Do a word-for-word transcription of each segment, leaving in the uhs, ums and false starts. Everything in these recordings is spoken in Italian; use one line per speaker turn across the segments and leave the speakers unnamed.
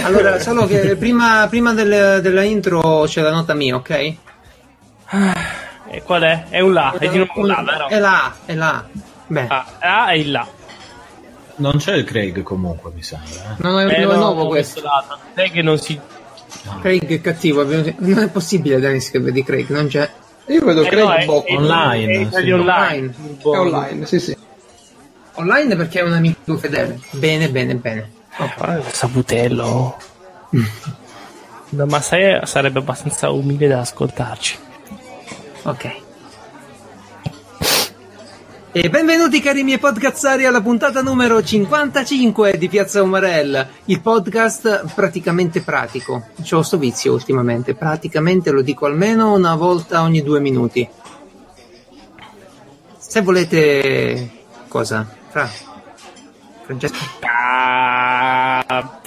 Allora, solo che prima, prima del, della intro c'è la nota mia, ok?
E qual è? È un La, è di nuovo un La, vero?
È la A, è la A. Beh.
Ah, A e il La.
Non c'è il Craig comunque, mi sembra. Eh?
Non è,
eh,
non è
no,
nuovo questo.
Craig non si...
Craig è cattivo, non è possibile Dennis che vedi Craig, non c'è.
Io vedo
eh
Craig
no, è,
Bob
è,
online,
è, è
sì.
di online.
È online, sì sì.
Online perché è un amico fedele. Bene, bene, bene.
Okay. Saputello. No, ma sai, sarebbe abbastanza umile da ascoltarci.
Ok. E benvenuti cari miei podcazzari alla puntata numero cinquantacinque di Piazza Umarell, il podcast praticamente pratico. C'ho sto vizio ultimamente, praticamente lo dico almeno una volta ogni due minuti. Se volete... cosa? Fra? Francesco?
Pa,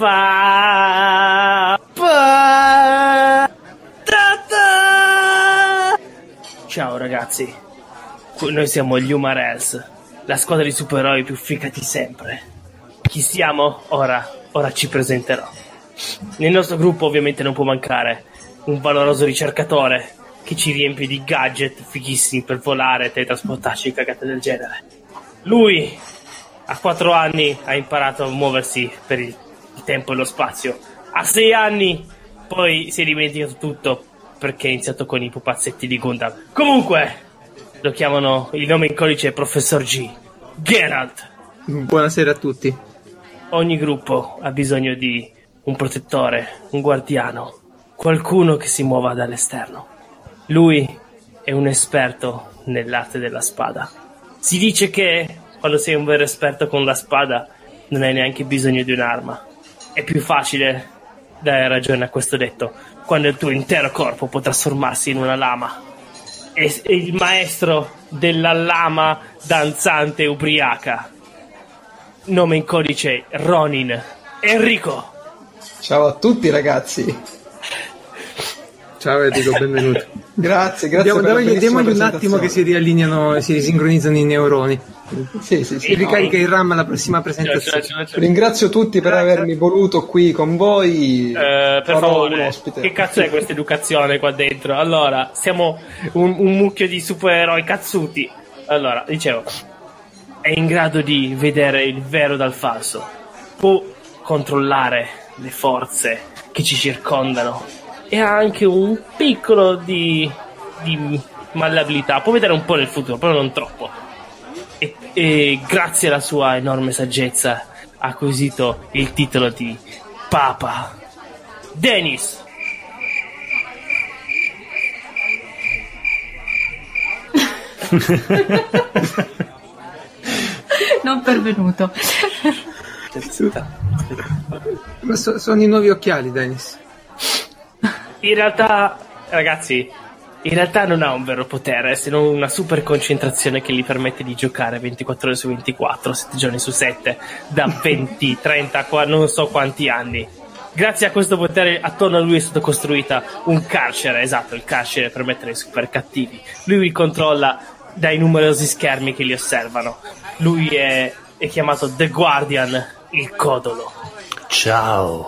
pa, pa, ta, ta. Ciao ragazzi, noi siamo gli Umarells, la squadra di supereroi più figati sempre. Chi siamo? Ora, ora ci presenterò. Nel nostro gruppo ovviamente non può mancare un valoroso ricercatore che ci riempie di gadget fighissimi per volare e teletrasportarci, cagate del genere. Lui a quattro anni ha imparato a muoversi per il, il tempo e lo spazio. A sei anni poi si è dimenticato tutto perché ha iniziato con i pupazzetti di Gundam. Comunque lo chiamano, il nome in codice è Professor G. Geralt.
Buonasera a tutti.
Ogni gruppo ha bisogno di un protettore, un guardiano, qualcuno che si muova dall'esterno. Lui è un esperto nell'arte della spada. Si dice che quando sei un vero esperto con la spada non hai neanche bisogno di un'arma. È più facile dare ragione a questo detto quando il tuo intero corpo può trasformarsi in una lama. È il maestro della lama danzante ubriaca. Nome in codice Ronin. Enrico.
Ciao a tutti ragazzi.
Ciao Enrico, benvenuto.
Grazie, grazie.
Diamo,
per la
diamogli un
bellissima
attimo che si riallineano e si risincronizzano i neuroni.
Sì, sì, sì.
E ricarica il RAM alla prossima presentazione.
Ciao, ciao, ciao.
Ringrazio tutti per avermi voluto qui con voi.
Eh, per
Farò
favore,
un ospite.
che cazzo è questa educazione qua dentro? Allora, siamo un, un mucchio di supereroi cazzuti. Allora, dicevo, è in grado di vedere il vero dal falso, può controllare le forze che ci circondano e ha anche un piccolo di, di maleabilità, può vedere un po' nel futuro, però non troppo. E, e grazie alla sua enorme saggezza ha acquisito il titolo di Papa. Dennis.
Non pervenuto.
Ma so, sono i nuovi occhiali, Dennis.
In realtà, ragazzi, in realtà non ha un vero potere, se non una super concentrazione che gli permette di giocare ventiquattro ore su ventiquattro, sette giorni su sette, da venti, trenta, non so quanti anni. Grazie a questo potere attorno a lui è stato costruita un carcere, esatto, il carcere per mettere i super cattivi. Lui li controlla dai numerosi schermi che li osservano. Lui è, è chiamato The Guardian, il codolo.
Ciao.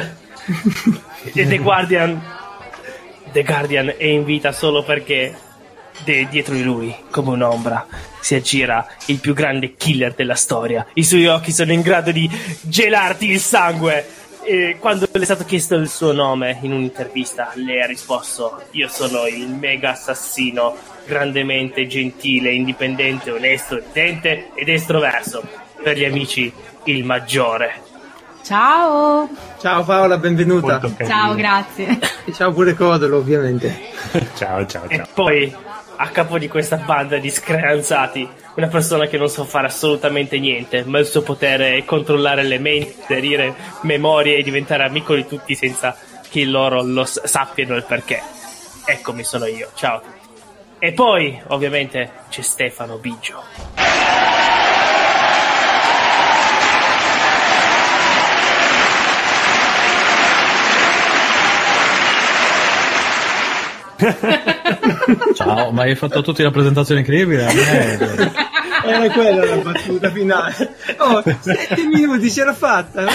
E The Guardian, The Guardian è in vita solo perché de- dietro di lui, come un'ombra, si aggira il più grande killer della storia. I suoi occhi sono in grado di gelarti il sangue. E quando le è stato chiesto il suo nome in un'intervista, lei ha risposto: io sono il mega assassino, grandemente gentile, indipendente, onesto, ridente ed estroverso. Per gli amici, il maggiore.
Ciao.
Ciao Paola, benvenuta.
Ciao, grazie.
E ciao pure Codolo, ovviamente.
Ciao, ciao, ciao.
E poi, a capo di questa banda di screanzati, una persona che non sa fare assolutamente niente, ma il suo potere è controllare le menti, inserire memorie e diventare amico di tutti senza che loro lo s- sappiano il perché. Eccomi, sono io. Ciao a tutti. E poi, ovviamente, c'è Stefano Biggio.
Ciao, ma hai fatto tutti la presentazione incredibile? A me
Era quella la battuta finale. Oh, sette minuti ce l'ha fatta.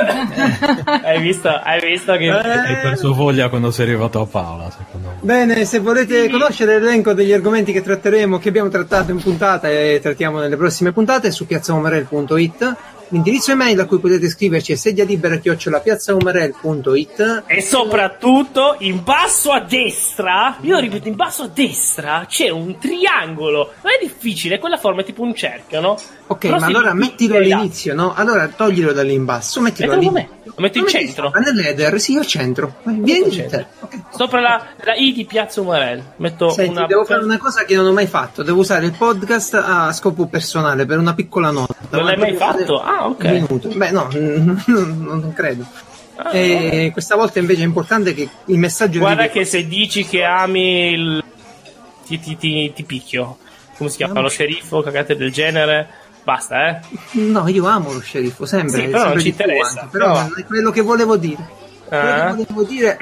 Hai visto? Hai visto che...
Eh.
Hai perso voglia quando sei arrivato a Paola, secondo me.
Bene, se volete conoscere l'elenco degli argomenti che tratteremo, che abbiamo trattato in puntata e trattiamo nelle prossime puntate, su piazzaumarel punto it. L'indirizzo email a cui potete scriverci è sedialibera chiocciola piazzaumarel punto it.
E soprattutto in basso a destra, io ripeto, in basso a destra c'è un triangolo. Non è difficile, quella forma è tipo un cerchio, no?
Ok,
Però
ma
si
allora
divide
mettilo
da-
all'inizio, no? Allora toglilo da lì in basso, mettilo
Mettilo
lì.
com'è? Lo metto in centro?
Ma nell'header, sì, al centro. Vieni di te. Ok.
Sopra la, la I di Piazza Umarell. Metto
Senti,
una...
devo fare una cosa che non ho mai fatto, devo usare il podcast a scopo personale per una piccola nota.
Non l'hai mai fatto? Ah, ok.
Un minuto. Beh, no, non, non credo.
Ah,
E questa volta invece è importante che il messaggio
Guarda
arrivi-
che se dici che ami il... Ti, ti, ti, ti picchio. Come si chiama? Lo sceriffo, cagate del genere. Basta, eh.
No, io amo lo sceriffo, sempre.
Sì, però
sempre
non ci
di più
interessa.
anche, però
No.
non è quello che volevo dire. Quello
Ah.
che volevo dire...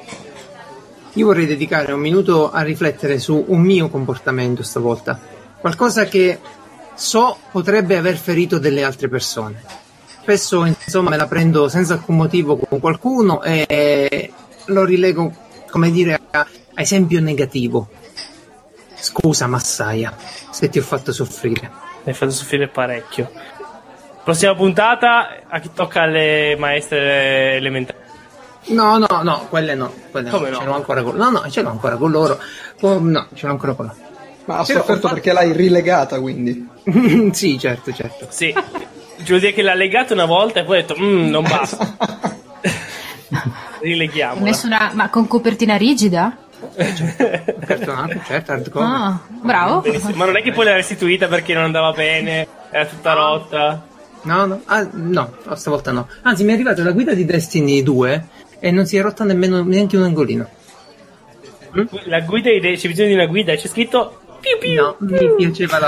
Io vorrei dedicare un minuto a riflettere su un mio comportamento stavolta. Qualcosa che so potrebbe aver ferito delle altre persone. Spesso, insomma, me la prendo senza alcun motivo con qualcuno e lo rilego, come dire, a, a esempio negativo. Scusa, Massaia, se ti ho fatto soffrire.
Mi hai fatto soffrire parecchio. Prossima puntata a chi tocca alle maestre elementari.
No, no, no, quelle no. Quelle
Come
no?
no?
Ce l'ho ancora con No, no, ce l'ho ancora con loro. Oh, no, ce l'ho ancora con loro.
Ma ha
Però
sofferto
ho fatto-
perché l'hai rilegata, quindi.
Sì, certo, certo.
Sì. Vuol dire che l'ha legata una volta e poi ha detto "Mm, non basta". Rileghiamola.
Nessuna, ma con copertina rigida?
Cartonato, certo, hardcore.
Ah, bravo.
Benissimo. Ma non è che poi l'ha restituita perché non andava bene, era tutta rotta.
No, no, ah, no, stavolta no. Anzi, mi è arrivata la guida di Destiny due e non si è rotta nemmeno neanche un angolino.
La guida di ricezione di una guida c'è scritto piu più.
No, mi piaceva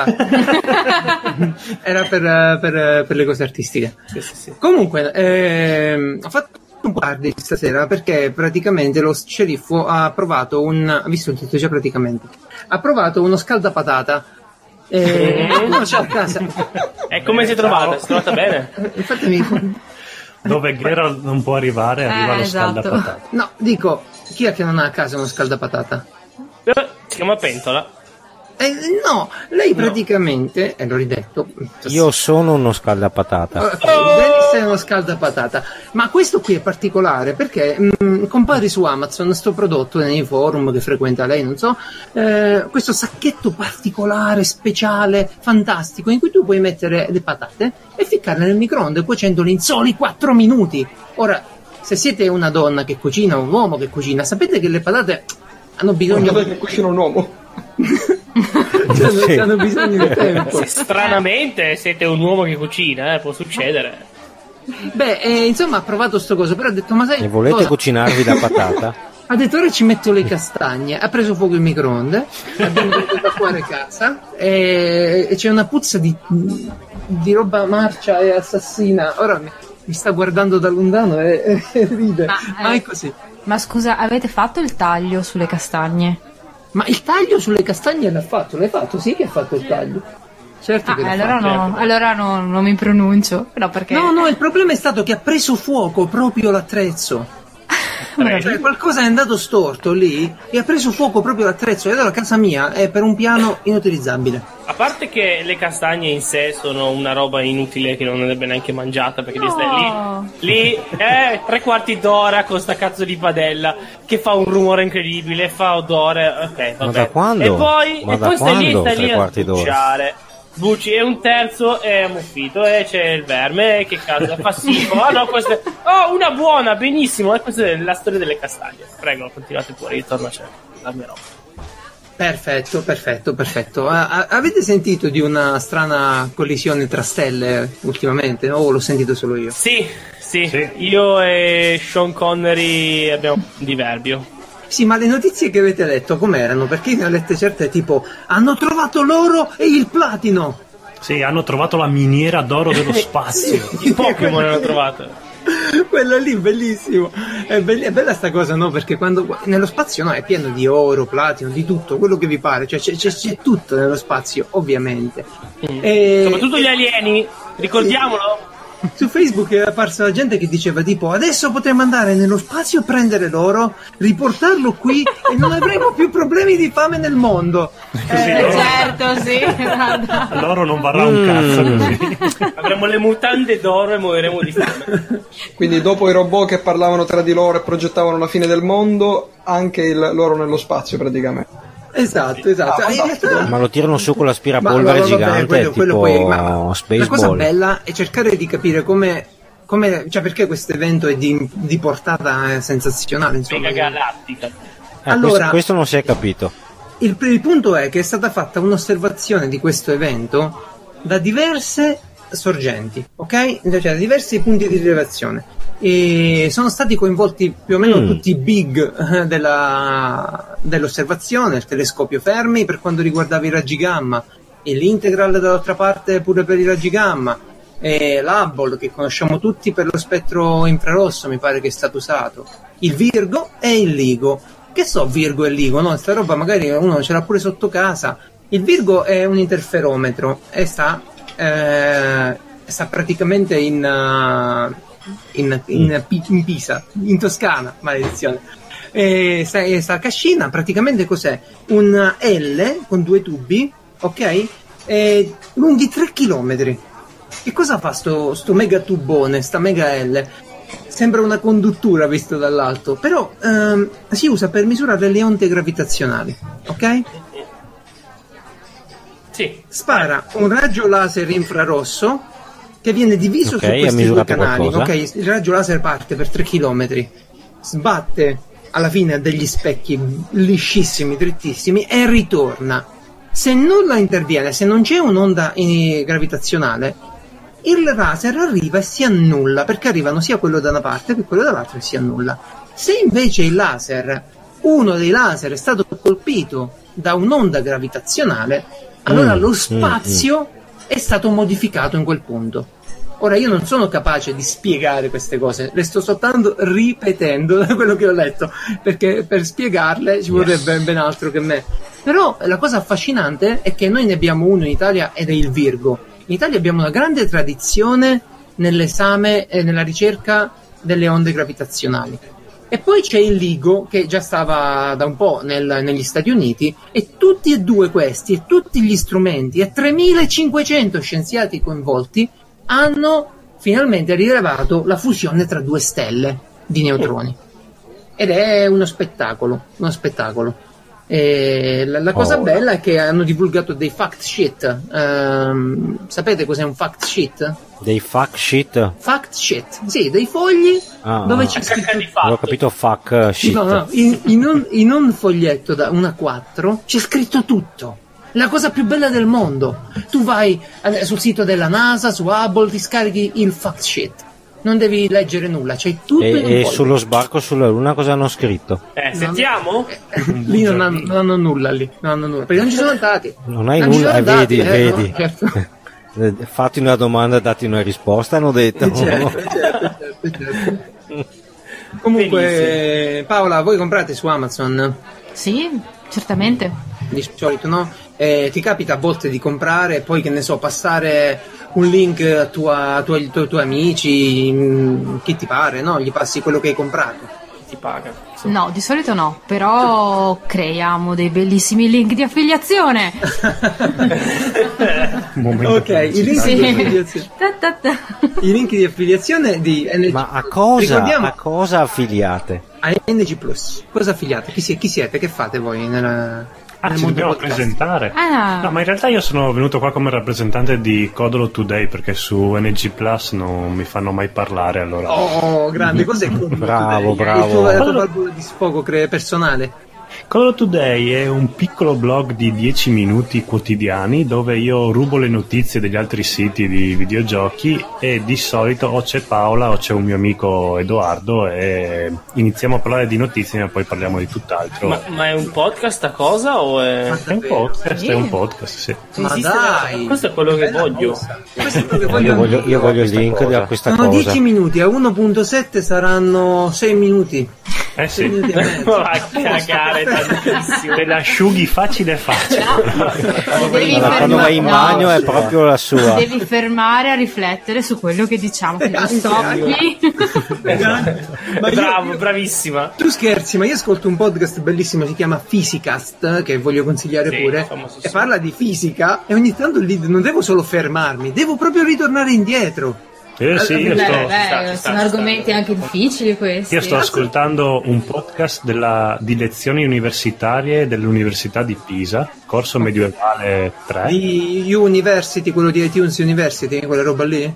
là. Era per, eh, per, eh, per le cose artistiche.
Sì, sì, sì.
Comunque, ehm, ho fatto un po' tardi stasera perché praticamente lo sceriffo ha provato un... ha visto il titolo già praticamente. Ha provato uno scaldapatata. E... no, c'è a casa.
E come si è trovata? Si è trovata bene?
Infatti mi...
Dove Geralt non può arrivare, arriva
Eh,
lo
esatto.
scaldapatata.
No, dico, chi è che non ha a casa uno scaldapatata?
Però si chiama pentola.
Eh, no, lei praticamente, e l'ho ridetto,
Io sono uno scaldapatata.
ok, Dennis è uno scaldapatata, ma questo qui è particolare perché mh, compare su Amazon sto prodotto nei forum che frequenta lei, non so, eh, questo sacchetto particolare, speciale, fantastico, in cui tu puoi mettere le patate e ficcarle nel microonde cuocendole in soli quattro minuti. Ora, se siete una donna che cucina o un uomo che cucina, sapete che le patate hanno bisogno
Guarda che cucina un uomo.
hanno,
Sì.
hanno bisogno di tempo.
Se stranamente siete un uomo che cucina, eh, può succedere.
Beh, eh, insomma, ha provato sto coso, però ha detto, ma sai
E volete
cosa?
cucinarvi da patata?
Ha detto, ora ci metto le castagne. Ha preso fuoco il microonde, abbiamo dovuto evacuare casa e, e c'è una puzza di, di roba marcia e assassina. Ora mi, mi sta guardando da lontano e, e ride.
Ma,
Ma
eh,
è così.
Ma scusa, avete fatto il taglio sulle castagne?
Ma il taglio sulle castagne l'ha fatto? L'hai fatto? Sì che ha fatto il taglio. Certo
Ah,
che l'ha
allora
fatto.
no, allora no, non mi pronuncio. No, perché...
No, no, il problema è stato che ha preso fuoco proprio l'attrezzo. Cioè, qualcosa è andato storto lì e ha preso fuoco proprio l'attrezzo. E allora casa mia è per un piano inutilizzabile.
A parte che le castagne in sé sono una roba inutile che non andrebbe neanche mangiata perché
No.
devi stare lì, lì, eh, tre quarti d'ora con sta cazzo di padella che fa un rumore incredibile, fa odore, ok, vabbè.
Ma da quando?
E poi,
Ma
e
da
poi stai lì e
quando
stai
tre
lì a
quarti d'ora?
sbucciare. Sbucci e un terzo è ammuffito e c'è il verme, e che cazzo, fa schifo. Ah no, questa è... Oh, una buona, benissimo, e questa è la storia delle castagne. Prego, continuate pure, ritorno a cercare la mia roba.
Perfetto, perfetto, perfetto. A- a- avete sentito di una strana collisione tra stelle ultimamente? O l'ho sentito solo io?
Sì, sì,
Sì.
io e Sean Connery abbiamo un diverbio.
Sì, ma le notizie che avete letto com'erano? Perché io ne ho lette certe tipo hanno trovato l'oro e il platino.
Sì, hanno trovato la miniera d'oro dello spazio.
I Pokémon hanno trovato.
Quello lì bellissimo, è, be- è bella sta cosa, no? Perché quando nello spazio, no, è pieno di oro, platino, di tutto quello che vi pare, cioè c'è, c'è, c'è tutto nello spazio, ovviamente.
Mm.
E...
soprattutto gli alieni, ricordiamolo.
Su Facebook è apparsa la gente che diceva tipo adesso potremmo andare nello spazio a prendere l'oro, riportarlo qui e non avremo più problemi di fame nel mondo.
Eh, certo, sì. Guarda.
L'oro non varrà un cazzo così.
Avremo le mutande d'oro e moriremo di fame.
Quindi dopo i robot che parlavano tra di loro e progettavano la fine del mondo, anche il, l'oro nello spazio praticamente.
Esatto, esatto.
Ah,
In realtà-
Ma lo tirano su con
Ma-
l'aspirapolvere
ma- va bene,
gigante,
quello- quello
tipo
poi- ma- La
Spaceball.
cosa bella è cercare di capire come, come cioè perché questo evento è di, di portata eh, sensazionale, insomma.
Mega galattica.
Eh,
Allora-
questo, questo non si è capito.
Il, il punto è che è stata fatta un'osservazione di questo evento da diverse sorgenti, ok? Cioè da diversi punti di rilevazione. E sono stati coinvolti più o meno
Mm.
tutti i big eh, della, dell'osservazione, il telescopio Fermi per quanto riguardava i raggi gamma, e l'Integral dall'altra parte pure per i raggi gamma, e l'Hubble che conosciamo tutti per lo spettro infrarosso, mi pare che è stato usato, il Virgo e il LIGO. Che so Virgo e LIGO, no? Sta roba magari uno ce l'ha pure sotto casa. Il Virgo è un interferometro e sta, eh, sta praticamente in, uh, in, in, in Pisa, in Toscana, maledizione. E sta, e sta a Cascina, praticamente cos'è? Un L con due tubi, ok? E lunghi tre chilometri. Che cosa fa sto, sto mega tubone, sta mega L? Sembra una conduttura visto dall'alto, però ehm, si usa per misurare le onde gravitazionali, ok?
Sì.
Spara un raggio laser infrarosso che viene diviso
Ok,
su
ha
questi due
misurato
canali,
qualcosa.
ok? Il raggio laser parte per tre chilometri, sbatte alla fine a degli specchi liscissimi, drittissimi e ritorna. Se nulla interviene, se non c'è un'onda eh, gravitazionale, il laser arriva e si annulla, perché arrivano sia quello da una parte che quello dall'altra e si annulla. Se invece il laser, uno dei laser è stato colpito da un'onda gravitazionale, allora
Mm,
lo
mm,
spazio è stato modificato in quel punto. Ora io non sono capace di spiegare queste cose, le sto soltanto ripetendo da quello che ho letto, perché per spiegarle ci vorrebbe ben altro che me. Però la cosa affascinante è che noi ne abbiamo uno in Italia ed è il Virgo. In Italia abbiamo una grande tradizione nell'esame e nella ricerca delle onde gravitazionali. E poi c'è il LIGO, che già stava da un po' nel- negli Stati Uniti, e tutti e due questi, e tutti gli strumenti, e tremilacinquecento scienziati coinvolti, hanno finalmente rilevato la fusione tra due stelle di neutroni. Ed è uno spettacolo, uno spettacolo. E la, la cosa
Oh.
bella è che hanno divulgato dei fact sheet. Ehm, sapete cos'è un fact sheet?
Dei fuck shit.
Fact sheet, sì, dei fogli
Ah,
dove
ah.
c'è
Cacca
scritto.
di
Non
fatto.
ho capito fuck shit.
No, no, in, in un, in un foglietto da uno a quattro c'è scritto tutto. La cosa più bella del mondo. Tu vai eh, sul sito della NASA, su Hubble, ti scarichi il fact sheet. Non devi leggere nulla, c'hai tutto in un
E, e
foglio.
sullo sbarco sulla Luna cosa hanno scritto?
Eh, sentiamo?
Lì non hanno, non hanno nulla lì, non hanno nulla, perché non ci sono andati.
Non hai
Non ci
nulla,
sono
eh,
andati,
vedi,
eh, no,
vedi.
certo.
Eh, Fatti una domanda, dati una risposta, hanno detto.
Eh, certo, certo, certo, certo. Comunque, Paola, voi comprate su Amazon?
Sì, certamente.
Di solito, no? Eh, ti capita a volte di comprare e poi, che ne so, passare un link a tua, a tuoi, tuoi, tuoi amici, mh, chi ti pare, no? Gli passi quello che hai comprato.
Ti paga.
No, di solito no, però creiamo dei bellissimi link di affiliazione.
Un momento
Ok, i link
Sì.
di affiliazione.
Ta ta ta.
I link di affiliazione di N G.
Ma a cosa?
Ricordiamo,
A cosa affiliate?
a N G Plus. Cosa affiliate? Chi, si- chi siete? Che fate voi nella,
Ah,
nel
ci
mondo
dobbiamo
podcast?
presentare.
Ah.
No, ma in realtà io sono venuto qua come rappresentante di Codolo Today perché su N G Plus non mi fanno mai parlare, allora.
Oh, grande, cos'è Codolo
Bravo,
Today?
bravo.
Il tuo, la tua valvola di sfogo cre- personale?
Codolo Today è un piccolo blog di dieci minuti quotidiani dove io rubo le notizie degli altri siti di videogiochi e di solito o c'è Paola o c'è un mio amico Edoardo e iniziamo a parlare di notizie ma poi parliamo di tutt'altro.
Ma, ma è un podcast sta cosa o è...
È un podcast, è un podcast, sì.
Ma
Esiste
dai!
vera- Questo è quello che voglio.
Questo è quello che
Io
voglio
voglio,
anch'io.
io voglio il link
cosa.
a questa
Sono
cosa.
dieci minuti, a uno virgola sette saranno sei minuti.
Eh
sei
sì,
minuti e mezzo.
Va a cagare tantissimo.
te l'asciughi facile facile.
Devi
Allora, quando vai in
no,
bagno è proprio la sua.
devi fermare a riflettere su quello che diciamo, che lo
Anche,
stoppi.
Ma io-
Bravo, bravissima.
Tu scherzi, ma io ascolto un podcast bellissimo, si chiama Physicast, che voglio consigliare
Sì,
pure,
famosissimo.
e parla di fisica, e ogni tanto lì non devo solo fermarmi, devo proprio ritornare indietro.
Eh sì, io
Beh,
sto,
beh,
sta, sta,
sono
sta,
argomenti
sta.
anche difficili questi.
io sto ascoltando un podcast della, di lezioni universitarie dell'Università di Pisa, corso medievale tre.
Di University, quello di iTunes University, quella roba lì?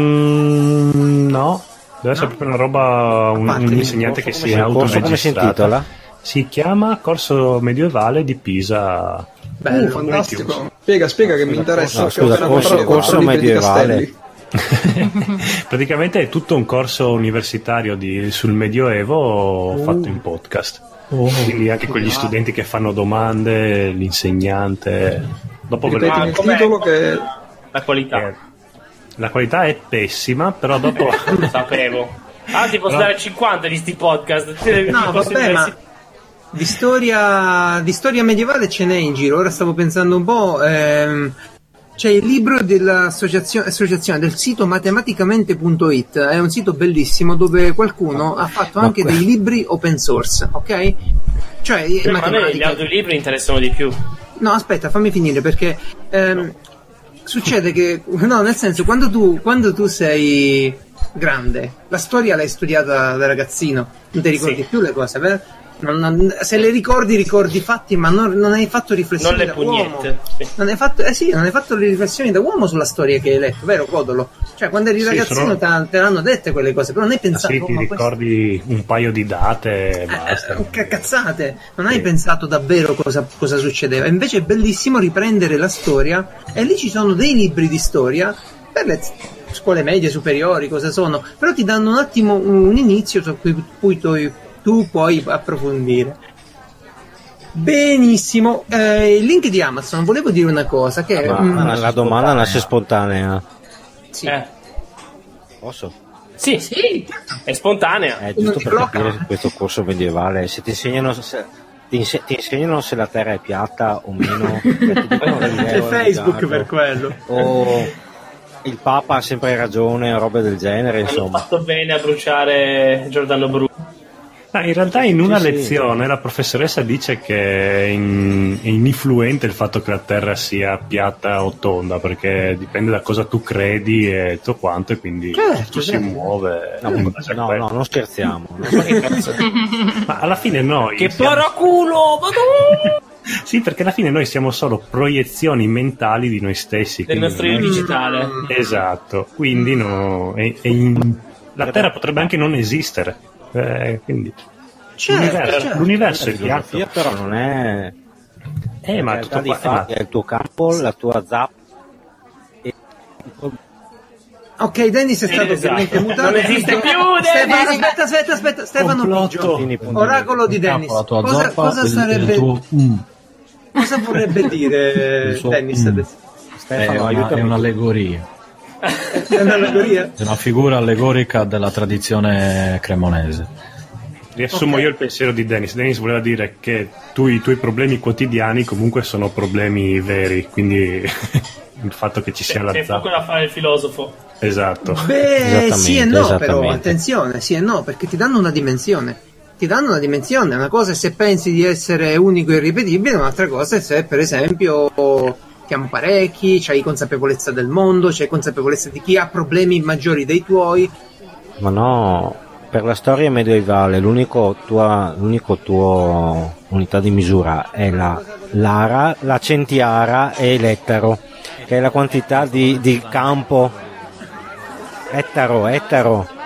Mm, no, deve essere proprio una roba, un,
Fatemi
un
un
insegnante
po',
che
come
si è
si- corso come si
autoregistrato.
intitola?
Si chiama Corso medievale di Pisa.
Bello,
Uh, fantastico. Spiega, spiega che mi interessa.
no,
che ho
scusa,
appena
corso-
comprato
corso
quattro libri di
medievale.
Castelli.
Praticamente è tutto un corso universitario di, sul Medioevo fatto in podcast. Quindi anche con gli studenti che fanno domande, l'insegnante. Dopo ve lo-
Ripetimi
Ah,
il
com'è?
titolo che...
La qualità.
eh, la qualità è pessima, però dopo
Lo sapevo. Ah, ti posso dare cinquanta di sti podcast. Ti-
No,
ti posso
vabbè,
dire
ma
sì.
di storia, di storia medievale ce n'è in giro. Ora stavo pensando un po'. Ehm, c'è il libro dell'associazione associazione del sito matematicamente punto it. È un sito bellissimo dove qualcuno ha fatto
Ma
anche
que-
dei libri open source, ok? Cioè,
Ma a me gli
matematica.
audiolibri interessano di più.
No, aspetta, fammi finire perché ehm, succede che, no, nel senso, quando tu, quando tu sei grande, la storia l'hai studiata da ragazzino, non ti ricordi
Sì.
più le cose, vero? Non- non- se le ricordi, ricordi i fatti, ma non, non hai fatto riflessioni
Non le
da uomo.
pugnette. Sì.
Non hai fatto, eh sì, non hai fatto le riflessioni da uomo sulla storia che hai letto, vero Codolo? Cioè, quando eri
Sì,
ragazzino
sono-
te, te l'hanno dette quelle cose, però non hai pensato,
sì,
"Oh,
ti
ma questo-
ricordi un paio di date e basta.
eh, che cazzate, non hai
Sì.
pensato davvero cosa, cosa succedeva. Invece è bellissimo riprendere la storia, e lì ci sono dei libri di storia per le scuole medie, superiori, cosa sono, però ti danno un attimo un inizio su cui, cui tu, tu puoi approfondire. Benissimo, eh, il link di Amazon, volevo dire una cosa che
Ma
mm,
la domanda nasce spontanea.
sì.
Eh.
Posso?
Sì,
Sì,
è spontanea.
È
Non
giusto
ti
per
blocca?
capire questo corso medievale. Se ti insegnano se, ti, inse- ti insegnano se la terra è piatta o meno. Cioè, ti dicono Galileo
c'è
è
Facebook
bugiardo,
per quello.
O il Papa ha sempre ragione, o robe del genere,
Hanno
insomma.
fatto bene a bruciare Giordano Bruno.
Ah, in realtà in una
Sì, sì.
lezione la professoressa dice che è, in- è ininfluente il fatto che la Terra sia piatta o tonda, perché dipende da cosa tu credi e tutto quanto, e quindi
Certo,
tutto si
certo.
muove.
No,
Una cosa
no,
quella.
no, non scherziamo.
Ma alla fine noi
Che
siamo-
paraculo! Madonna!
Sì, perché alla fine noi siamo solo proiezioni mentali di noi stessi.
Del
quindi
nostro io
non è-
digitale.
Esatto, quindi no, è- è in- la Terra potrebbe anche non esistere. Eh, quindi
Certo,
l'universo,
certo.
l'universo è
La filosofia
piatto.
però non è...
Eh, ma
in
tutto
realtà di
qua- eh, ma-
fatti è il tuo campo, la tua zap. E...
Ok, Dennis è stato
Esatto.
ovviamente mutato.
Non esiste più,
Stefano,
Dennis!
aspetta, aspetta, aspetta, Stefano Biggio.
Fini,
Oracolo di Dennis.
La tua
Cosa,
zoppa
cosa
e il-
sarebbe,
il tuo- mm.
cosa vorrebbe dire
Il suo-
Dennis
mm.
adesso?
È,
Stefano,
una,
aiutami.
è un'allegoria.
È un'allegoria?
È una figura allegorica della tradizione cremonese.
Riassumo
Ok.
io il pensiero di Dennis. Dennis voleva dire che tu, i tuoi problemi quotidiani comunque sono problemi veri, quindi il fatto che ci sia la
Sei poco
zappa.
da fare il filosofo.
Esatto.
Beh,
Esattamente,
sì e no, però
esattamente.
attenzione, sì e no, perché ti danno una dimensione. Ti danno una dimensione. Una cosa è se pensi di essere unico e irripetibile, un'altra cosa è se, per esempio, chiamo parecchi, c'hai consapevolezza del mondo, c'hai consapevolezza di chi ha problemi maggiori dei tuoi.
Ma no, per la storia medievale l'unico tua, l'unico tuo unità di misura è la l'ara, la centiara e l'ettaro, che è la quantità di, di campo. Ettaro, ettaro.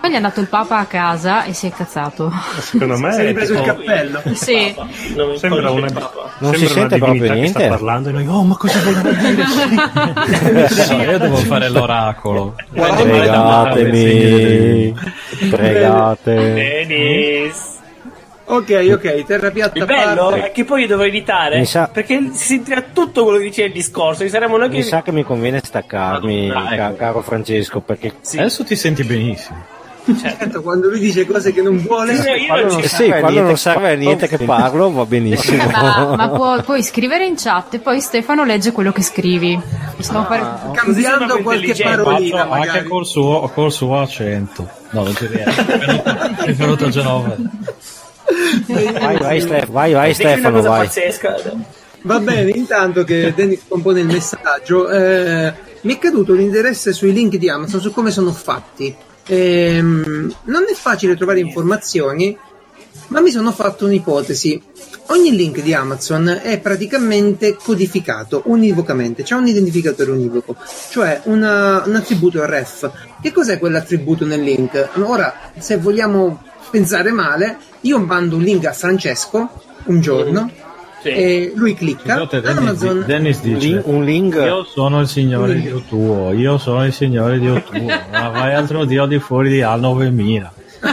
gli è andato il Papa a casa e si è incazzato.
Secondo me
Si è
è
ripreso il
tipo-
cappello.
Sì.
Non
sembra una,
Non
sembra
si sente
una
proprio
divinità che
niente.
sta parlando e noi, oh, ma cosa vogliono dire?
No, io devo fare l'oracolo.
Pregatemi, pregate.
Dennis.
Ok, ok, terra piatta
Il
a
bello
parte.
è che poi io dovrei editare
Mi sa-
perché si sentirà tutto quello che dice il discorso. Ci saremo noi che
Mi sa che mi conviene staccarmi,
Ah, ecco.
ca- caro Francesco, perché
Adesso ti senti benissimo.
Certo, quando lui dice cose che non vuole,
Sì, io
quando
non
non
ci-
serve,
Eh,
quando non
niente.
serve a niente che parlo va benissimo.
Ma, ma può- puoi scrivere in chat e poi Stefano legge quello che scrivi. Possiamo fare...
cambiando
proprio
qualche
intelligente.
parolina
Faccio anche
magari.
col suo, col suo accento. No, non ci riesco. È venuto, è venuto a Genova.
Vai, vai, Stef- vai, vai
Dici una
Stefano,
cosa
vai.
pazzesca.
Va bene, intanto che Dennis compone il messaggio, eh, mi è caduto l'interesse sui link di Amazon, su come sono fatti. Ehm, non è facile trovare informazioni, ma mi sono fatto un'ipotesi. Ogni link di Amazon è praticamente codificato univocamente, c'è un identificatore univoco, cioè una- un attributo ref. Che cos'è quell'attributo nel link? Ora, se vogliamo pensare male, io mando un link a Francesco un giorno
Sì.
e lui clicca,
Scusate, Dennis,
Amazon
Dennis
Un
dice:
link, un link
io sono il signore Dio tuo, io sono il signore Dio tuo, ma vai altro Dio di fuori di A novemila.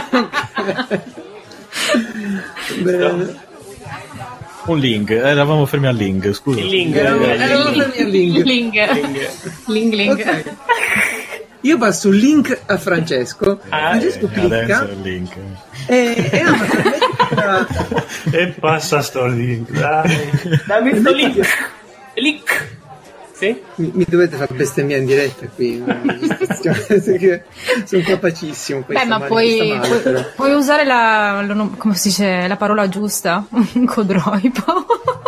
Bene.
Un link, eravamo fermi al link, scusa.
Il link.
Eravamo-
eh,
eravamo fermi al link.
Link. Link, link.
Ok. Io passo il link a Francesco,
Ah,
Francesco
E adesso
clicca
è il link.
e, e Amazon mette-
E passa sto link, dai.
Dammi sto link. Link. Sì?
mi, mi dovete far bestemmiare in diretta qui, perché sono capacissimo.
Beh, ma puoi, puoi, puoi usare la, lo- come si dice, la parola giusta? Codroipo.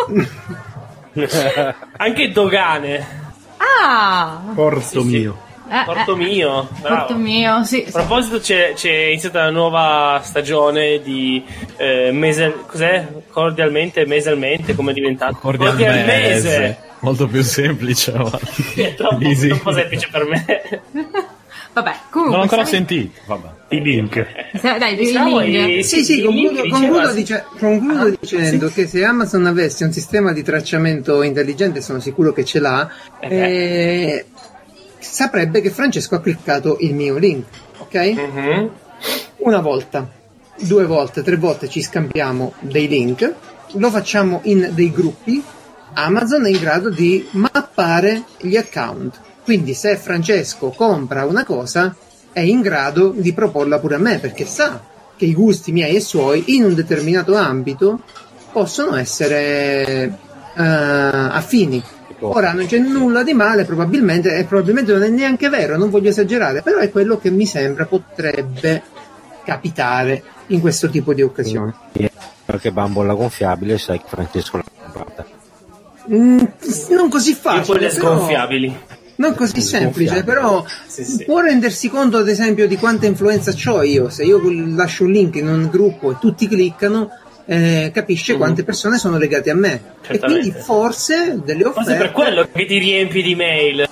Anche dogane.
Ah!
Porto
Sì, sì.
mio.
Eh,
Porto
eh,
mio. Bravo.
Porto mio, sì.
A proposito, c'è, c'è iniziata la nuova stagione di eh, mese, cos'è? Cordialmente, mesalmente, come è diventato?
Cordialmese. Molto più semplice. ma-
È troppo,
Easy.
troppo semplice per me.
Vabbè, comunque.
Non ho ancora
stavi-
sentito. Vabbè.
I link.
Dai, i
Stavo
link.
i-
Sì, sì,
i
concludo,
link
concludo
diceva-
dice- concludo
Ah,
dicendo che se Amazon avesse un sistema di tracciamento intelligente, sono sicuro che ce l'ha,
Eh.
eh, saprebbe che Francesco ha cliccato il mio link, ok?
Mhm.
Una volta, due volte, tre volte ci scambiamo dei link, lo facciamo in dei gruppi, Amazon è in grado di mappare gli account. Quindi se Francesco compra una cosa è in grado di proporla pure a me, perché sa che i gusti miei e suoi in un determinato ambito possono essere eh, affini. Ora non c'è nulla di male, probabilmente, e probabilmente non è neanche vero, non voglio esagerare, però è quello che mi sembra potrebbe capitare in questo tipo di occasione.
Qualche bambola gonfiabile, sai che Francesco l'ha comprata.
Mm, non così
Io quelle
facile, però,
sgonfiabili.
non così semplice,
Sgonfiabile.
però
Sì, sì.
può rendersi conto ad esempio di quanta influenza ho io. Se io lascio un link in un gruppo e tutti cliccano, eh, capisce
Mm.
quante persone sono legate a me, e
Certamente.
quindi forse delle offerte.
Forse per quello che ti riempi di mail.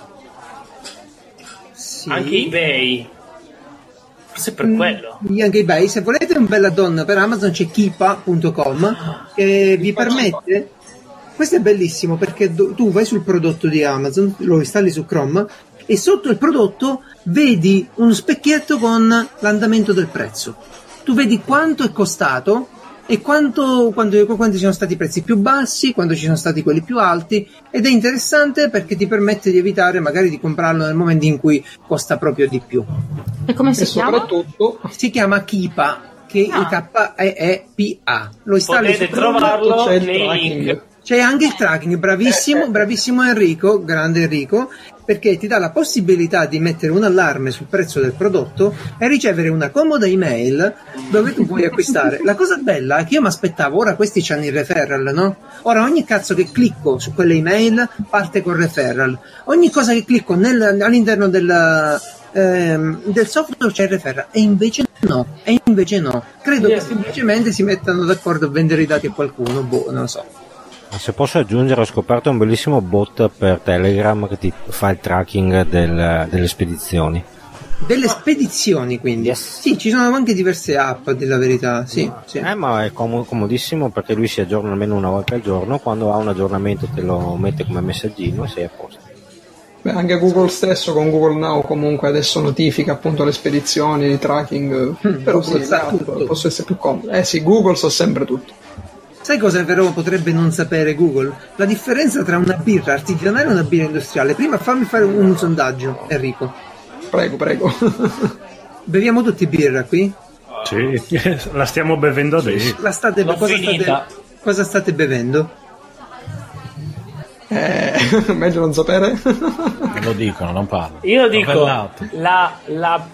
Sì.
Anche eBay. Forse per quello.
Mm, anche eBay. Se volete un bella donna per Amazon c'è kipa punto com che vi permette, questo è bellissimo perché do- tu vai sul prodotto di Amazon, lo installi su Chrome e sotto il prodotto vedi uno specchietto con l'andamento del prezzo. Tu vedi quanto è costato e quanto, quando, quanti sono stati i prezzi più bassi, quando ci sono stati quelli più alti, ed è interessante perché ti permette di evitare magari di comprarlo nel momento in cui costa proprio di più.
E come si
E
chiama?
soprattutto si chiama Kipa, che
Ah.
K E E P A. Lo installi
Potete
su Chrome,
trovarlo
c'è il
nei
tracking.
link.
c'è anche il tracking, bravissimo, bravissimo Enrico, grande Enrico, perché ti dà la possibilità di mettere un allarme sul prezzo del prodotto e ricevere una comoda email dove tu puoi acquistare. La cosa bella è che io mi aspettavo, ora questi c'hanno il referral, no? Ora ogni cazzo che clicco su quelle email parte col referral. Ogni cosa che clicco nel- all'interno del, ehm, del software c'è il referral, e invece no, e invece no. Credo che semplicemente si mettano d'accordo a vendere i dati a qualcuno, boh, non lo so.
Ma se posso aggiungere, ho scoperto un bellissimo bot per Telegram che ti fa il tracking del- delle spedizioni.
Delle spedizioni, quindi.
Yes.
Sì, ci sono anche diverse app, della verità. Sì, sì.
Eh, ma è com- comodissimo perché lui si aggiorna almeno una volta al giorno. Quando ha un aggiornamento te lo mette come messaggino e sei a posto.
Beh, anche Google stesso con Google Now comunque adesso notifica appunto le spedizioni, il tracking. Mm, però sì, le app possono essere più comode. Eh sì, Google sa sempre tutto.
Sai cosa però potrebbe non sapere Google? La differenza tra una birra artigianale e una birra industriale. Prima fammi fare un, un sondaggio, Enrico.
Prego, prego.
Beviamo tutti birra qui?
Sì, la stiamo bevendo adesso.
La state,
L'ho
cosa,
finita.
state, cosa state bevendo?
Eh, meglio non sapere.
Lo dicono, non parlo.
Io dico
Novellato.
la, la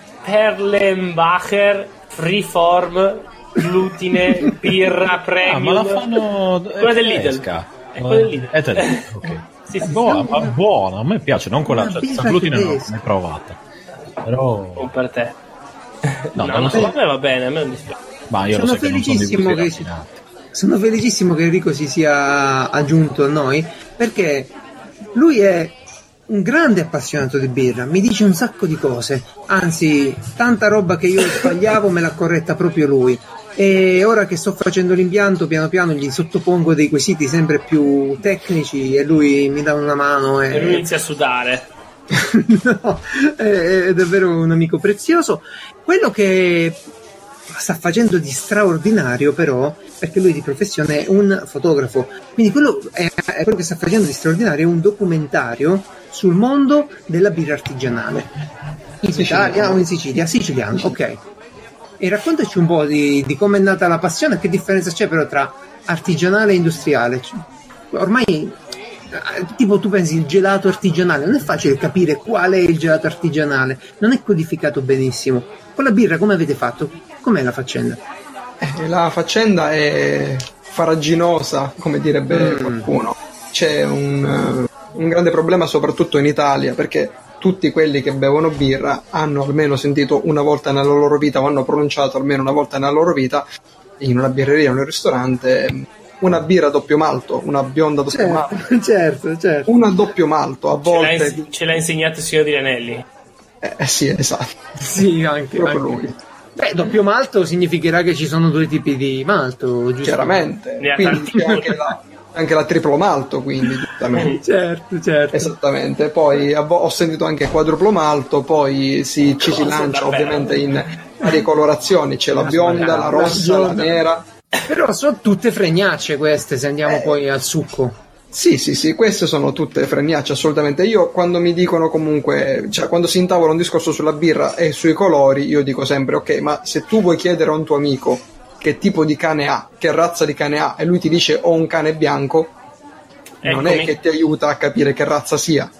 Perlenbacher Freeform glutine birra premium.
Ah, ma la fanno
quella del Lidl.
tedesca.
È quella del Lidl.
È tedesca, ok.
Sì,
È
sì,
buona, ma buona, a me piace, non quella
Una
cioè,
birra
senza glutine no,
tedesca.
mai provata. Però
non per te.
no,
No,
non
no,
so.
a me va bene, a me non dispiace.
Ma io
Sono
lo so che non sono di
felicissimo
gusti
che si-
raffinati.
Sono felicissimo che Enrico si sia aggiunto a noi, perché lui è un grande appassionato di birra, mi dice un sacco di cose, anzi tanta roba che io sbagliavo me l'ha corretta proprio lui. E ora che sto facendo l'impianto, piano piano gli sottopongo dei quesiti sempre più tecnici e lui mi dà una mano
E lui
e...
inizia a sudare.
No, è, è davvero un amico prezioso. Quello che sta facendo di straordinario però, perché lui di professione è un fotografo, quindi quello, è, è quello che sta facendo di straordinario è un documentario sul mondo della birra artigianale in Italia o in Sicilia, siciliano, ok. E raccontaci un po' di, di come è nata la passione, che differenza c'è però tra artigianale e industriale. Cioè, ormai eh, tipo tu pensi il gelato artigianale, non è facile capire qual è il gelato artigianale, non è codificato benissimo. Con la birra come avete fatto? Com'è la faccenda?
Eh, la faccenda è farraginosa, come direbbe
Mm.
qualcuno. C'è un, uh, un grande problema soprattutto in Italia, perché tutti quelli che bevono birra hanno almeno sentito una volta nella loro vita o hanno pronunciato almeno una volta nella loro vita in una birreria o in un ristorante una birra a doppio malto, una bionda a doppio malto,
Certo, certo, certo.
una a doppio malto, a
Ce l'ha,
volte
ins- ce l'ha insegnato il signor Di Renelli.
eh, eh sì, esatto,
Sì, anche,
proprio
anche.
lui,
Beh, doppio malto significherà che ci sono due tipi di malto, giusto?
chiaramente.
Ne ha
Quindi
tanti.
c'è anche la, anche la triplo malto, quindi giustamente.
Certo, certo.
Esattamente, poi a vo- ho sentito anche quadruplo malto, poi si, ci si
Cosa
lancia
davvero?
ovviamente in varie colorazioni, c'è la bionda, la rossa, la nera.
Però sono tutte fregnacce queste, se andiamo
Eh.
poi al succo.
Sì, sì, sì, queste sono tutte fregnacce, assolutamente. Io quando mi dicono comunque, cioè quando si intavola un discorso sulla birra e sui colori, io dico sempre, ok, ma se tu vuoi chiedere a un tuo amico che tipo di cane ha, che razza di cane ha, e lui ti dice ho un cane bianco, non è
Eccomi.
che ti aiuta a capire che razza sia.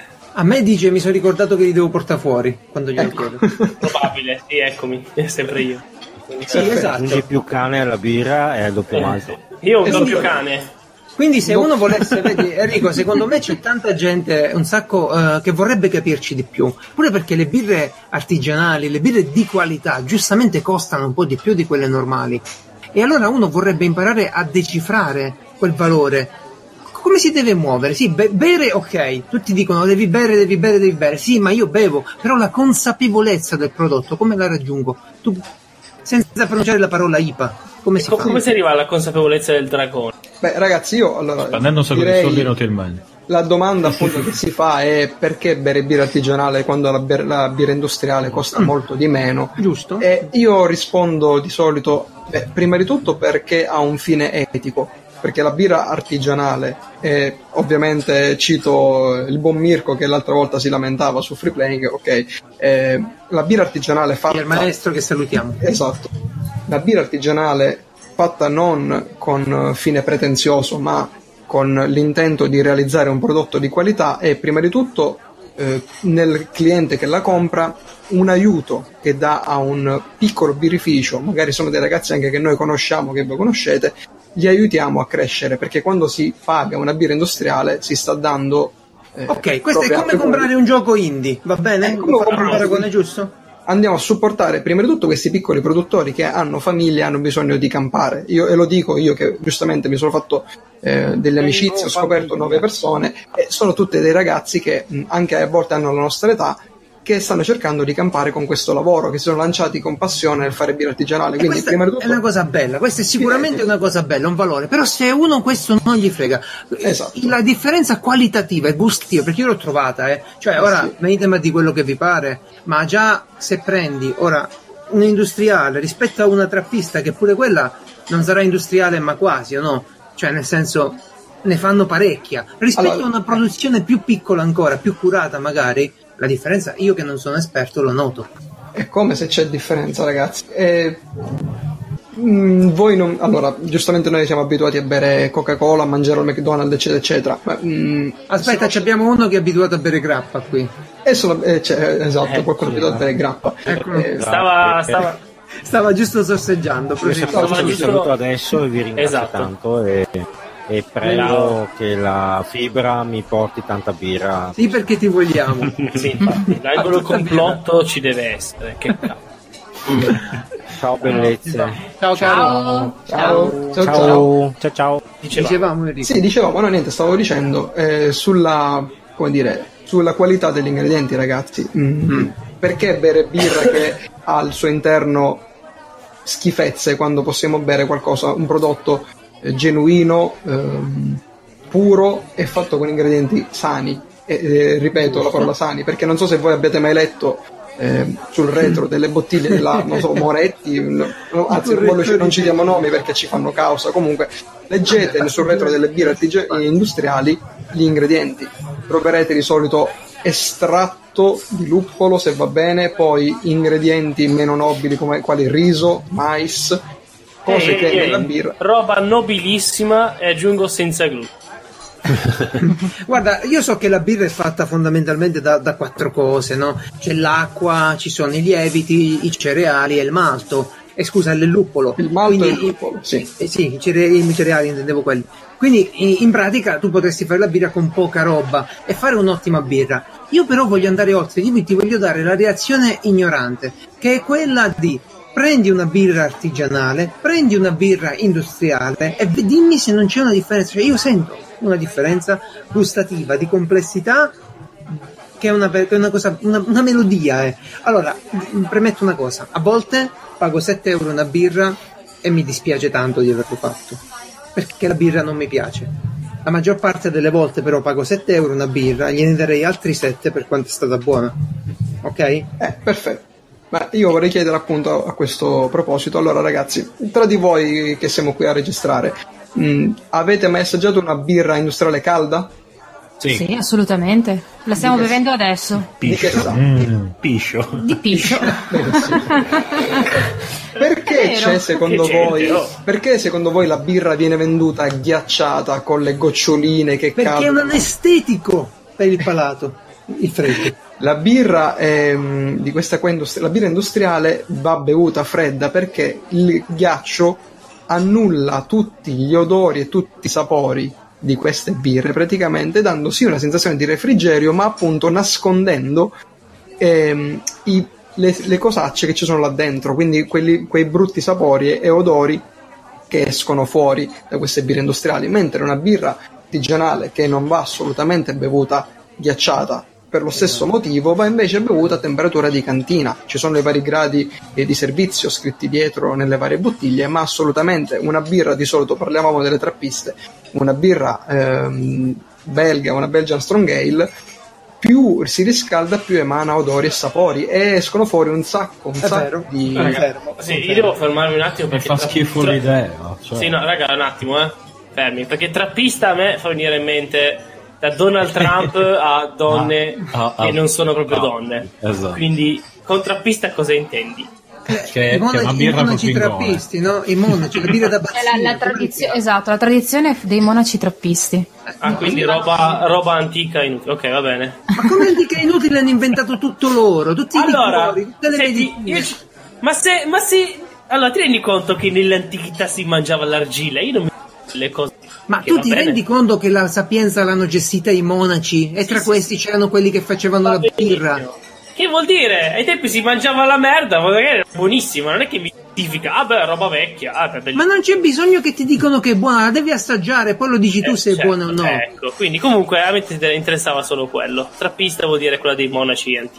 A me dice, mi sono ricordato che li devo portare fuori quando glielo
Ecco.
chiedo.
Probabile, sì, eccomi, è sempre io.
Sì,
Perfetto.
esatto.
Aggiungi più cane alla birra e al doppio malto.
Io ho un
Esatto.
doppio cane.
Quindi se
No.
uno volesse, vedi Enrico, secondo me c'è tanta gente, un sacco, eh, che vorrebbe capirci di più, pure perché le birre artigianali, le birre di qualità, giustamente costano un po' di più di quelle normali. E allora uno vorrebbe imparare a decifrare quel valore. Come si deve muovere? Sì, be- bere, ok, tutti dicono devi bere, devi bere, devi bere. Sì, ma io bevo, però la consapevolezza del prodotto, come la raggiungo? Tu, senza pronunciare la parola I P A, come si
Co-
fa?
come si arriva alla consapevolezza del dragone?
Beh, ragazzi, io allora
Spendendo un sacco di
direi
soldi inutilmente.
la domanda appunto che si fa è perché bere birra artigianale quando la, bir- la birra industriale costa molto di meno.
Giusto?
E io rispondo di solito, beh, prima di tutto perché ha un fine etico, perché la birra artigianale, e ovviamente cito il buon Mirko che l'altra volta si lamentava su Free Playing, ok, eh, la birra artigianale fatta...
Il maestro che salutiamo.
Esatto, la birra artigianale fatta non con fine pretenzioso ma con l'intento di realizzare un prodotto di qualità è prima di tutto eh, nel cliente che la compra un aiuto che dà a un piccolo birrificio, magari sono dei ragazzi anche che noi conosciamo, che voi conoscete, li aiutiamo a crescere, perché quando si paga una birra industriale si sta dando eh,
Ok, questo è
proprio
come
anche
comprare un gioco indie, va bene?
È come
Fa un
comprare-
paragone giusto?
andiamo a supportare prima di tutto questi piccoli produttori che hanno famiglie e hanno bisogno di campare. Io, e lo dico io che giustamente mi sono fatto eh, delle amicizie, ho scoperto nuove persone e sono tutti dei ragazzi che mh, anche a volte hanno la nostra età, che stanno cercando di campare con questo lavoro, che si sono lanciati con passione nel fare birra artigianale. Quindi prima di tutto
è una cosa bella, questa è sicuramente una cosa bella, un valore, però se uno questo non gli frega, esatto. La differenza qualitativa e gustativa, perché io l'ho trovata, eh. cioè eh ora sì. venitemi di quello che vi pare, ma già se prendi ora un industriale rispetto a una trappista, che pure quella non sarà industriale ma quasi, o no? Cioè nel senso ne fanno parecchia rispetto allora, a una produzione più piccola ancora, più curata magari. La differenza, io che non sono esperto, lo noto.
È come se c'è differenza, ragazzi. E, mh, voi non. Allora, giustamente noi siamo abituati a bere Coca-Cola, a mangiare al McDonald's, eccetera, eccetera. Ma, mh,
Aspetta,
se...
abbiamo uno che è abituato a bere grappa qui.
E solo, eh, cioè, esatto, eh, qualcuno è abituato a bere grappa.
Ecco.
Eh,
stava, stava...
stava giusto sorseggiando.
Io sono vi saluto adesso e vi ringrazio esatto. tanto. E... E prego no. che la fibra mi porti tanta birra.
Sì, perché ti vogliamo.
Sì, infatti, l'angolo complotto ci deve essere. Che cazzo.
Ciao bellezze.
Ciao
ciao.
Ciao.
Ciao. Ciao. Ciao. Ciao. Ciao.
Dicevamo Enrico.
Sì, dicevamo, no niente, stavo dicendo eh, sulla come dire, sulla qualità degli ingredienti, ragazzi. Mm. Mm. Perché bere birra che ha al suo interno schifezze quando possiamo bere qualcosa, un prodotto genuino, ehm, puro e fatto con ingredienti sani, e, e ripeto la parola sani, perché non so se voi abbiate mai letto eh, sul retro delle bottiglie della, non so, Moretti, no, anzi non ci diamo nomi perché ci fanno causa, comunque leggete sul retro delle birre artig- industriali gli ingredienti, troverete di solito estratto di luppolo se va bene, poi ingredienti meno nobili come quali riso, mais, cose
ehi,
che
ehi,
nella birra,
roba nobilissima, e aggiungo senza glutine.
Guarda, io so che la birra è fatta fondamentalmente da, da quattro cose, no? C'è l'acqua, ci sono i lieviti, i cereali e il malto. E scusa, il luppolo.
Il malto
Quindi,
e il luppolo, sì.
Eh, sì, i cereali, i cereali intendevo quelli. Quindi in, in pratica tu potresti fare la birra con poca roba e fare un'ottima birra. Io però voglio andare oltre, io ti voglio dare la reazione ignorante, che è quella di prendi una birra artigianale, prendi una birra industriale e dimmi se non c'è una differenza. Cioè io sento una differenza gustativa, di complessità, che è una, che è una cosa, una, una melodia. Eh. Allora, premetto una cosa, a volte pago sette euro una birra e mi dispiace tanto di averlo fatto, perché la birra non mi piace. La maggior parte delle volte però pago sette euro una birra, gliene darei altri sette per quanto è stata buona. Ok?
Eh, perfetto. Ma io vorrei chiedere appunto a questo proposito, allora ragazzi, tra di voi che siamo qui a registrare, mh, avete mai assaggiato una birra industriale calda?
Sì, sì, assolutamente. La stiamo
Di
bevendo adesso.
Piscio.
Di mm, piscio.
Di piscio.
Perché c'è secondo
che
voi?
gente, oh.
Perché secondo voi la birra viene venduta ghiacciata con le goccioline che
Perché
cadono?
è un anestetico per il palato, il freddo.
La birra ehm, di questa qua industri- la birra industriale va bevuta fredda perché il ghiaccio annulla tutti gli odori e tutti i sapori di queste birre, praticamente dando sì una sensazione di refrigerio, ma appunto nascondendo ehm, i, le, le cosacce che ci sono là dentro, quindi quelli, quei brutti sapori e, e odori che escono fuori da queste birre industriali, mentre una birra artigianale che non va assolutamente bevuta ghiacciata per lo stesso motivo va invece bevuta a temperatura di cantina. Ci sono i vari gradi eh, di servizio scritti dietro nelle varie bottiglie, ma assolutamente una birra, di solito parliamo delle trappiste, una birra ehm, belga, una Belgian Strong Ale, più si riscalda più emana odori e sapori e escono fuori un sacco un
È
sacco
vero.
di
È vero.
Sì, io devo fermarmi un attimo perché
fa
tra-
schifo
tra-
l'idea. Cioè.
Sì, no, raga, un attimo, eh. Fermi, perché trappista a me fa venire in mente da Donald Trump a donne
ah, ah,
che non sono proprio
ah,
donne.
esatto.
Quindi con trappista cosa intendi?
Che,
I monaci,
che è una birra
i monaci
con
trappisti, no? I monaci, la birra da
È
bazzina.
la, la tradizione, esatto, la tradizione dei monaci trappisti.
Ah, quindi roba, roba antica inutile. Ok, va bene.
Ma come antica inutile hanno inventato tutto loro, tutti i
Allora,
liquori, tutte le
senti,
medicine.
io ci- ma se, ma se, allora ti rendi conto che nell'antichità si mangiava l'argilla? Io non mi le cose.
Ma
che
tu
va
ti
bene.
rendi conto che la sapienza l'hanno gestita i monaci e tra
sì,
questi c'erano quelli che facevano
Va
la birra?
benissimo. Che vuol dire? Ai tempi si mangiava la merda, magari era buonissima, non è che mi giustifica, ah beh, roba vecchia, ah beh,
Ma non c'è bisogno che ti dicono che è buona, la devi assaggiare, poi lo dici tu
Eh,
se è
certo,
buona o no.
Ecco, quindi comunque a me ti interessava solo quello. Trappista vuol dire quella dei monaci antichi.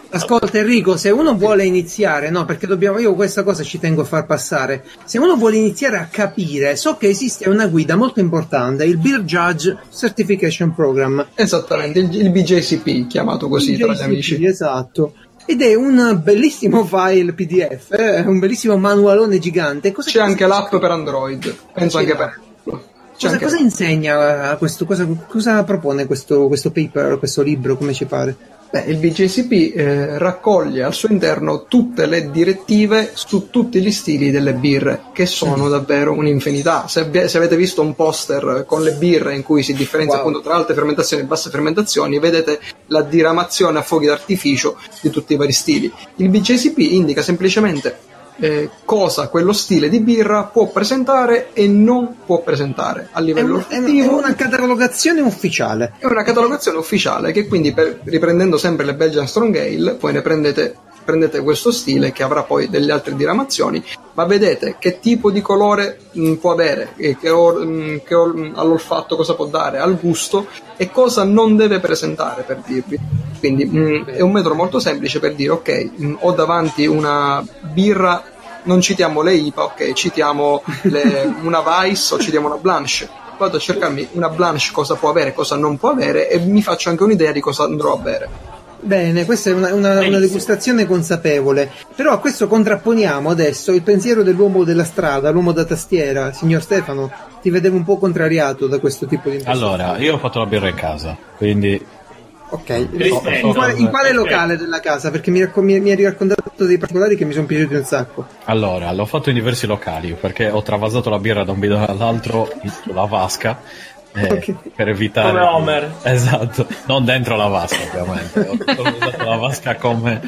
Ascolta Enrico, se uno vuole iniziare, no, perché dobbiamo, io questa cosa ci tengo a far passare, se uno vuole iniziare a capire, so che esiste una guida molto importante, il Beer Judge Certification Program.
Esattamente, il, il B J C P, chiamato così tra gli amici.
Esatto. Ed è un bellissimo file P D F, eh, un bellissimo manualone gigante. Cosa
C'è anche l'app per Android, penso anche per Apple.
Cosa, cosa insegna questo? Cosa, cosa propone questo, questo paper, questo libro, come ci pare?
Beh, il B J C P eh, raccoglie al suo interno tutte le direttive su tutti gli stili delle birre, che sono mm. davvero un'infinità. Se, se avete visto un poster con le birre in cui si differenzia wow. appunto tra alte fermentazioni e basse fermentazioni, vedete la diramazione a fuochi d'artificio di tutti i vari stili. Il B J C P indica semplicemente Eh, cosa quello stile di birra può presentare e non può presentare a livello
è, un, è una catalogazione ufficiale
è una catalogazione ufficiale che quindi per, riprendendo sempre le Belgian Strong Ale poi ne prendete prendete questo stile che avrà poi delle altre diramazioni, ma vedete che tipo di colore mh, può avere, che, che, or, mh, che or, all'olfatto cosa può dare, al gusto e cosa non deve presentare per dirvi. Quindi mh, è un metodo molto semplice per dire ok, mh, ho davanti una birra, non citiamo le I P A, ok, citiamo le, una Weiss o citiamo una Blanche, vado a cercarmi una Blanche cosa può avere, cosa non può avere e mi faccio anche un'idea di cosa andrò a bere.
Bene, questa è una, una, una degustazione consapevole, però a questo contrapponiamo adesso il pensiero dell'uomo della strada, l'uomo da tastiera. Signor Stefano, ti vedevo un po' contrariato da questo tipo di impressione.
Allora, io ho fatto la birra in casa, quindi...
Ok, in quale, in quale locale della casa? Perché mi, mi, mi hai raccontato dei particolari che mi sono piaciuti un sacco.
Allora, l'ho fatto in diversi locali, perché ho travasato la birra da un bidone all'altro sulla vasca. Eh, okay. Per evitare
come Homer,
esatto, non dentro la vasca ovviamente. Ho usato la vasca come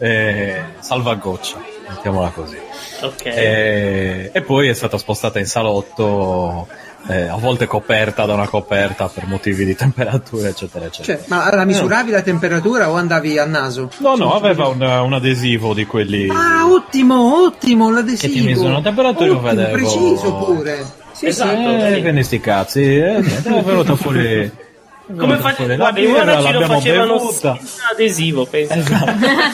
eh, salvagoccia, mettiamola così.
Okay.
E, e poi è stata spostata in salotto, eh, a volte coperta da una coperta per motivi di temperatura, eccetera, eccetera.
Cioè, ma la misuravi no. la temperatura o andavi a naso?
No, no, aveva un, un adesivo di quelli.
Ah, ottimo, ottimo, l'adesivo.
Che ti misura la temperatura, io vedevo.
Preciso pure. Sì,
esatto, eh, che ne sti cazzi, eh, è venuto fuori.
Come facevano? Guarda, in una ce lo facevano adesivo, penso. Esatto.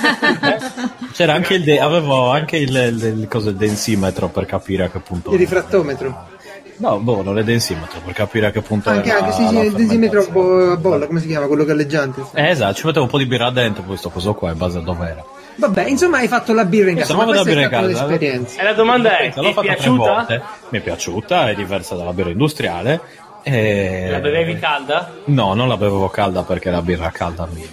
C'era anche il de- avevo anche il, il, il, cosa, il densimetro per capire a che punto.
Il rifrattometro.
No, boh, non è densimetro per capire a che punto
anche,
era.
Anche sì, sì, il densimetro a bolla, come si chiama quello galleggiante?
Eh, esatto, ci mettevo un po' di birra dentro, poi sto coso qua in base a dov'era.
Vabbè, insomma, hai fatto la birra in casa. Ma questa è stata un'esperienza.
E la domanda è: ti è piaciuta?
Mi è piaciuta, è diversa dalla birra industriale. E...
La bevevi calda?
No, non la bevevo calda perché la birra calda mi, mi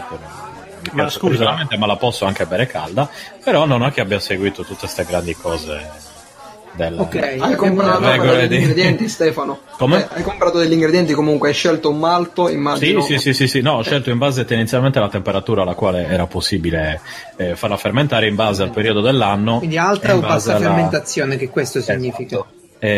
ma
piace
scusa,
ma la posso anche bere calda. Però non è che abbia seguito tutte queste grandi cose. Della,
ok, hai comprato degli di... ingredienti, Stefano?
Come?
Eh, hai comprato degli ingredienti, comunque hai scelto un malto, immagino.
Sì, sì, sì, sì, sì. No, ho scelto in base tendenzialmente alla temperatura alla quale era possibile eh, farla fermentare, in base al periodo dell'anno.
Quindi alta o bassa alla... fermentazione, che questo significa.
Esatto.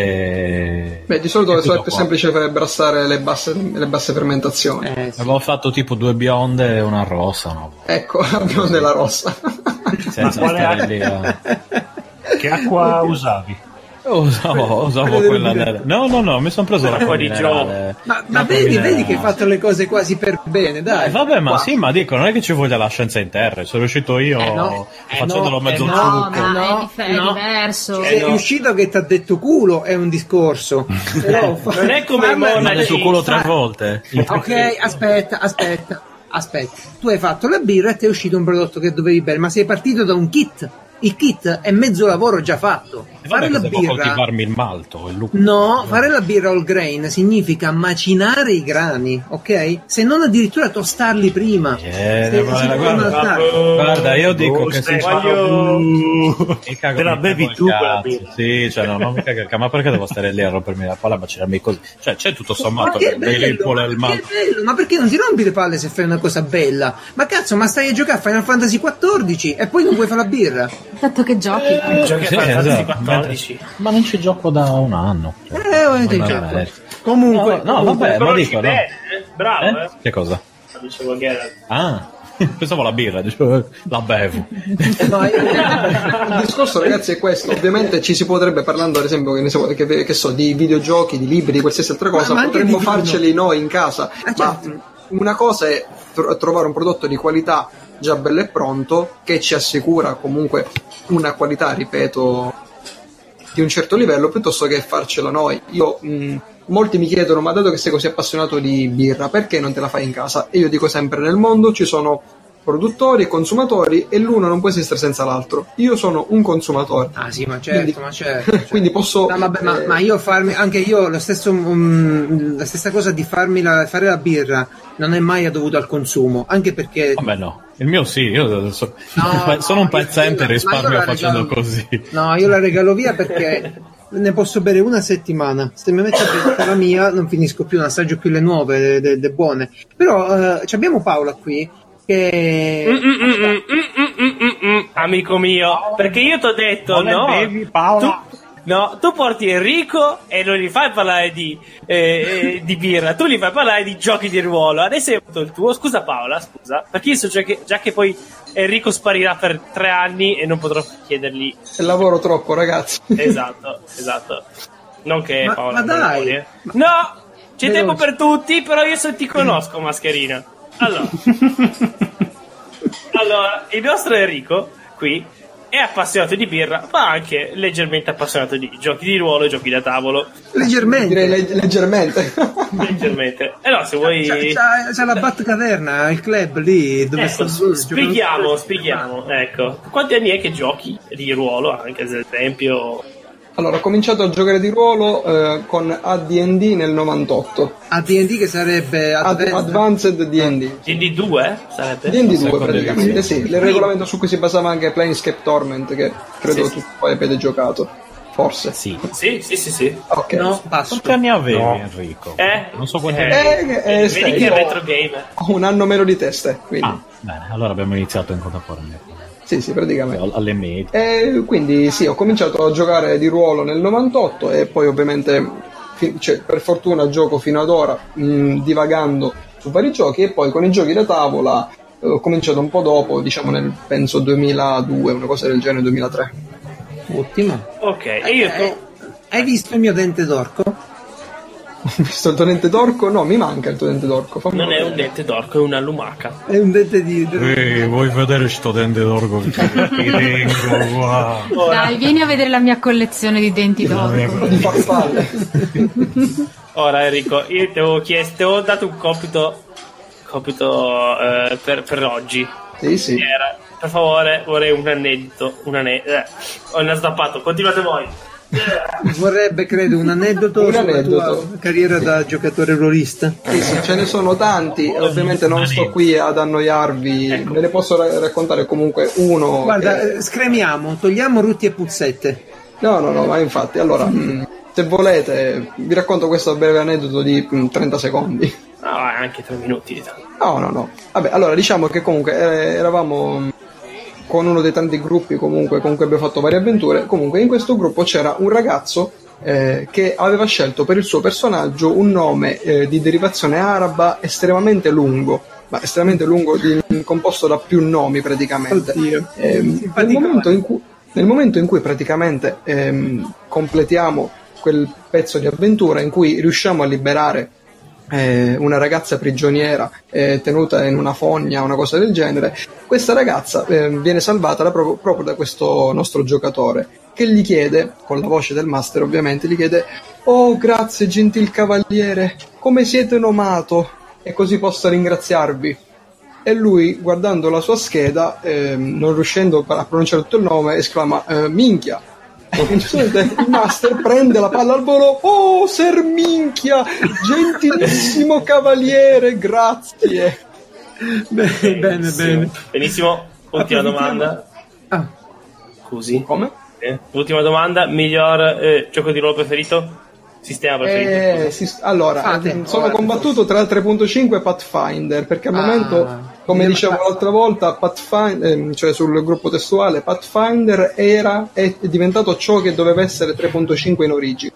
E...
Beh, di solito è più semplice per brassare le basse, le basse fermentazioni.
Eh, sì. Avevo fatto tipo due bionde e una rossa, no?
Ecco, la bionda e la rossa.
Senza stare lì a...
Che acqua usavi?
Usavo, usavo quella nera. No, no, no, mi sono preso l'acqua di
Giove. Ma, ma vedi, vedi che hai fatto le cose quasi per bene, dai.
Eh, vabbè, ma qua. Sì, ma dico, non è che ci voglia la scienza in terra. Sono riuscito io
eh no,
facendolo
eh
mezzo
eh
trucco.
No, ma è, dif- è
no.
diverso.
Sei no. riuscito che ti ha detto culo è un discorso. Però fa-
non è come
mi ha detto culo tre volte.
Ok, aspetta, aspetta, aspetta. Tu hai fatto la birra e ti è uscito un prodotto che dovevi bere, ma sei partito da un kit. Il kit è mezzo lavoro già fatto.
E
fare
vabbè,
la birra,
coltivarmi il malto, il lupo.
no, fare la birra all grain significa macinare i grani, ok? Se non addirittura tostarli prima.
Yeah,
se,
guarda,
si
guarda, guarda, guarda, io dico oh, che se
voglio...
te la bevi tu quella birra.
Sì, cioè no, non mi caga, ma perché devo stare lì a rompermi la palla e macinarmi così? Cioè c'è tutto sommato
il
bello, il malto.
Bello, ma perché non ti rompi le palle se fai una cosa bella? Ma cazzo, ma stai a giocare a Final Fantasy quattordici e poi non vuoi fare la birra?
Tanto che giochi.
Eh, giochi a
sì,
Final Fantasy
esatto.
quattordici.
Ma non ci gioco da un anno.
Eh, avete gioco. Comunque,
no, no,
comunque,
vabbè, ma dico, no.
Eh? Bravo, eh?
eh? Che cosa?
Dicevo che era...
Ah, pensavo la birra, dicevo, la bevo.
No, il discorso, ragazzi, è questo. Ovviamente ci si potrebbe, parlando ad esempio che, ne so, che, che so, di videogiochi, di libri, di qualsiasi altra cosa, ma, ma potremmo farceli noi in casa. Ah, certo. Ma una cosa è tro- trovare un prodotto di qualità già bello e pronto, che ci assicura comunque una qualità, ripeto, di un certo livello, piuttosto che farcela noi. Io mh, molti mi chiedono: ma dato che sei così appassionato di birra, perché non te la fai in casa? E io dico sempre: nel mondo ci sono produttori e consumatori e l'uno non può esistere senza l'altro. Io sono un consumatore.
Ah sì, ma certo,
quindi,
ma certo. certo.
quindi posso...
No, vabbè,
eh...
ma, ma io farmi, anche io lo stesso, um, la stessa cosa di farmi la, fare la birra non è mai dovuto al consumo, anche perché...
Vabbè no, il mio sì, io so,
no,
sono
no,
un pezzente e risparmio facendo
regalo,
così.
No, io la regalo via perché ne posso bere una settimana. Se mi metto a bere la mia non finisco più, non assaggio più le nuove, le, le, le buone. Però eh, abbiamo Paola qui che...
Mm, mm, mm, mm, mm, mm, mm, amico mio, perché io ti ho detto
non
no,
bevi, Paola.
Tu, no, tu porti Enrico e non gli fai parlare di, eh, di birra, tu gli fai parlare di giochi di ruolo. Adesso hai fatto il tuo. Scusa Paola, scusa, perché io so già che, già che poi Enrico sparirà per tre anni e non potrò chiedergli.
E lavoro troppo, ragazzi.
Esatto, esatto. Non che
ma,
Paola
ma dai
vuole, eh. No, c'è
Veloce.
tempo per tutti, però io se ti conosco, mascherina. Allora, allora, il nostro Enrico qui è appassionato di birra, ma anche leggermente appassionato di giochi di ruolo e giochi da tavolo.
Leggermente.
Direi leg- leggermente.
Leggermente. E eh no, se vuoi...
C'è, c'è, c'è la Batcaverna, il club lì dove
Ecco,
sto
spieghiamo, spieghiamo. Ecco, quanti anni è che giochi di ruolo, anche ad esempio...
Allora, ho cominciato a giocare di ruolo eh, con A D and D nel novantotto.
A D and D che sarebbe
Ad-
Advanced,
Advanced D and D.
D and D due sarebbe?
D and D due
Seconda
praticamente,
edizione.
sì. Il regolamento su cui si basava anche Planescape Torment, che credo
Sì, sì.
tu poi abbiate giocato. Forse.
Sì.
Sì, sì, sì, sì.
Ok.
no, passo.
Quanti anni avevi,
No.
Enrico?
Eh?
Non so quanti
Eh,
anni.
Eh, eh,
vedi
stai,
che è
io
retro gamer.
ho un anno meno di teste, quindi.
Ah, bene, allora abbiamo iniziato in contemporanea.
Sì, sì, praticamente.
Alle medie.
E quindi sì, ho cominciato a giocare di ruolo nel novantotto e poi ovviamente fi- cioè, per fortuna gioco fino ad ora mh, divagando su vari giochi e poi con i giochi da tavola eh, ho cominciato un po' dopo, diciamo nel penso duemiladue, una cosa del genere, duemilatré.
Ottimo.
Ok, e io...
Eh, hai visto il mio dente d'orco?
Ho visto il tuo dente d'orco? No, mi manca il tuo dente d'orco. Fammi
Non è
vedere.
un dente d'orco, è una lumaca.
È un dente di...
Ehi, vuoi vedere sto dente d'orco? Ti tengo qua.
Dai, vieni a vedere la mia collezione di denti d'orco.
Di farfalle.
Ora Enrico, io ti avevo chiesto, ti avevo dato un compito, compito eh, per, per oggi.
Sì, sì.
Che era, per favore, vorrei un aneddoto, un aneddoto. Eh, ho ne ho stappato, continuate voi.
Vorrebbe, credo, un aneddoto
Un
sulla
aneddoto.
tua carriera da giocatore ruolista.
Sì, sì, ce ne sono tanti, ovviamente non sto qui ad annoiarvi, ve ne posso ra- raccontare comunque uno.
Guarda,
che-
eh, scremiamo, togliamo Rutti e Puzzette.
No, no, no, ma infatti, allora, mh, se volete, vi racconto questo breve aneddoto di mh, trenta secondi.
No, anche tre minuti di tanto.
No, no, no. Vabbè, allora, diciamo che comunque eh, eravamo mh, con uno dei tanti gruppi comunque con cui abbiamo fatto varie avventure. Comunque in questo gruppo c'era un ragazzo eh, che aveva scelto per il suo personaggio un nome eh, di derivazione araba estremamente lungo, ma estremamente lungo, di, composto da più nomi praticamente.
Oddio.
Ehm, nel, momento in cui, nel momento in cui praticamente ehm, completiamo quel pezzo di avventura in cui riusciamo a liberare eh, una ragazza prigioniera eh, tenuta in una fogna, una cosa del genere, questa ragazza eh, viene salvata da, proprio, proprio da questo nostro giocatore, che gli chiede, con la voce del master ovviamente, gli chiede: oh, grazie gentil cavaliere, come siete nomato, e così posso ringraziarvi. E lui, guardando la sua scheda, ehm, non riuscendo a pronunciare tutto il nome, esclama: eh, minchia. E il master prende la palla al volo: oh, ser minchia, gentilissimo cavaliere, grazie.
Bene, bene, bene.
Benissimo, ultima domanda.
Ah,
Scusi.
Come?
Eh, Ultima domanda, miglior eh, gioco di ruolo preferito? Sistema preferito?
Eh, si- allora,
Fate.
ehm, sono
Ora.
combattuto tra il tre punto cinque e Pathfinder, perché al
Ah.
momento, come
Io-
dicevo l'altra volta, Pathfinder, ehm, cioè sul gruppo testuale, Pathfinder era è diventato ciò che doveva essere tre punto cinque in origine.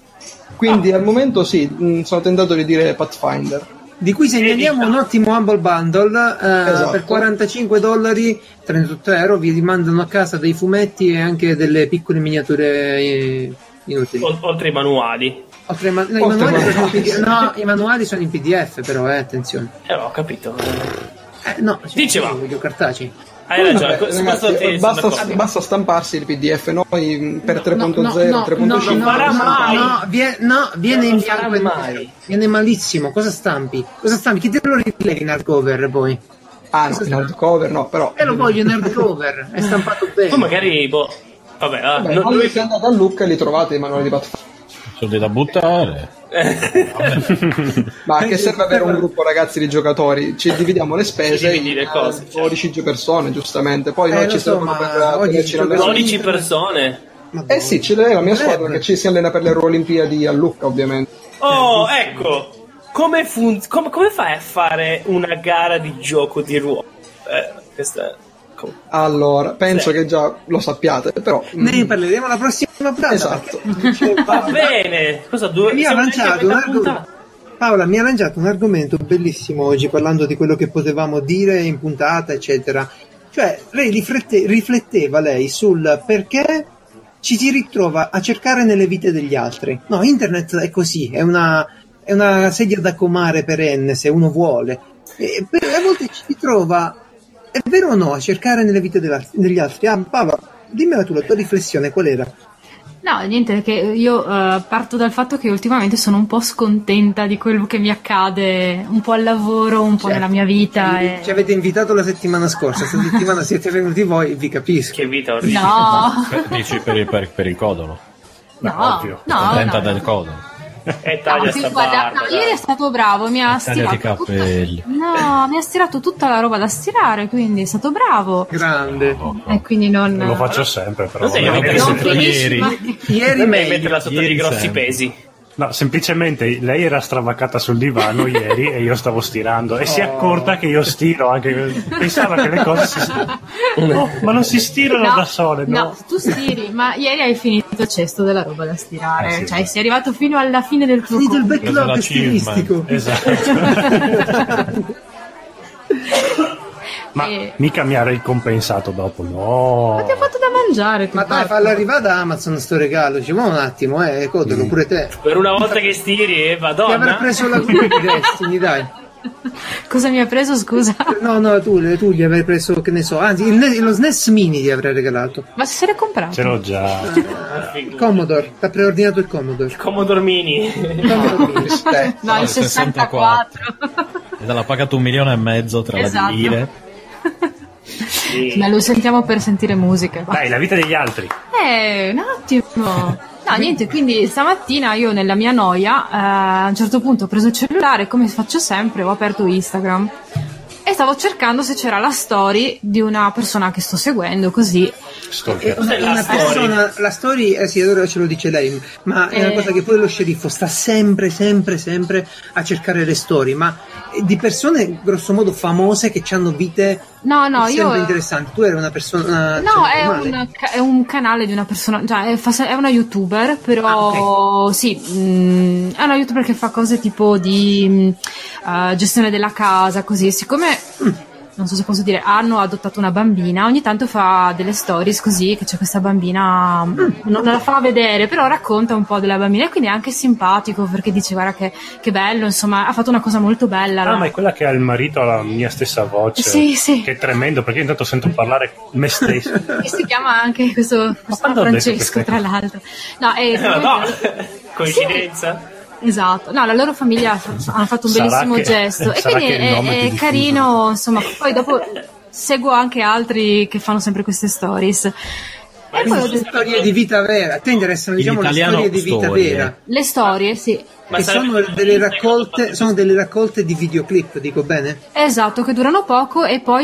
Quindi al momento sì, mh, sono tentato di dire Pathfinder.
di cui segnaliamo un ottimo Humble Bundle eh,
Esatto.
per quarantacinque dollari, trentotto euro, vi rimandano a casa dei fumetti e anche delle piccole miniature eh, inutili.
O- oltre ai manuali.
Oltre ai ma- no, i,
Oltre
manuali
ai
sono in
manuali.
P D F, no, i manuali sono in P D F, però, eh, attenzione.
Eh, ho capito.
Eh, Eh, no,
Diceva.
Video cartacei.
Hai ragione,
Vabbè, ragazzi, basta, basta stamparsi il P D F. Noi per tre punto zero,
no,
tre punto cinque
no,
farà mai.
no, vie- no, viene
Non
in
farà
bianco e
mai.
nero. Viene malissimo. Cosa stampi? Cosa stampi? Chi te lo rileghi in hardcover poi?
Ah, no, in hardcover no, però.
E lo voglio in hardcover. È stampato bene.
Poi magari, boh. Vabbè, ah,
Vabbè,
non-
quando siete andati a Lucca li trovate i manuali di Pathfinder.
Soldi da buttare.
Ma che serve avere un gruppo, ragazzi, di giocatori? Ci dividiamo le spese
Dividi le
in
cose,
eh, dodici persone, giustamente. Poi
Eh,
noi
lo
ci
so,
servono
ma
per
oggi
tenerci in allenamento.
dodici persone.
Madonna.
Eh sì, ci deve la mia squadra
Dovrebbe.
che ci si allena per le Olimpiadi a Lucca, ovviamente.
Oh, ecco. Come, fun- come, come fai a fare una gara di gioco di ruolo? Eh, questa è... com-
Allora, penso
Sì.
che già lo sappiate, però.
Ne
mm,
parleremo la prossima puntata.
Esatto.
Va bene. Cosa due?
Mi ha
siamo
lanciato
già
un
a metà puntata.
argomento. Paola mi ha lanciato un argomento bellissimo oggi, parlando di quello che potevamo dire in puntata, eccetera. Cioè, lei riflette- rifletteva lei sul perché ci si ritrova a cercare nelle vite degli altri. No, internet è così, è una, è una sedia da comare perenne se uno vuole. E per, a volte ci si trova, è vero o no, a cercare nelle vite della- degli altri? Ah, Paola, dimmi tu, la tua riflessione qual era?
No, niente, che io eh, parto dal fatto che ultimamente sono un po' scontenta di quello che mi accade un po' al lavoro, un po'
Certo.
nella mia vita. E...
Ci avete invitato la settimana scorsa, questa settimana siete venuti voi, vi capisco.
Che vita orribile.
No,
Per- Dici per il, per, per il codolo.
no,
ovvio.
no,
Contenta
no.
del codolo.
E
No,
taglia
sì,
sta
guarda,
barba.
no,
dai.
ieri è stato bravo, mi ha
Tagliati i
stirato tutta...
capelli.
No, mi ha stirato tutta la roba da stirare, quindi è stato bravo.
Grande.
E quindi non...
Lo faccio sempre, però.
Non sei
vabbè.
che
non
sempre
finisci,
ieri.
ma-
Ieri
Non devi
meglio.
metterla sotto
Ieri
dei grossi
sempre.
pesi.
No, semplicemente lei era stravaccata sul divano ieri e io stavo stirando e si è accorta che io stiro anche. Pensava che le cose si. No, ma non si stirano
No,
da sole, no?
no, tu stiri, ma ieri hai finito il cesto della roba da stirare,
Eh sì,
cioè
beh.
sei arrivato fino alla fine del tuo
Finito il
compito.
backlog
Preso
stilistico.
Esatto. Ma
Eh.
mica mi ha ricompensato dopo, no.
Ma ti ha fatto da mangiare, tu
Ma dai,
parli.
fallo arrivare da Amazon sto regalo. Ci vuole un attimo, eh, codolo, pure te.
Per una volta che stiri, eh,
Ti avrà
madonna.
preso la guida di Destiny, dai.
Cosa mi ha preso, scusa?
No, no, tu, tu gli avrai preso, che ne so, anzi, il, ne- lo S N E S Mini gli avrai regalato.
Ma se l'è comprato?
Ce l'ho già.
Il Commodore, ti ha preordinato il Commodore.
Commodore Mini.
Commodore Mini.
Eh,
No, il
il
sessantaquattro.
E l'ha pagato un milione e mezzo tra
Esatto.
le lire.
Sì.
Ma lo sentiamo per sentire musica.
Dai, la vita degli altri.
Eh, un attimo. No, niente, quindi stamattina io nella mia noia, eh, a un certo punto ho preso il cellulare, come faccio sempre, ho aperto Instagram e stavo cercando se c'era la story di una persona che sto seguendo, così.
Stalker.
Una,
Cos'è la
una
story?
persona, la story, eh sì, allora ce lo dice lei, ma è una
Eh.
cosa che pure lo sceriffo sta sempre, sempre, sempre a cercare le story, ma eh, di persone grosso modo famose che hanno vite
No, no,
sempre
io...
interessanti. Tu eri una persona...
No,
cioè,
è
normale.
un, ca- è un canale di una persona, cioè è, fa- è una youtuber, però
Ah,
sì, mh, è una youtuber che fa cose tipo di mh, uh, gestione della casa, così. Siccome, non so se posso dire, hanno adottato una bambina, ogni tanto fa delle stories così, che c'è questa bambina, mh, non la fa vedere, però racconta un po' della bambina e quindi è anche simpatico perché dice guarda che, che bello, insomma, ha fatto una cosa molto bella.
Ah,
la-
ma è quella che ha il marito alla mia stessa voce.
Sì, sì.
Che è tremendo, perché io intanto sento parlare me stesso.
Che si chiama anche questo, questo
quando ho detto
Francesco,
queste
tra l'altro. No, e
No, coincidenza.
esatto, no, la loro famiglia fa- hanno fatto un
Sarà
bellissimo
che-
gesto e
sarà
quindi
che il nome
è,
è
è
più
carino, insomma, poi dopo seguo anche altri che fanno sempre queste stories. E poi ho
Quindi
detto,
storie di vita vera. A te interessano,
In
diciamo, le
italiano
storie di vita
storie.
vera.
le storie, sì.
Ma
Che
sarebbe-
sono delle raccolte, sono delle raccolte di videoclip, dico bene?
Esatto, che durano poco e poi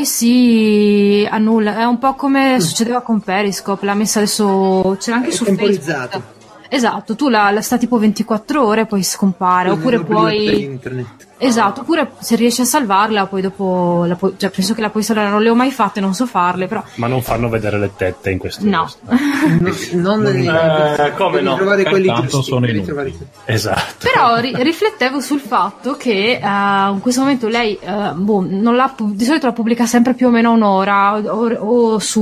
si annulla. È un po' come succedeva con Periscope, l'ha messa adesso, c'era anche
È
su
temporizzato.
Facebook. Esatto, tu la, la sta tipo ventiquattro ore e poi scompare, oppure
Quindi l'oblio per
puoi...
internet.
Esatto, oppure se riesci a salvarla, poi dopo la puoi, cioè penso che la puoi salvare, non le ho mai fatte, non so farle, però
Ma non fanno vedere le tette in questo
no.
No, non devi,
Eh, come
devi
no?
trovare quelli
Tanto
giusti.
sono
Devi
inutili.
trovare quelli.
Esatto.
Però ri- riflettevo sul fatto che eh, in questo momento lei eh, boh, non la pu- di solito la pubblica sempre più o meno un'ora o, o su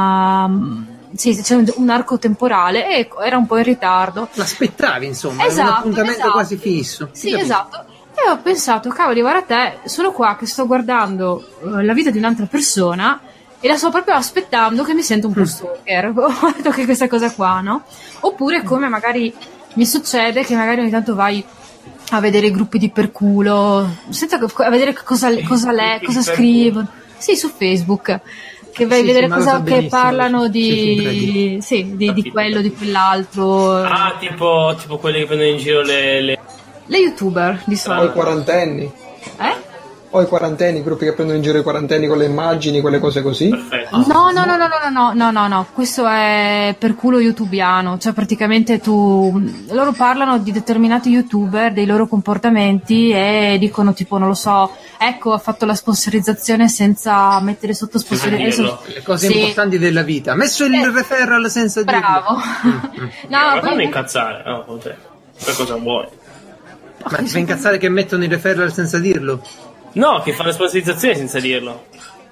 un sì, c'è un, un arco temporale e era un po' in ritardo.
L'aspettavi, insomma,
Esatto,
era un appuntamento
esatto.
quasi fisso.
Sì,
Ti capisco.
esatto. E ho pensato, cavoli, guarda te, sono qua che sto guardando uh, la vita di un'altra persona e la sto proprio aspettando che mi sento un po' stalker. Ho detto che questa cosa qua, no? Oppure come magari mi succede che magari ogni tanto vai a vedere i gruppi di perculo, senza a vedere cosa, cosa le, cosa scrivono. Sì, su Facebook. Che vai sì, a vedere cosa che parlano di, sì, di, di quello, di quell'altro.
Ah, tipo, tipo quelli che prendono in giro le... le...
le youtuber di solito.
O i quarantenni.
Eh?
O i quarantenni, i gruppi che prendono in giro i quarantenni con le immagini, quelle cose così.
Perfetto.
No, no, no, no, no, no, no, no, no, questo è per culo youtubiano, cioè praticamente tu, loro parlano di determinati youtuber, dei loro comportamenti e dicono tipo, non lo so, ecco, ha fatto la sponsorizzazione senza mettere sotto sponsorizzazione.
Le cose
sì.
importanti della vita. Ha messo il eh, referral senza dirlo.
Bravo.
Mm-hmm.
No, ma poi... fanno incazzare, no, con te. Per cosa vuoi?
Ma ti fa incazzare che mettono il referral senza dirlo?
No, che fanno le sponsorizzazioni senza dirlo.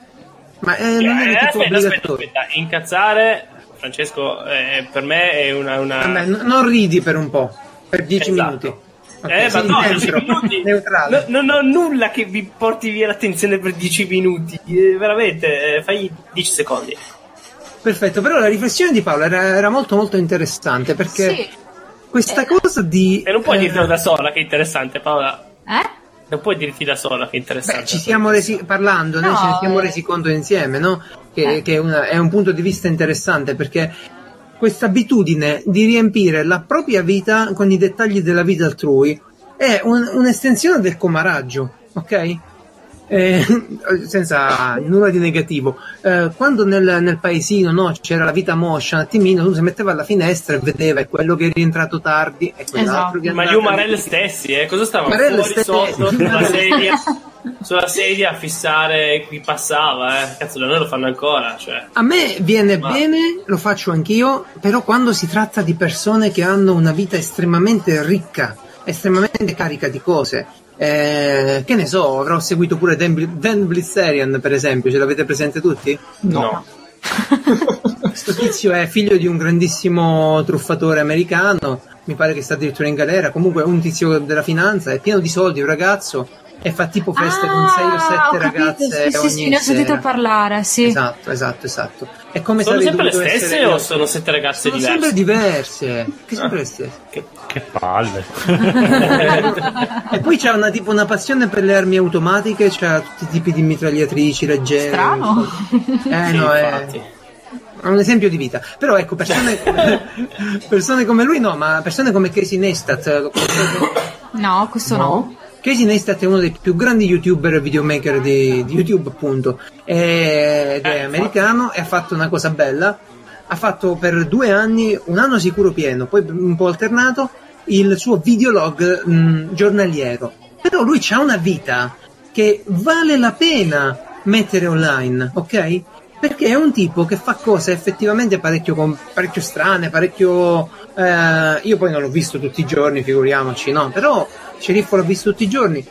Ma eh, non è
eh,
tipo
aspetta, aspetta, aspetta, incazzare, Francesco, eh, per me è una... una...
Vabbè, n- non ridi per un po', per dieci
esatto.
minuti. Okay,
eh, ma no, dieci minuti.
Neutrale.
No, non ho nulla che vi porti via l'attenzione per dieci minuti. Eh, veramente, eh, fai dieci secondi.
Perfetto, però la riflessione di Paolo era, era molto molto interessante, perché
sì.
questa
eh.
cosa di...
E non puoi
eh...
dirtelo da sola, che è interessante, Paola.
Eh?
Non puoi dirti da sola che è interessante.
Beh, ci siamo resi, parlando, no, noi ce ne siamo resi conto insieme, no? Che, eh. che è, una, è un punto di vista interessante, perché questa abitudine di riempire la propria vita con i dettagli della vita altrui è un, un'estensione del comaraggio, ok? Eh, senza nulla di negativo. Eh, quando nel, nel paesino, no, c'era la vita moscia, un attimino, tu si metteva alla finestra e vedeva quello che è rientrato tardi e quell'altro
esatto.
che ma gli Umarell stessi, eh, cosa stavano
Marelle
fuori
stessi.
sotto sulla sedia, sulla sedia a fissare chi passava, eh. Cazzo, da noi lo fanno ancora, cioè.
A me viene
ma...
bene, lo faccio anch'io, però quando si tratta di persone che hanno una vita estremamente ricca, estremamente carica di cose, eh, che ne so, avrò seguito pure Dan, Dan Blizzerian, per esempio, ce l'avete presente tutti?
No.
Questo tizio è figlio di un grandissimo truffatore americano, mi pare che sta addirittura in galera, comunque un tizio della finanza, è pieno di soldi, un ragazzo, e fa tipo feste
ah,
con sei o sette
capito,
ragazze
sì,
ogni
sì, sì, ne ho sentito
sera.
parlare, sì.
Esatto, esatto, esatto. È come
sono
se
sempre le
dovuto
stesse
essere...
o sono sette ragazze
sono
diverse?
sempre diverse. Che sempre
ah,
le stesse.
Che,
che palle.
E poi c'ha una tipo una passione per le armi automatiche, c'ha tutti i tipi di mitragliatrici leggere.
Strano.
Eh
sì,
no,
infatti.
è un esempio di vita. Però ecco, persone persone come lui no, ma persone come Casey Neistat.
No, questo no. no.
Casey Neistat è uno dei più grandi youtuber e videomaker di, di YouTube, appunto, ed è
eh,
americano infatti. E ha fatto una cosa bella, ha fatto per due anni, un anno sicuro pieno, poi un po' alternato, il suo videolog mh, giornaliero. Però lui c'ha una vita che vale la pena mettere online, ok? Perché è un tipo che fa cose effettivamente parecchio, parecchio strane, parecchio... Eh, io poi non l'ho visto tutti i giorni, figuriamoci, no? Però Sceriffo l'ho visto tutti i giorni.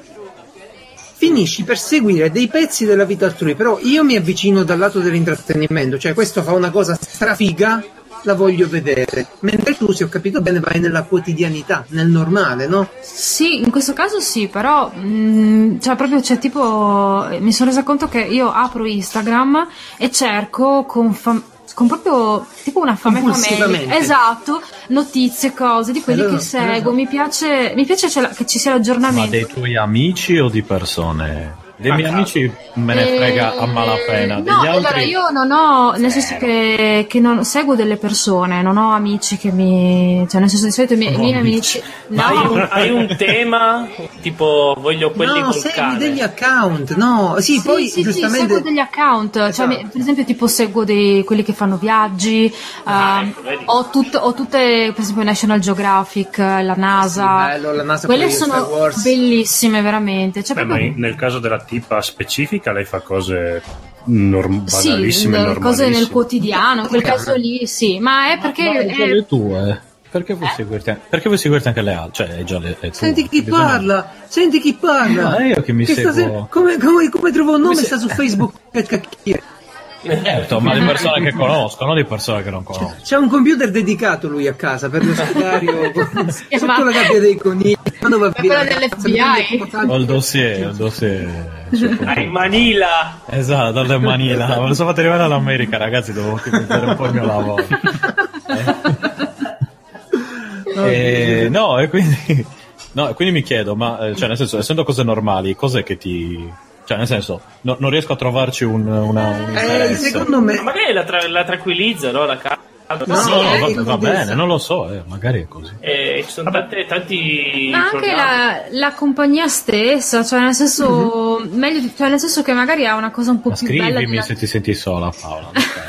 Finisci per seguire dei pezzi della vita altrui, però io mi avvicino dal lato dell'intrattenimento, cioè questo fa una cosa strafiga, la voglio vedere, mentre tu, se ho capito bene, vai nella quotidianità, nel normale, no?
Sì, in questo caso sì, però mh, cioè proprio c'è tipo, mi sono resa conto che io apro Instagram e cerco con fam- con proprio tipo una fame famiglia, esatto, notizie, cose di quelli allora, che seguo, allora. mi piace mi piace che ci sia l'aggiornamento.
Ma dei tuoi amici o di persone? Dei miei amici me ne frega a malapena. Degli
no,
altri...
allora io non ho, nel senso che, che non seguo delle persone, non ho amici che mi, cioè nel senso di solito i miei, no, miei amici. No.
Ma hai un, hai un tema tipo voglio quelli
no,
col
segui
cane.
degli account, no, sì,
sì
poi
sì,
giustamente
sì, seguo degli account, esatto. Cioè per esempio tipo seguo dei quelli che fanno viaggi,
ah,
uh,
ecco,
ho, tut, ho tutte, per esempio National Geographic, la NASA,
sì, bello, la NASA,
quelle sono bellissime veramente. Cioè,
Beh,
proprio...
ma nel caso della tipa specifica lei fa cose norm-
sì,
banalissime, normalissime.
Cose nel quotidiano, in quel caso lì sì, ma è perché
ma
è...
le tue. Perché vuoi, eh? seguirti, perché vuoi seguirti anche le altre? Cioè, è già le, è
senti chi
bisogna...
parla, senti chi parla.
No, è io che mi
che
seguo.
Se... Come, come, come trovo un nome?
se...
Sta su Facebook. Che cacchio.
Certo, ma di persone che conosco, non di persone che non conosco.
C'è un computer dedicato lui a casa per lo scenario sotto la gabbia dei conigli. Quando va via,
quello dell'F B I.
Ho il dossier, il dossier.
Ah, in Manila.
Esatto, da Manila. Me lo sono fatto arrivare all'America, ragazzi, devo ottimizzare un po' il mio lavoro. Eh? E, no, e quindi no, e quindi mi chiedo, ma cioè nel senso, essendo cose normali, cos'è che ti, cioè nel senso, no, non riesco a trovarci un, una un
eh, secondo me
ma magari la, tra- la tranquillizza, no? La ca-
no,
sì,
no, no,
eh,
va, va bene, non lo so, eh, magari è così.
eh, ci sono tante, tanti
Ma anche la, la compagnia stessa, cioè nel senso mm-hmm. meglio, cioè nel senso che magari ha una cosa un po'
ma
più bella.
Scrivimi
della...
se ti senti sola, Paola.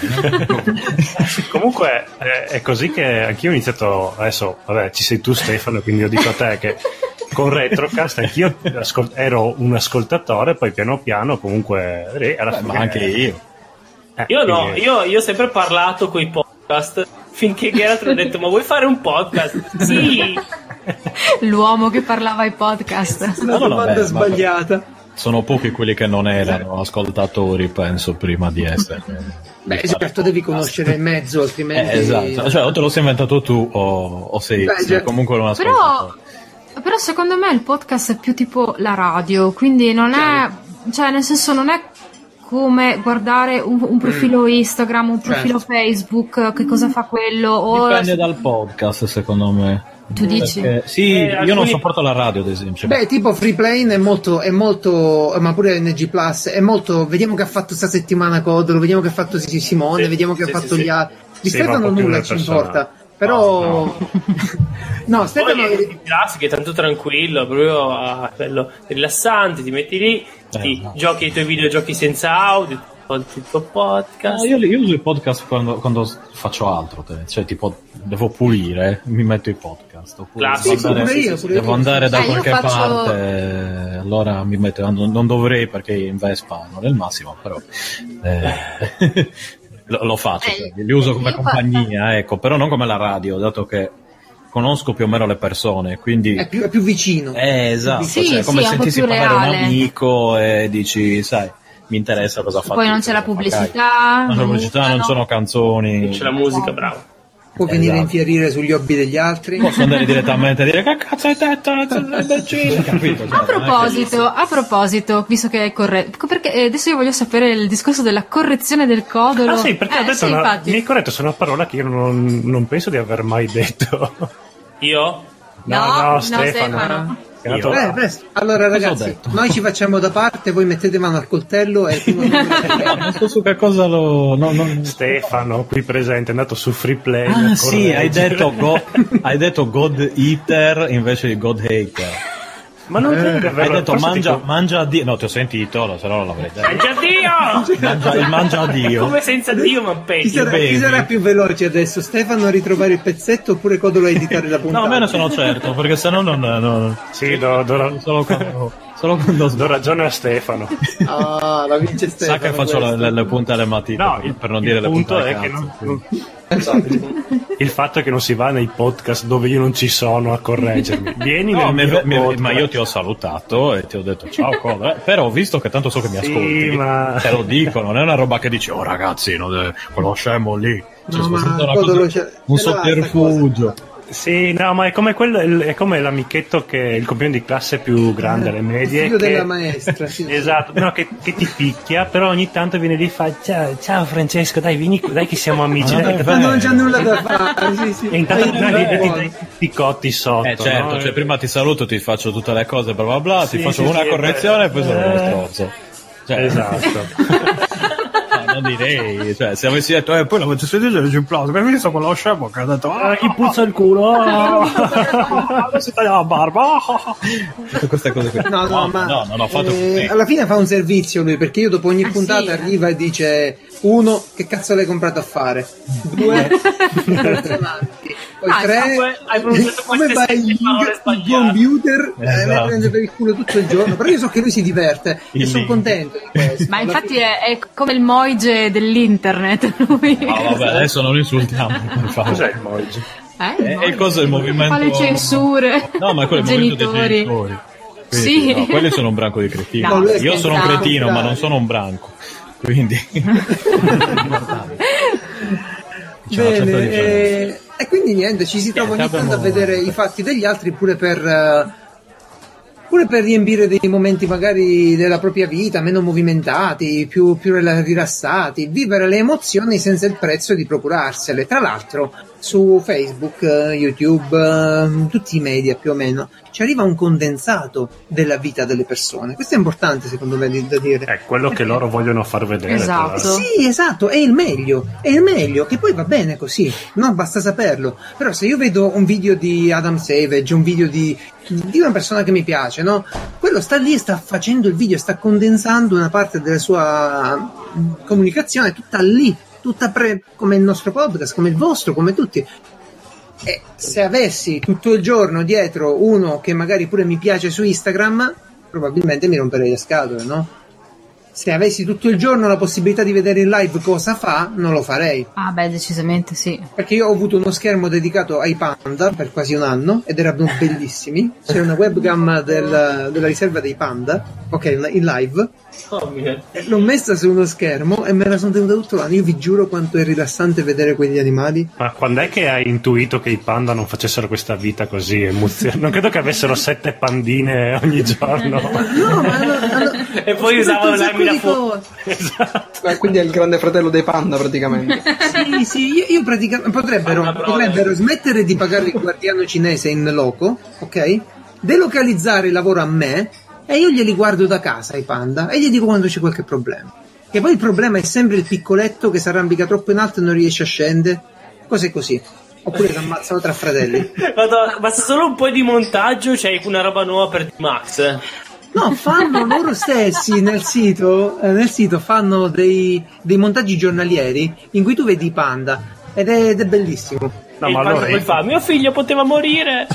Comunque eh, è così che anch'io ho iniziato, adesso vabbè ci sei tu Stefano, quindi io dico a te che con Retrocast anch'io ascol- ero un ascoltatore, poi piano piano comunque re, alla
Beh,
fine,
ma anche io.
Eh,
io no,
quindi...
io, io ho sempre parlato coi podcast finché Geralt mi ha detto ma vuoi fare un podcast? Sì.
L'uomo che parlava ai podcast.
una
No, no,
domanda
beh,
sbagliata.
Sono pochi quelli che non erano ascoltatori, penso, prima di essere.
Beh, certo, devi conoscere il mezzo, altrimenti.
Eh, esatto, cioè o te lo sei inventato tu o, o sei,
Beh,
sei
già.
comunque un
Però,
ascoltatore.
però secondo me il podcast è più tipo la radio, quindi non è, cioè nel senso non è come guardare un, un profilo Instagram, un profilo
Certo.
Facebook, che cosa fa quello, o
Dipende dal podcast, secondo me.
tu dici?
Perché, sì,
Eh,
io
alcuni-
non sopporto la radio, ad esempio.
Beh, tipo Freeplane è molto, è molto, ma pure N G Plus è molto. Vediamo che ha fatto sta settimana Codolo, vediamo che ha fatto Sisi Simone,
Sì,
vediamo che
sì,
ha fatto
sì,
gli
sì.
altri. Di
Sì, ma
Stefano
un po' più
nulla
una
ci
persona.
importa. Però
No,
no, Stefano
Poi ti piace che è tanto tranquillo, proprio a quello rilassante, ti metti lì, ti
no.
giochi i tuoi videogiochi senza audio, ascolti il tuo podcast.
No, io, io uso i podcast quando, quando faccio altro, te. Cioè tipo devo pulire, mi metto i podcast. Oppure
Classico.
devo andare,
Sì, sì, pure io, pure io.
devo andare da
Eh, io
qualche
faccio-
parte, allora mi metto, non, non dovrei perché in Vespa non è il massimo, però eh, lo, lo faccio,
Eh,
cioè, li uso come
io fa-
compagnia, ecco, però non come la radio, dato che conosco più o meno le persone, quindi
è più, è più vicino.
eh, esatto,
Sì,
cioè,
sì,
come
è un po'
sentissi
più
parlare un
reale.
amico e dici, sai, mi interessa cosa fa.
Poi non
tutto,
c'è la
cosa fa
pubblicità,
non c'è la pubblicità, non
no.
ci sono canzoni.
C'è la musica, bravo.
Può venire a
esatto.
infierire sugli hobby degli altri.
Posso andare direttamente a dire che cazzo hai detto, imbecille, capito? Cioè,
A proposito, a proposito, visto che è corretto, perché eh, adesso io voglio sapere il discorso della correzione del codolo.
ah sì, perché
eh,
ho detto
sì,
una,
infatti.
mi hai corretto su una parola che io non, non penso di aver mai detto.
Io?
No,
No,
no,
no,
Stefano.
Stefano.
È andato-
Eh, presto. Allora
ho
ragazzi,
detto?
noi ci facciamo da parte, voi mettete mano al coltello e il primo
non so su che cosa lo... No, no.
Stefano, qui presente, è andato su Freeplay.
Ah sì, hai detto, go, hai detto God Eater invece di God Hater.
Ma non credo,
Hai detto
forse
mangia,
dico-
mangia a Dio. No, ti ho sentito, se no non l'avrei detto.
Mangia Dio!
Mangia, il mangia a Dio.
Come senza Dio, ma
Chi
peggio.
sarà, chi
bevi.
sarà più veloce adesso? Stefano a ritrovare il pezzetto oppure Codolo a editare la puntata?
No, me ne sono certo, perché se no non... non
Sì, do, do,
solo quando, solo quando
do ragione a Stefano.
Ah, la vince Stefano.
sa che faccio le, le, le punte alle matite,
No,
per,
il,
per non
il
dire le
punto
punte
è
alle
che
cazzo,
non,
quindi.
il fatto è che non si va nei podcast dove io non ci sono a correggermi. Vieni
No,
nel
mi-
mio
mi-
podcast.
ma io ti ho salutato e ti ho detto ciao Coda, eh, però visto che tanto so che mi
Sì,
ascolti,
ma-
te lo dico, non è una roba che dici oh ragazzi, non è, quello scemo lì, cioè,
No,
sto
ma
facendo una
Codolo
cosa-
c'è-
un
ce l'ha sta
sotterfugio.
Sì, no, ma è come quello, il- è come l'amichetto che il compagno di classe più grande alle medie.
Il figlio
che-
della maestra, sì.
Esatto, no, che, che ti picchia, però ogni tanto viene lì e fa ciao, ciao Francesco, dai, vieni, qui, dai che siamo amici.
Ah,
dai, che
Ma non c'è nulla da fare, sì, sì.
E intanto
Dai,
dai,
dai,
dai,
dai.
dai, ti cotti sotto.
Eh certo,
no?
cioè prima ti saluto, ti faccio tutte le cose, bla bla bla, ti
Sì,
faccio
sì,
una
sì,
correzione e poi sono uno
eh.
stronzo. Cioè,
Esatto.
no, non direi, cioè se avessi detto eh poi l'avete sentito il applauso, ma visto quello scemo che ha detto ah
chi puzza il culo?
adesso taglia la barba, tutte queste cose qui.
No, no, ma
no, non ho fatto
eh,
così.
alla fine fa un servizio lui, perché io dopo ogni
Ah,
puntata
sì?
arriva e dice uno, che cazzo l'hai comprato a fare? Due, terzo avanti. Poi
Ah,
tre,
come hai pronunciato
come
queste
vai
sette
il,
parole
il
sbagliate?
computer eh,
Esatto.
mi prende per il culo tutto il giorno, però io so che lui si diverte e
Il
sono
link.
contento di questo.
Ma
Alla
infatti
fine-
è, è come il Moige dell'internet. Lui.
Ah, vabbè, adesso non insultiamo, per favore.
Cos'è il Moige?
Eh,
È,
il
è il coso del movimento.
Fa le censure.
No, ma quello è il
I
movimento dei
genitori.
genitori. Quindi,
Sì.
no, quelli sono un branco di cretini.
No,
Io sono un
scherzavo.
cretino, ma non sono un branco. quindi
bene, e, e quindi niente, ci si trova ogni
abbiamo...
tanto a vedere i fatti degli altri pure per pure per riempire dei momenti magari della propria vita meno movimentati, più, più rilassati, vivere le emozioni senza il prezzo di procurarsele. Tra l'altro su Facebook, YouTube, tutti i media più o meno ci arriva un condensato della vita delle persone. Questo è importante secondo me da dire.
È quello che loro vogliono far vedere.
Esatto.
Sì, esatto, è il meglio, è il meglio, che poi va bene così, no? Basta saperlo. Però se io vedo un video di Adam Savage, un video di, di una persona che mi piace, no? Quello sta lì e sta facendo il video, sta condensando una parte della sua comunicazione tutta lì, tutta pre- come il nostro podcast, come il vostro, come tutti. E se avessi tutto il giorno dietro uno che magari pure mi piace su Instagram, probabilmente mi romperei le scatole, no? Se avessi tutto il giorno la possibilità di vedere in live cosa fa, non lo farei.
Ah beh, decisamente sì.
Perché io ho avuto uno schermo dedicato ai panda per quasi un anno ed erano bellissimi. C'era una webcam del, della riserva dei panda, ok, in live.
Oh, mio.
L'ho messa su uno schermo e me la sono tenuta tutto l'anno. Io vi giuro quanto è rilassante vedere quegli animali.
Ma quando è che hai intuito che i panda non facessero questa vita così emozionante? Non credo che avessero sette pandine ogni giorno.
No, ma hanno, hanno,
E poi usavano l'armi da fuoco.
Esatto.
Beh, quindi è il grande fratello dei panda praticamente.
Sì, sì, io, io praticamente potrebbero, potrebbero smettere di pagare il guardiano cinese in loco, ok? Delocalizzare il lavoro a me e io glieli guardo da casa i panda e gli dico quando c'è qualche problema. Che poi il problema è sempre il piccoletto che si arrampica troppo in alto e non riesce a scendere, cose così. Oppure si ammazzano tra fratelli.
Vado, basta solo un po' di montaggio, c'hai una roba nuova per Max.
No, fanno loro stessi nel sito, eh, nel sito fanno dei, dei montaggi giornalieri in cui tu vedi i panda ed è, ed è bellissimo.
No,
E
ma
il
allora,
panda poi fa, mio figlio poteva morire.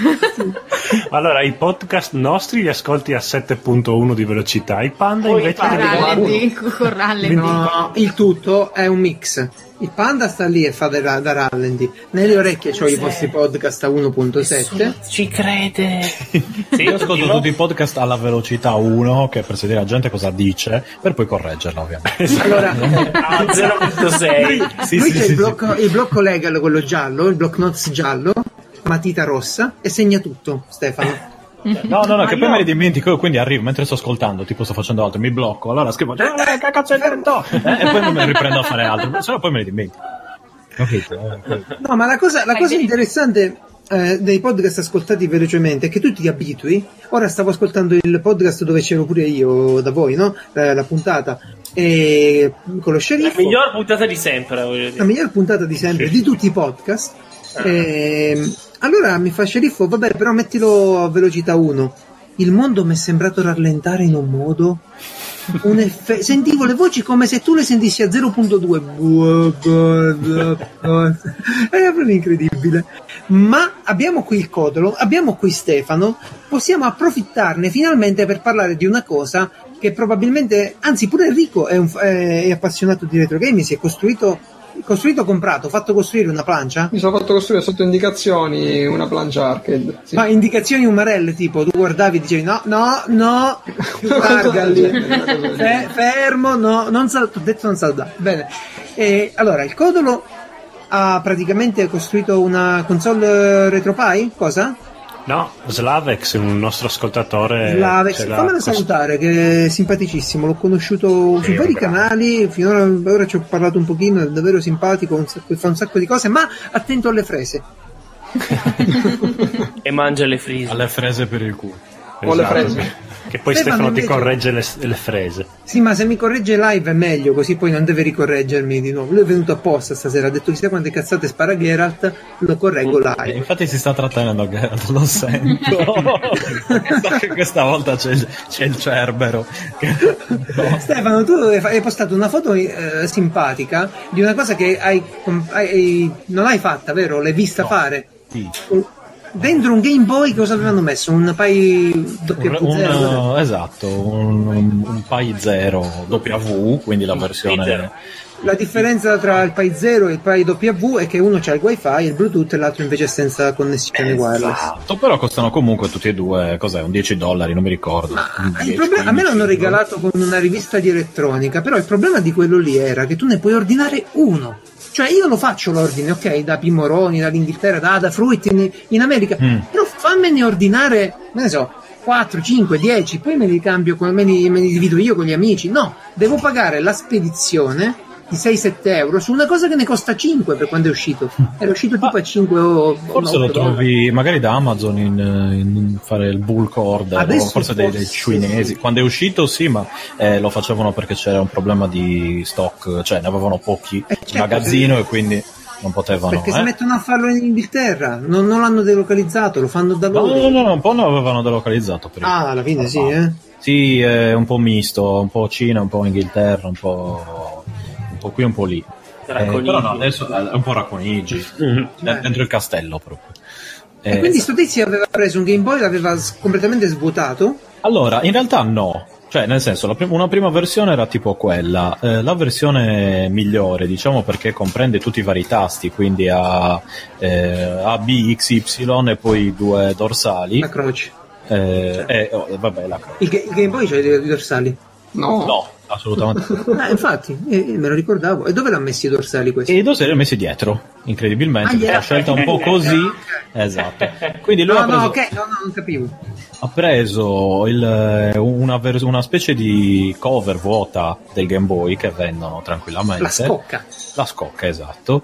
allora i podcast nostri li ascolti a sette punto uno di velocità, i panda
Poi
invece
i
li
panda.
guardi-
Rallenti, con rallenti.
No, il tutto è un mix. Il panda sta lì e fa da, da rallenti. Nelle orecchie c'ho i vostri podcast a uno punto sette.
Ci crede.
Sì, io ascolto tutti i podcast alla velocità uno, che per sentire la gente cosa dice, per poi correggerla ovviamente.
Allora,
A zero virgola sei.
Sì,
lui
sì,
c'è
sì,
il, blocco, il blocco legal, quello giallo, il block notes giallo, matita rossa e segna tutto, Stefano.
No, no, no, che poi me ne dimentico, quindi arrivo mentre sto ascoltando, tipo sto facendo altro, mi blocco, allora scrivo, eh, che cazzo è detto? Eh, e poi non me ne riprendo a fare altro, se no poi me ne dimentico. Capito?
No, ma la cosa, la cosa interessante eh, dei podcast ascoltati velocemente è che tu ti abitui. Ora stavo ascoltando il podcast dove c'ero pure io da voi, no? Eh, la puntata. E con lo
La
sceriffo.
miglior puntata di sempre, voglio dire.
La miglior puntata di sempre, di tutti i podcast. E, allora mi fa sceriffo, vabbè, però mettilo a velocità uno. Il mondo mi è sembrato rallentare in un modo. Un effe- sentivo le voci come se tu le sentissi a zero virgola due. Era proprio incredibile. Ma abbiamo qui il Codolo, abbiamo qui Stefano, possiamo approfittarne finalmente per parlare di una cosa che probabilmente, anzi pure Enrico è, un, è, è appassionato di retro gaming, si è costruito costruito, comprato, fatto costruire una plancia?
Mi sono fatto costruire sotto indicazioni una plancia arcade. Sì.
Ma indicazioni umarelle, tipo tu guardavi e dicevi no, no, no, larga lì. Fe- fermo, no, non sal- ho detto non saldare. Bene. E allora il Codolo ha praticamente costruito una console RetroPie? Cosa?
No, Slavex, un nostro ascoltatore.
Slavex,
ce l'ha
fammelo
cost-
salutare, che è simpaticissimo, l'ho conosciuto su
Io,
vari
bravo.
canali, finora ora ci ho parlato un pochino, è davvero simpatico, un sacco- fa un sacco di cose, ma attento alle frese.
E mangia le frise.
Alle frese per il culo.
Con le
Esatto,
frese.
Che poi
Stefano
Stefano ti
invece-
corregge le, le frese.
Sì, ma se mi corregge live è meglio, così poi non deve ricorreggermi di nuovo. Lui è venuto apposta stasera, ha detto chissà quante cazzate spara Geralt, lo correggo
E
live.
infatti si sta trattenendo Geralt, lo sento. So che questa volta c'è, c'è il Cerbero.
Stefano, tu hai postato una foto eh, simpatica di una cosa che hai, hai- non hai fatta, vero? L'hai vista
No.
fare?
Sì.
dentro un Game Boy cosa avevano messo? Un Pi W zero?
Esatto, un, un, un Pi zero W, quindi la versione...
La differenza tra il Pi zero e il Pi W è che uno c'ha il wifi e il Bluetooth e l'altro invece è senza connessione wireless.
Esatto, però costano comunque tutti e due, cos'è, un dieci dollari, non mi ricordo.
Ma il problema, a me l'hanno regalato con una rivista di elettronica, però il problema di quello lì era che tu ne puoi ordinare uno. Cioè io lo faccio l'ordine, ok, da P. Moroni, dall'Inghilterra, da Ada Fruit in, in America, mm. però fammene ordinare, ne so, quattro, cinque, dieci, poi me li cambio, me li, me li divido io con gli amici. No, devo pagare la spedizione di sei sette euro su una cosa che ne costa cinque per quando è uscito. Era uscito tipo a cinque o
forse lo trovi magari da Amazon in, in fare il bulk order, o forse dei, dei cinesi. Quando è uscito sì, ma eh, lo facevano perché c'era un problema di stock, cioè ne avevano pochi eh, certo, in magazzino sì. E quindi non potevano.
Perché
eh?
si mettono a farlo in Inghilterra, non, non l'hanno delocalizzato, lo fanno da loro.
No, no, no, no, un po' lo avevano delocalizzato prima.
Ah, alla fine sì, eh?
Sì, è un po' misto, un po' Cina, un po' Inghilterra, un po'... un po' qui un po' lì, eh, però no, adesso è un po' Racconigi mm-hmm. dentro il castello proprio.
E eh, quindi sto tizio aveva preso un Game Boy, l'aveva s- completamente svuotato?
Allora, in realtà no, cioè nel senso la prim- una prima versione era tipo quella, eh, la versione migliore diciamo perché comprende tutti i vari tasti, quindi ha eh, A, B, X, Y e poi due dorsali.
La croce.
Eh, eh, oh, vabbè, la croce.
Il, il Game Boy c'ha i dorsali?
No. No. Assolutamente.
Ah, infatti, eh, me lo ricordavo. E dove l'ha messi i dorsali questi?
E i dorsali li ha messi dietro, incredibilmente. Ah, yeah. La scelta un po' così. Esatto. Quindi lui
no,
ha preso,
no, ok, no, no, non capivo.
Ha preso il, una, vers- una specie di cover vuota del Game Boy che vendono tranquillamente.
La scocca.
La scocca, esatto.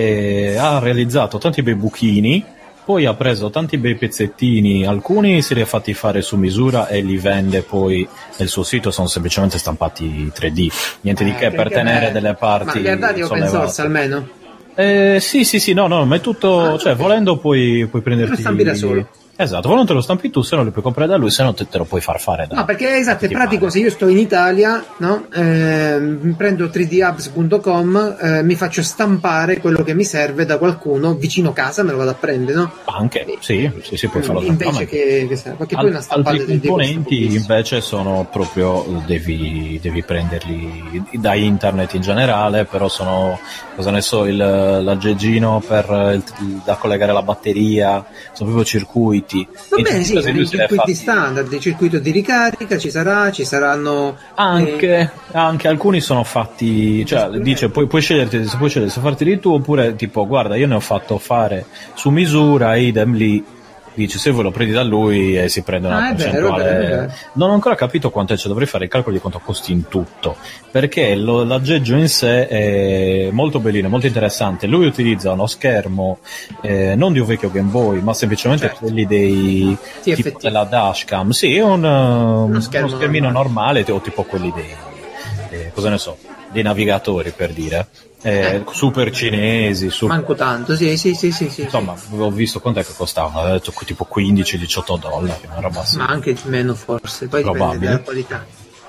E ha realizzato tanti bei buchini. Poi ha preso tanti bei pezzettini, alcuni si li ha fatti fare su misura e li vende poi nel suo sito, sono semplicemente stampati tre D, niente eh, di che per tenere
beh,
delle parti.
Ma li ha dati open source almeno?
Eh, sì, sì, sì, no, no, ma è tutto, ah, cioè volendo puoi, puoi prenderti...
Lo stampi da solo.
Esatto, volendo te lo stampi tu, se non li puoi comprare da lui, se no te, te lo puoi far fare da...
No, perché esatto, è pratico, pare. Se io sto in Italia, no, eh, prendo tre D hubs punto com, eh, mi faccio stampare quello che mi serve da qualcuno vicino casa, me lo vado a prendere, no?
Anche, sì, sì, sì, puoi farlo
invece che, che serve, perché poi una stampata
altri componenti invece sono proprio, devi, devi prenderli da internet in generale, però sono, cosa ne so, il, l'aggeggino per il, da collegare la batteria, sono proprio circuiti.
Va bene, sì, i circuiti fatti... standard, il circuito di ricarica ci sarà, ci saranno
anche,
eh...
anche alcuni sono fatti, cioè dice puoi, puoi sceglierti se puoi scegliere se farteli tu oppure tipo guarda io ne ho fatto fare su misura, idem lì. Dice se voi lo prendi da lui e si prende una ah, percentuale. Vero, vero, vero. Non ho ancora capito quanto è, cioè dovrei fare il calcolo di quanto costi in tutto, perché lo, l'aggeggio in sé è molto bellino, molto interessante. Lui utilizza uno schermo eh, non di un vecchio Game Boy, ma semplicemente certo. quelli dei
T F T.
Tipo della dashcam. Sì, è un, uno, schermo uno schermino normale. normale o tipo quelli dei eh, cosa ne so, dei navigatori per dire. Eh, eh. Super cinesi, super...
manco tanto, sì, sì, sì, sì, sì
insomma, sì. Ho visto quant'è che costavano, ho detto tipo quindici diciotto dollari, una roba sì.
Ma anche meno forse, poi dipende dalla qualità.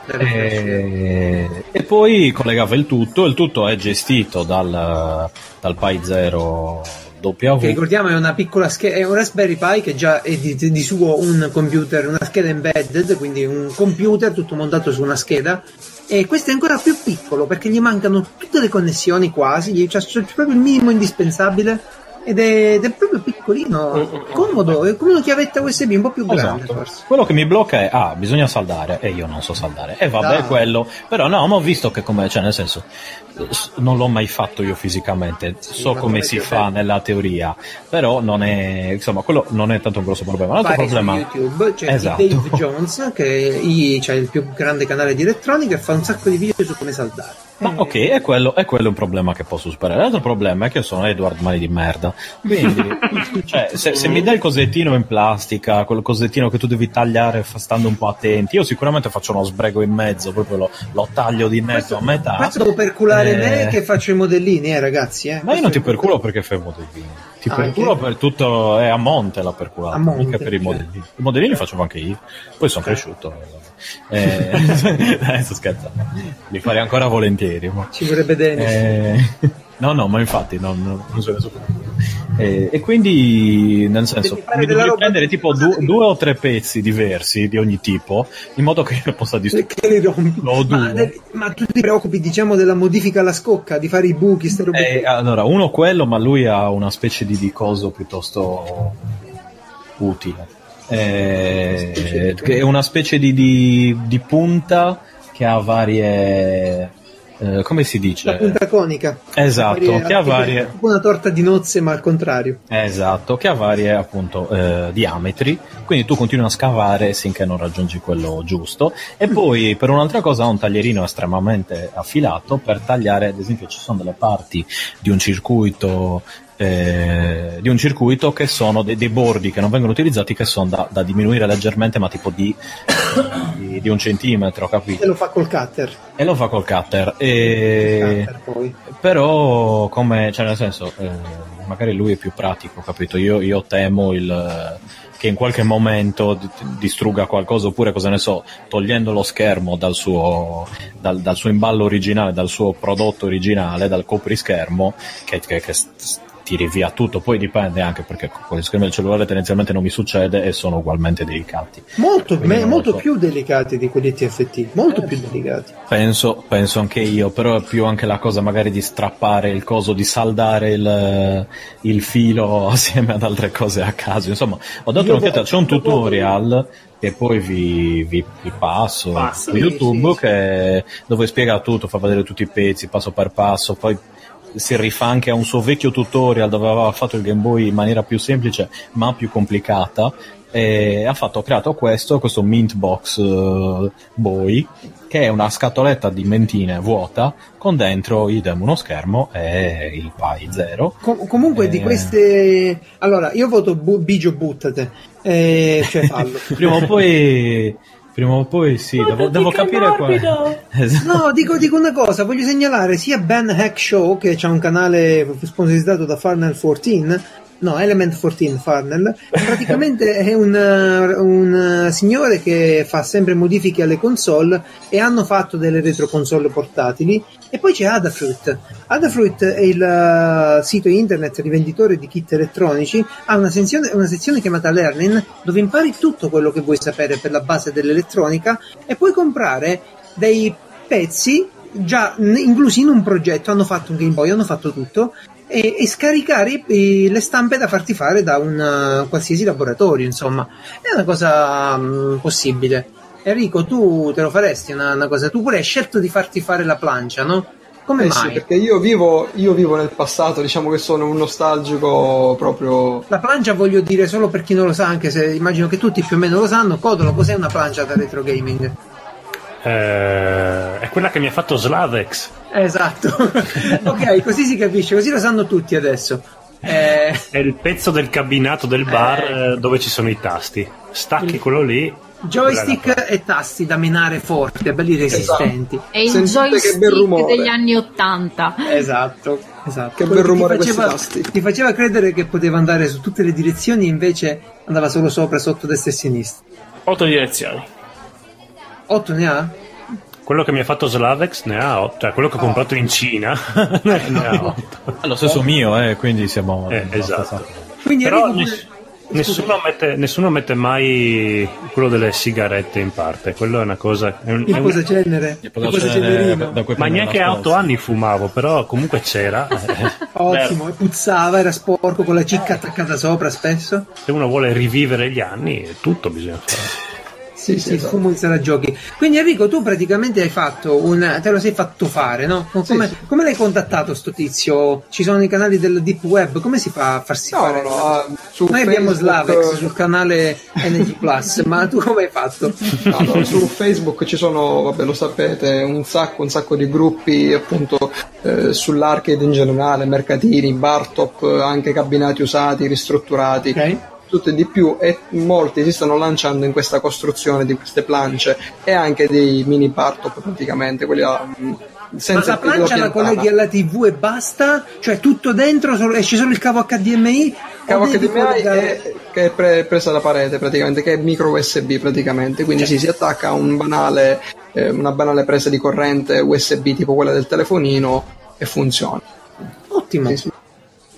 E... e poi collegava il tutto, il tutto è gestito dal, dal Pi zero W.
Che ricordiamo è una piccola scheda, è un Raspberry Pi che già è di, di suo un computer, una scheda embedded, quindi un computer tutto montato su una scheda. E questo è ancora più piccolo perché gli mancano tutte le connessioni quasi, gli c'è, c'è proprio il minimo indispensabile ed è, ed è proprio piccolino, comodo, è come una chiavetta U S B un po' più grande
esatto.
forse.
Quello che mi blocca è ah bisogna saldare e io non so saldare e vabbè ah. quello, però no, ma ho visto che come, cioè nel senso non l'ho mai fatto io fisicamente, sì, so come si fa bello. Nella teoria, però non è, insomma, quello non è tanto un grosso problema. Un altro
Pari
problema
su YouTube c'è
esatto.
Dave Jones che è, c'è il più grande canale di elettronica e fa un sacco di video su come saldare.
Ma
eh.
ok, è quello, è quello un problema che posso superare. L'altro problema è che io sono Edward Mani di merda. Quindi, cioè, se, se mi dai il cosettino in plastica, quel cosettino che tu devi tagliare stando un po' attenti, io sicuramente faccio uno sbrego in mezzo, proprio lo, lo taglio di netto a metà.
Questo devo perculare eh... me che faccio i modellini, eh ragazzi. Eh.
Ma io non ti perculo perché fai i modellini. Ti ah, perculo okay. per tutto, è a monte la perculata, mica per i modellini. I modellini facevo anche io, poi sono okay. cresciuto. Eh, adesso scherzo, li farei ancora volentieri. Ma...
Ci vorrebbe Dennis.
Eh, no, no, ma infatti non, non, non so nessuno. E, e quindi, nel senso, mi devi prendere tipo du- due o tre pezzi diversi di ogni tipo, in modo che io possa distruggere.
Ma, ma tu ti preoccupi, diciamo, della modifica alla scocca, di fare i buchi, ste robe?
Eh, allora, uno quello, ma lui ha una specie di, di coso piuttosto utile. Eh, che è una specie di, di, di punta che ha varie... Eh, come si dice?
La punta conica.
Esatto,
varie,
che ha varie...
Tipo una torta di nozze, ma al contrario.
Esatto, che ha varie appunto eh, diametri, quindi tu continui a scavare finché non raggiungi quello giusto, e poi per un'altra cosa ha un taglierino estremamente affilato per tagliare, ad esempio ci sono delle parti di un circuito Eh, di un circuito che sono dei, dei bordi che non vengono utilizzati, che sono da, da diminuire leggermente, ma tipo di, di, di un centimetro, capito?
E lo fa col cutter.
E lo fa col cutter. E...
cutter poi.
Però, come, cioè nel senso, eh, magari lui è più pratico, capito? Io, io temo il che in qualche momento distrugga qualcosa, oppure, cosa ne so, togliendo lo schermo dal suo, dal, dal suo imballo originale, dal suo prodotto originale, dal coprischermo, che, che, che tiri via tutto. Poi dipende anche, perché con gli schermi del cellulare tendenzialmente non mi succede e sono ugualmente delicati.
Molto, me, molto
so.
più delicati di quelli T F T, molto eh, più delicati.
Penso, penso anche io, però è più anche la cosa magari di strappare il coso, di saldare il, il filo assieme ad altre cose a caso. Insomma, ho dato un'occhiata, c'è un tutorial che poi vi, vi, vi passo ah, su sì, YouTube sì. Che, dove spiega tutto, fa vedere tutti i pezzi passo per passo, poi si rifà anche a un suo vecchio tutorial dove aveva fatto il Game Boy in maniera più semplice ma più complicata, e ha fatto, ha creato questo questo Mint Box uh, Boy, che è una scatoletta di mentine vuota con dentro idem uno schermo e il Pi zero.
Com- comunque e... di queste, allora io voto bu- Bigio buttate, eh, cioè fallo.
Prima o poi Prima o poi sì, oh, devo, devo capire quale.
Esatto. No, dico, dico una cosa, voglio segnalare sia Ben Hack Show, che c'ha un canale sponsorizzato da Farnell quattordici, no, Element quattordici Farnell, praticamente è un, un signore che fa sempre modifiche alle console, e hanno fatto delle retro console portatili. E poi c'è Adafruit. Adafruit è il sito internet rivenditore di kit elettronici, ha una sezione, una sezione chiamata Learning, dove impari tutto quello che vuoi sapere per la base dell'elettronica, e puoi comprare dei pezzi già inclusi in un progetto. Hanno fatto un Game Boy, hanno fatto tutto, e, e scaricare i, le stampe da farti fare da un qualsiasi laboratorio. Insomma, è una cosa mh, possibile. Enrico, tu te lo faresti una, una cosa? Tu pure hai scelto di farti fare la plancia, no? Come
eh
mai?
Sì, perché io vivo, io vivo nel passato, diciamo che sono un nostalgico proprio.
La plancia, voglio dire, solo per chi non lo sa, anche se immagino che tutti più o meno lo sanno. Codolo, cos'è una plancia da retro gaming?
Eh, è quella che mi ha fatto Slavex.
Esatto. Ok, così si capisce, così lo sanno tutti adesso. Eh...
È il pezzo del cabinato del bar
eh...
dove ci sono i tasti. Stacchi il... quello lì.
Joystick e tasti da menare forte, belli resistenti.
È il joystick degli anni ottanta.
Esatto, esatto.
Che bel rumore
ti faceva,
questi tasti.
Ti faceva credere che poteva andare su tutte le direzioni, invece andava solo sopra, sotto, destra e sinistra.
Otto direzioni.
Otto ne ha?
Quello che mi ha fatto Slavex ne ha otto, cioè quello che ho oh. comprato in Cina ne ha otto.
Lo stesso mio, eh, quindi siamo...
Eh, esatto.
Quindi
però
arrivo...
ness- nessuno, mette, nessuno mette mai quello delle sigarette in parte, quello è una cosa... È un,
il
è
cosa
un...
genere? Il cosa generino?
Ma neanche a otto anni fumavo, però comunque c'era.
Ottimo, e puzzava, era sporco, con la cicca attaccata sopra spesso.
Se uno vuole rivivere gli anni, tutto bisogna fare.
Sì, sì, esatto. Fumo in sala giochi. Quindi Enrico, tu praticamente hai fatto un... te lo sei fatto fare, no? Come, sì, sì. come l'hai contattato sto tizio? Ci sono i canali del Deep Web, come si fa a farsi
no,
fare?
No, no, su
Noi
Facebook...
abbiamo Slavex sul canale N G Plus, ma tu come hai fatto?
No, no, su Facebook ci sono, vabbè, lo sapete, un sacco, un sacco di gruppi, appunto, eh, sull'arcade in generale, mercatini, bar top, anche cabinati usati, ristrutturati.
Ok.
Tutto e di più, e molti si stanno lanciando in questa costruzione di queste plance e anche dei mini bar top, praticamente quelli a, senza.
Ma la plancia la colleghi alla tivù e basta? Cioè tutto dentro, solo, esce solo il cavo H D M I?
Cavo H D M I è, che è pre, presa da parete praticamente, che è micro U S B praticamente, quindi sì, si attacca a un banale, eh, una banale presa di corrente U S B tipo quella del telefonino e funziona.
Ottimo.
Sì, sì.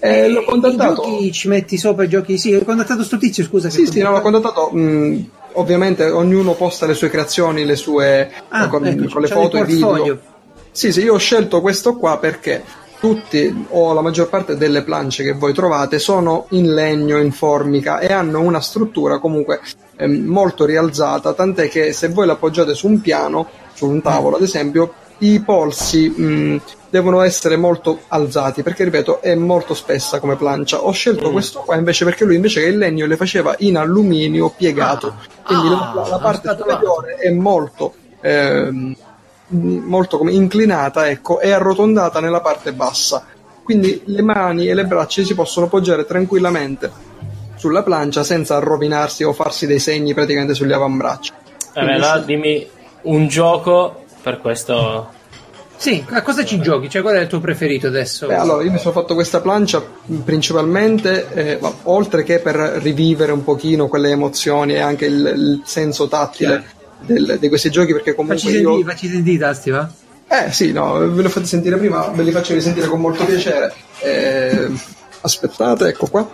Eh, l'ho contattato.
I giochi ci metti sopra i giochi? Sì, ho contattato sto tizio, scusa.
Sì, sì, no, l'ho contattato. Mh, ovviamente ognuno posta le sue creazioni, le sue
ah,
con,
ecco,
con le foto e video. Sì, sì, io ho scelto questo qua perché tutti o la maggior parte delle planche che voi trovate sono in legno, in formica e hanno una struttura comunque eh, molto rialzata, tant'è che se voi l'appoggiate su un piano, su un tavolo ad esempio, i polsi mh, devono essere molto alzati perché, ripeto, è molto spessa come plancia. Ho scelto mm. questo qua invece perché lui, invece che il legno, le faceva in alluminio piegato, ah. quindi ah, la, la parte superiore è molto ehm, molto come inclinata, ecco, e arrotondata nella parte bassa, quindi le mani e le braccia si possono poggiare tranquillamente sulla plancia senza rovinarsi o farsi dei segni praticamente sugli avambracci.
Vabbè, allora dimmi un gioco per questo.
Sì, a cosa ci giochi? Cioè, qual è il tuo preferito adesso?
Beh, allora, io mi sono fatto questa plancia principalmente, eh, oltre che per rivivere un pochino quelle emozioni e anche il, il senso tattile del, di questi giochi, perché comunque
facci
io...
sentire, facci sentire i tasti, va?
Eh sì, no, ve li ho fatti sentire prima, ve li faccio risentire con molto piacere. Eh, aspettate, ecco qua.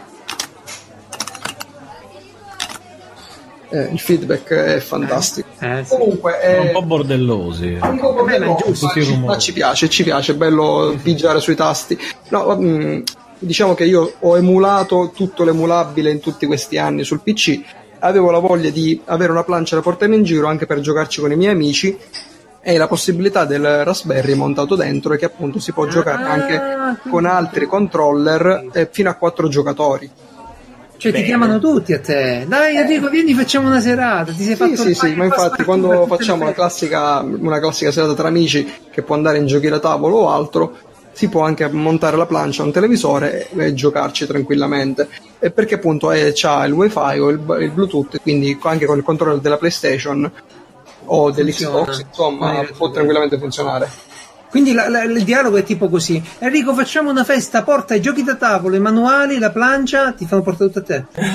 Eh, il feedback è fantastico.
Eh, eh, sì.
Comunque è
un po' bordellosi,
un po' bordellosi, ma, ci, ma ci piace, ci piace, è bello pigiare sui tasti. No, mh, diciamo che io ho emulato tutto l'emulabile in tutti questi anni sul P C. Avevo la voglia di avere una plancia da portare in giro anche per giocarci con i miei amici, e la possibilità del Raspberry montato dentro, e che appunto si può ah, giocare anche con altri controller eh, fino a quattro giocatori.
Cioè Bene. Ti chiamano tutti a te. Dai Enrico, vieni, facciamo una serata. Ti sei
sì,
fatto
sì, sì, ma infatti quando facciamo una classica, una classica serata tra amici che può andare in giochi da tavolo o altro, si può anche montare la plancia a un televisore e, e giocarci tranquillamente. E perché appunto è, c'ha il wifi o il, il Bluetooth, quindi anche con il controller della PlayStation o dell'Xbox, insomma, può tranquillamente funzionare.
Quindi la, la, il dialogo è tipo così: Enrico, facciamo una festa, porta i giochi da tavolo, i manuali, la plancia, ti fanno portare tutto a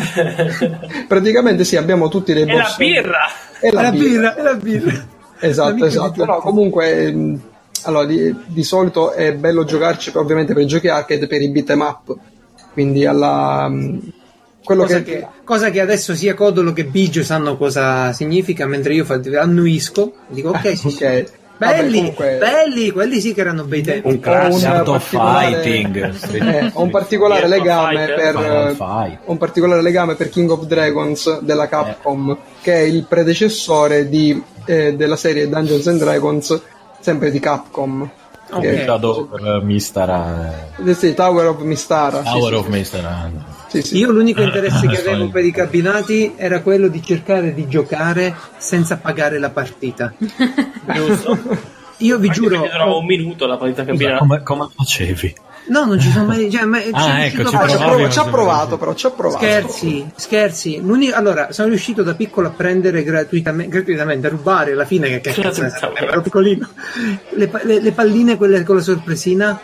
te.
Praticamente sì, abbiamo tutti dei
boss. E la birra!
E la,
la
birra.
birra, e la birra.
Esatto, esatto. No, comunque, allora, di, di solito è bello giocarci ovviamente per i giochi arcade, per i beat 'em up. Quindi alla... Quello
cosa,
che...
Che, cosa che adesso sia Codolo che Biggio sanno cosa significa, mentre io annuisco, dico ok, sì,
okay.
Sì. Belli,
Vabbè, comunque...
belli, quelli sì che erano bei tempi.
Un classico fighting.
Eh, ho un particolare legame per ho un particolare legame per King of Dragons della Capcom, eh. che è il predecessore di, eh, della serie Dungeons and Dragons, sempre di Capcom.
Okay. Shadow of Mistara.
Eh, sì, Tower of Mistara.
Tower
sì,
of
sì.
Mistara.
Sì, sì.
Io l'unico interesse che avevo per i cabinati era quello di cercare di giocare senza pagare la partita.
Giusto.
Io vi
Anche
giuro,
ho un minuto la partita cabinati.
Come, come facevi?
No, non ci sono mai. Cioè, ma,
ah, ecco, ci,
ah, ci, prov- ci ha provato, però ci ha provato.
Scherzi, scherzi. L'unico, allora, sono riuscito da piccolo a prendere gratuitamente, gratuitamente a rubare alla fine, che, che cazzo ero piccolino. Le, le, le palline, quelle con la sorpresina.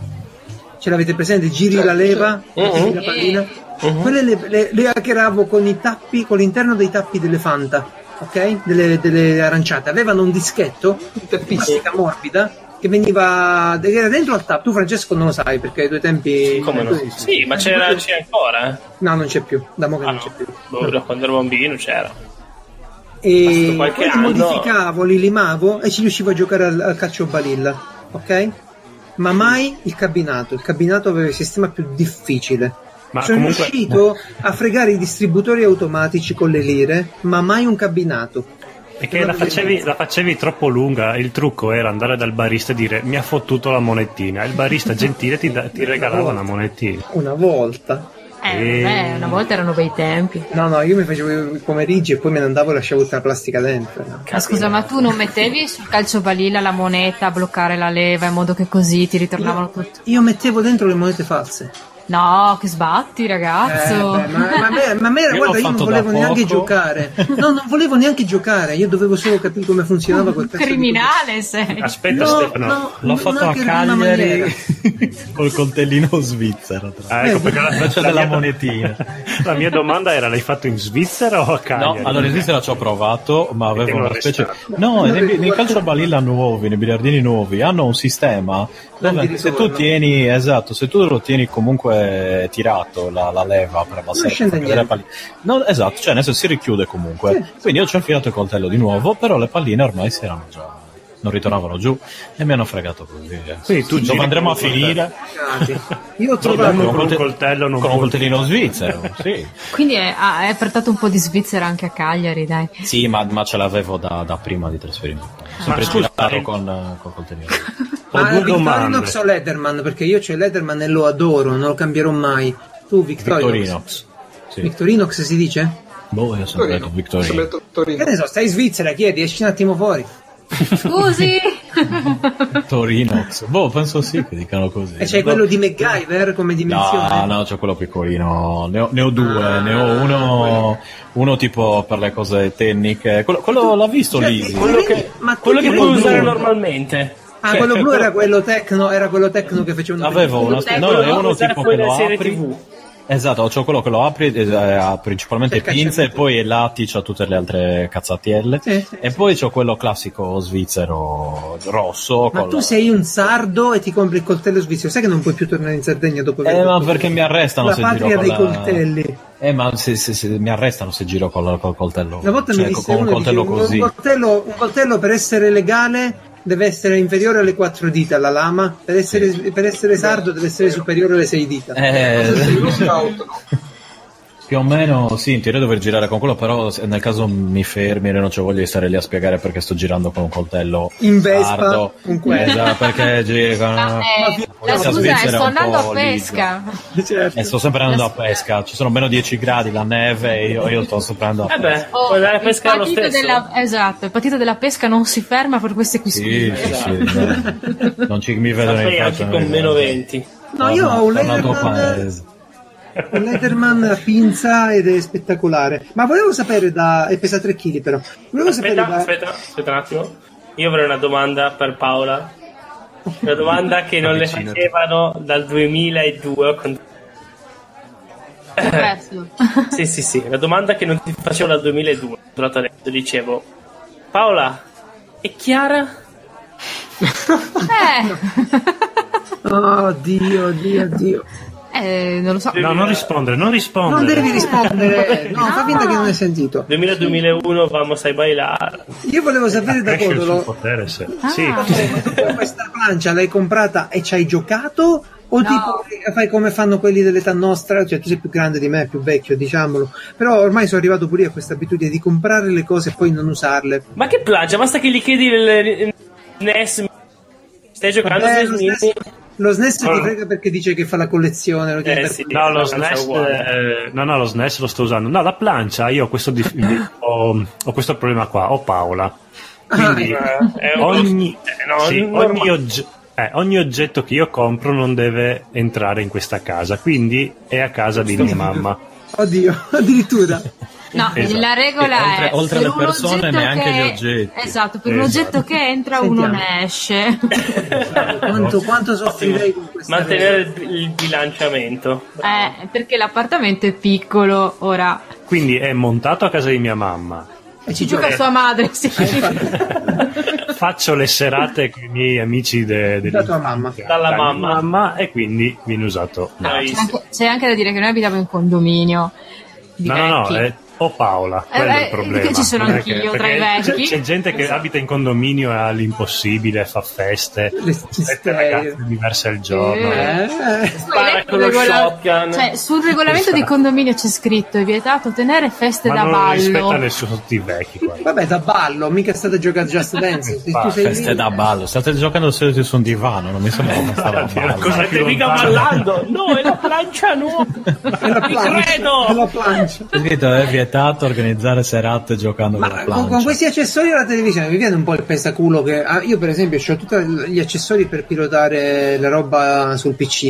Ce l'avete presente? Giri certo, la leva, certo. Giri la pallina. Uh-huh. Quelle le, le, le hackeravo con i tappi, con l'interno dei tappi delle Fanta, ok? Delle, delle aranciate. Avevano un dischetto di plastica morbida che veniva, che era dentro al tappo. Tu, Francesco, non lo sai perché ai due tempi.
Come no? Sì, sì, ma c'era, c'è ancora? Eh?
No, non c'è più. Da mo' che
ah,
non c'è più.
Boh, no. Quando ero bambino c'era.
E poi li
anno...
modificavo, li limavo e ci riuscivo a giocare al, al calcio balilla, ok? Ma mai il cabinato. Il cabinato aveva il sistema più difficile. Ma sono comunque... riuscito a fregare i distributori automatici con le lire, ma mai un cabinato.
Perché la facevi, la facevi troppo lunga. Il trucco era andare dal barista e dire: mi ha fottuto la monettina. Il barista gentile ti, da, ti regalava una monetina.
Una volta.
Eh, beh, una volta erano bei tempi.
No, no, io mi facevo i pomeriggi e poi me ne andavo e lasciavo tutta la plastica dentro. No?
Ma scusa, ma tu non mettevi sul calcio balilla la moneta a bloccare la leva in modo che così ti ritornavano tutto?
Io mettevo dentro le monete false.
No, che sbatti, ragazzo.
Eh, beh, ma, ma, me, ma me, io guarda, io non volevo neanche giocare. No, non volevo neanche giocare. Io dovevo solo capire come funzionava quel cazzo.
Criminale sei.
Aspetta,
no,
Stefano,
no,
l'ho fatto a Cagliari.
Col coltellino svizzero, tra
ah, ecco, perché la,
la,
la,
della
mia,
monetina.
La mia domanda era: l'hai fatto in Svizzera o a Cagliari?
No, allora in Svizzera ci ho provato, ma avevo una specie.
restato.
No, nei, nei calcio balilla nuovi, nei biliardini nuovi, hanno un sistema dove se tu tieni, esatto, se tu lo tieni comunque tirato la, la leva per abbassare le palline. No, esatto, cioè nel senso si richiude comunque. Sì. Quindi io ci ho infilato il coltello di nuovo, però le palline ormai si erano già. Non ritornavano giù e mi hanno fregato così. Eh.
Quindi tu
dove andremo a finire?
Io ho trovato
con un coltello non
con un coltellino svizzero, sì.
Quindi è, è portato un po' di Svizzera anche a Cagliari, dai.
Sì, ma, ma ce l'avevo da, da prima di trasferirmi. Sempre girato con col coltellino.
Ma Victorinox o Lederman? Perché io c'ho Lederman e lo adoro, non lo cambierò mai. Tu Victorinox?
Victorinox. Sì.
Victorinox si dice?
Boh, io sono detto Victorinox.
Che ne so, stai in Svizzera, chiedi, esci un attimo fuori.
Scusi.
Torinox, boh, penso sì che dicano così.
E c'è quello di MacGyver come dimensione?
No, no, c'è quello piccolino. Ne ho, ne ho due, ah, ne ho uno, uno tipo per le cose tecniche. Quello, quello l'ha visto
cioè,
Lisi.
Quello che,
ma
quello che puoi usare
blu.
normalmente.
Ah,
cioè,
quello blu
quello...
era quello tecno, era quello tecno che faceva una
Avevo uno, no, è uno tipo che lo apri. T V. Esatto, c'ho quello che lo apri, eh, ha principalmente pinze e poi ai lati c'ha tutte le altre cazzatielle. Sì, sì, e sì. Poi c'ho quello classico svizzero rosso.
Ma tu la... sei un sardo e ti compri il coltello svizzero, sai che non puoi più tornare in Sardegna dopo aver
Eh, ma perché mi arrestano
la
se
patria
giro
dei
con la...
coltelli.
Eh, ma se, se, se mi arrestano se giro col, col coltello.
Una volta
cioè,
mi disse
con un
uno,
coltello
dice,
così.
Un coltello, un coltello per essere legale deve essere inferiore alle quattro dita alla lama, per essere, sì. per essere sardo deve essere superiore alle sei dita.
Eh, più o meno sì, in teoria dover girare con quello, però nel caso mi fermi e non c'ho voglia di stare lì a spiegare perché sto girando con un coltello
in Vespa
sardo.
Con quello.
Esatto, perché giri con
ah, eh, la scusa è sto andando a pesca,
certo.
E sto sempre andando a pesca, ci sono meno dieci gradi, la neve e io, io sto sempre andando a
eh
pesca.
beh, oh, puoi andare a pescare lo stesso
della, esatto, il partito della pesca non si ferma per queste questioni.
Sì, sì, sì, non ci mi vedono in faccia
con meno venti.
No, io ho un Lederman un Lederman a pinza ed è spettacolare. Ma volevo sapere da... e pesa tre chili però. Volevo
aspetta,
sapere da...
aspetta, aspetta un attimo. Io avrei una domanda per Paola. Una domanda che non le facevano dal duemiladue. Con... sì, sì, sì. Una domanda che non ti facevo dal duemiladue. Dicevo, Paola, è Chiara?
Eh.
Oh Dio, Dio, Dio.
Eh, non lo so.
No, non rispondere, non rispondere.
Non devi rispondere. No, fa finta che non hai sentito.
duemila-duemilauno vamos a bailar.
Io volevo sapere da Codolo.
Potere, se...
ah.
Sì.
Questa plancia l'hai comprata e ci hai giocato? O
no.
Tipo fai come fanno quelli dell'età nostra? Cioè tu sei più grande di me, più vecchio, diciamolo. Però ormai sono arrivato pure io a questa abitudine di comprare le cose e poi non usarle.
Ma che plancia? Basta che gli chiedi il N E S. Stai giocando
Vabbè,
su
lo S N E S, lo S N E S
oh.
ti frega perché dice che fa la collezione. Lo
eh, sì,
no, lo S N E S, eh, no, no, lo S N E S lo sto usando. No, la plancia, io ho questo, dif- ho, ho questo problema qua, ho Paola. Quindi
ah, eh,
ogni,
eh, no,
sì, ogni, ogge- eh, ogni oggetto che io compro non deve entrare in questa casa, quindi è a casa di mia mamma.
Oddio, addirittura.
No,
esatto.
La regola
oltre,
è
oltre alle persone neanche gli oggetti.
Esatto, per
esatto.
un oggetto che entra
Sentiamo.
uno ne esce.
Quanto, quanto soffrirei con questa
mantenere il, il bilanciamento.
Eh, perché l'appartamento è piccolo, ora.
Quindi è montato a casa di mia mamma.
E ci
gioca
gioca
sua madre, sì.
Faccio le serate con i miei amici de, de,
da tua mamma.
Dalla
da
mamma.
mamma e quindi viene usato.
No, c'è, anche, c'è anche da dire che noi abitiamo in condominio. Di
no,
vecchi.
no, no, è o Paola, quello
eh,
è il problema.
Che ci sono
non
anch'io
che,
tra i vecchi.
C'è, c'è gente che abita in condominio e ha l'impossibile, fa feste, sette ragazze diverse al giorno.
Eh, eh.
Spara con lo
regola-
shotgun.
Cioè, sul regolamento
Esatto.
di condominio c'è scritto: è vietato tenere feste
Ma
da
non
ballo.
rispetta nessuno tutti i vecchi qua.
Vabbè, da ballo, mica state giocando Just Dance. Se tu sei
Feste
lì-
da ballo, state giocando seduti su un divano, non mi sembra che stava a ballo.
Cosa più
State mica
lontana.
ballando? No, è la plancia nuova.
È la
Ti
plancia,
credo.
è la plancia.
C'è scritto è vietato organizzare serate giocando con la
Ma
plancia.
con, con questi accessori alla televisione mi viene un po' il pesaculo che ah, io per esempio ho tutti gli accessori per pilotare la roba sul P C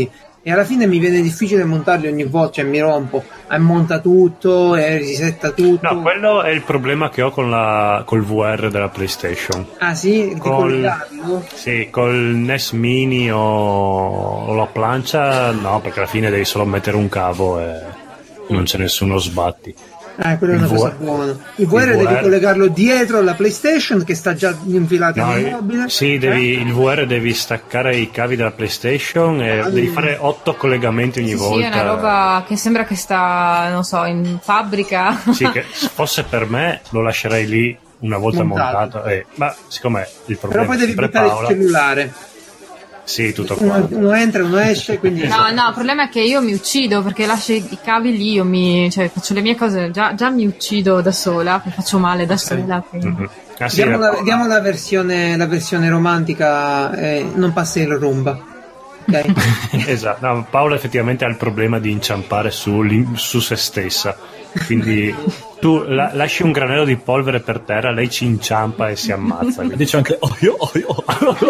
e alla fine mi viene difficile montarli ogni volta, cioè mi rompo, e monta tutto e risetta tutto.
No, quello è il problema che ho con la col V R della PlayStation.
Ah sì?
Col, sì, col N E S Mini o, o la plancia no, perché alla fine devi solo mettere un cavo e non c'è nessuno sbatti.
Eh, quella è una
il
cosa
V R,
buona. Il V R devi
V R
collegarlo dietro alla PlayStation che sta già infilata
no,
nel mobile.
Sì, devi, il V R devi staccare i cavi della PlayStation e ah, devi fare otto collegamenti ogni
sì,
volta.
Sì, è una roba che sembra che sta, non so, in fabbrica.
Sì, che se fosse per me lo lascerei lì una volta montato, montato eh, ma siccome il problema
però poi devi buttare il cellulare.
Sì, tutto
uno,
qua.
Uno entra, uno esce, quindi...
No, no, il problema è che io mi uccido perché lascio i cavi lì, io mi, cioè, faccio le mie cose, già, già mi uccido da sola, mi faccio male da sola.
Mm-hmm. Ah, sì,
diamo, la, diamo la versione la versione romantica, eh, non passa il rumba. Okay?
Esatto, no, Paola effettivamente ha il problema di inciampare su, su se stessa, quindi tu la, lasci un granello di polvere per terra, lei ci inciampa e si ammazza.
Dice anche oh io oh io